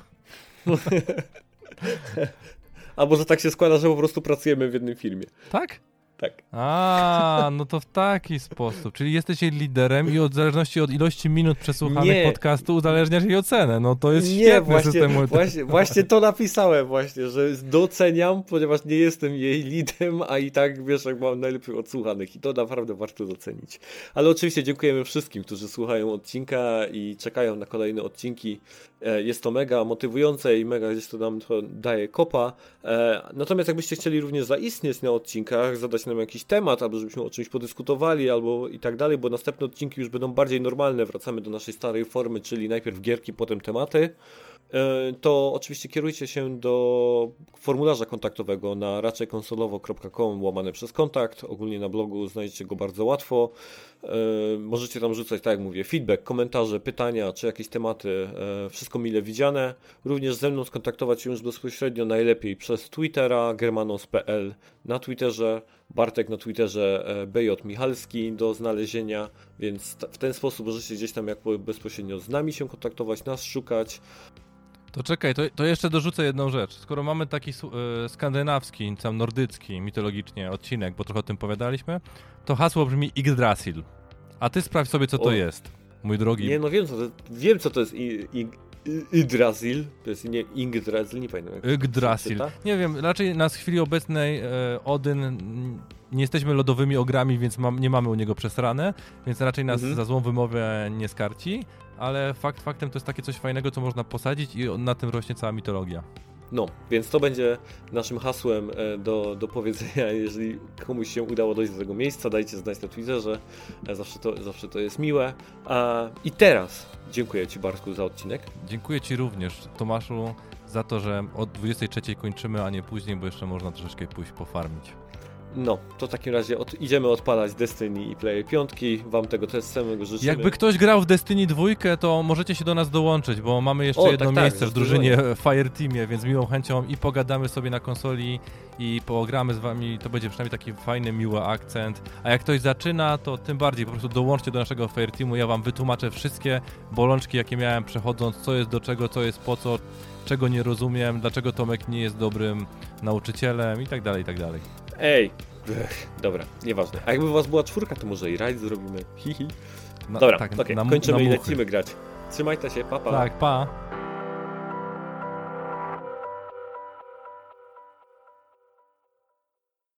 Albo że tak się składa, że po prostu pracujemy w jednym filmie. Tak? Tak. A, no to w taki sposób. Czyli jesteś jej liderem i od w zależności od ilości minut przesłuchanych Nie. podcastu uzależniasz jej ocenę. No to jest Nie, świetny właśnie, system. właśnie, właśnie to napisałem właśnie, że doceniam, ponieważ nie jestem jej lidem, a i tak wiesz, jak mam najlepiej odsłuchanych i to naprawdę warto docenić. Ale oczywiście dziękujemy wszystkim, którzy słuchają odcinka i czekają na kolejne odcinki. E, Jest to mega motywujące i mega gdzieś to nam to daje kopa. E, Natomiast jakbyście chcieli również zaistnieć na odcinkach, zadać nam jakiś temat, albo żebyśmy o czymś podyskutowali, albo i tak dalej, bo następne odcinki już będą bardziej normalne, wracamy do naszej starej formy, czyli najpierw gierki, potem tematy, e, to oczywiście kierujcie się do formularza kontaktowego na raczej konsolowo kropka com łamane przez kontakt. Ogólnie na blogu znajdziecie go bardzo łatwo. E, Możecie tam rzucać, tak jak mówię, feedback, komentarze, pytania, czy jakieś tematy, e, wszystko mile widziane. Również ze mną skontaktować się już bezpośrednio najlepiej przez Twittera, germanos kropka p l na Twitterze, Bartek na Twitterze, e, B J Michalski do znalezienia, więc t- w ten sposób możecie gdzieś tam jakby bezpośrednio z nami się kontaktować, nas szukać. To czekaj, to, to jeszcze dorzucę jedną rzecz. Skoro mamy taki su- y, skandynawski, tam nordycki, mitologicznie odcinek, bo trochę o tym powiadaliśmy, to hasło brzmi Yggdrasil. A ty sprawdź sobie, co to O. jest, mój drogi. Nie, no wiem co to, wiem, co to jest i, i, i, Yggdrasil, to jest nie Yggdrasil, nie pamiętam jak to się Yggdrasil. czyta. Nie wiem, raczej nas w chwili obecnej e, Odyn, mm, nie jesteśmy lodowymi ogrami, więc mam, nie mamy u niego przesrane, więc raczej nas Mhm. za złą wymowę nie skarci, ale fakt faktem to jest takie coś fajnego, co można posadzić i na tym rośnie cała mitologia. No, więc to będzie naszym hasłem e, do, do powiedzenia, jeżeli komuś się udało dojść do tego miejsca, dajcie znać na Twitterze, e, zawsze to, zawsze to jest miłe. A, I teraz dziękuję Ci, Bartku, za odcinek. Dziękuję Ci również, Tomaszu, za to, że od dwudziestej trzeciej kończymy, a nie później, bo jeszcze można troszeczkę pójść pofarmić. No, to w takim razie od, idziemy odpalać Destiny i Player piątki, Wam tego też samego życzymy. Jakby ktoś grał w Destiny dwa, to możecie się do nas dołączyć, bo mamy jeszcze O, jedno tak, tak, miejsce w drużynie Fireteamie, więc miłą chęcią i pogadamy sobie na konsoli i pogramy z wami, to będzie przynajmniej taki fajny, miły akcent. A jak ktoś zaczyna, to tym bardziej po prostu dołączcie do naszego Fireteamu, ja wam wytłumaczę wszystkie bolączki, jakie miałem przechodząc, co jest do czego, co jest po co, czego nie rozumiem, dlaczego Tomek nie jest dobrym nauczycielem i tak dalej, i tak dalej. Ej, Ech, dobra, nieważne. A jakby Was była czwórka, to może i rajd zrobimy. Hihi. Na, Dobra, tak, okej, na, kończymy na i muchy. lecimy grać. Trzymajcie się, pa pa. Tak, pa.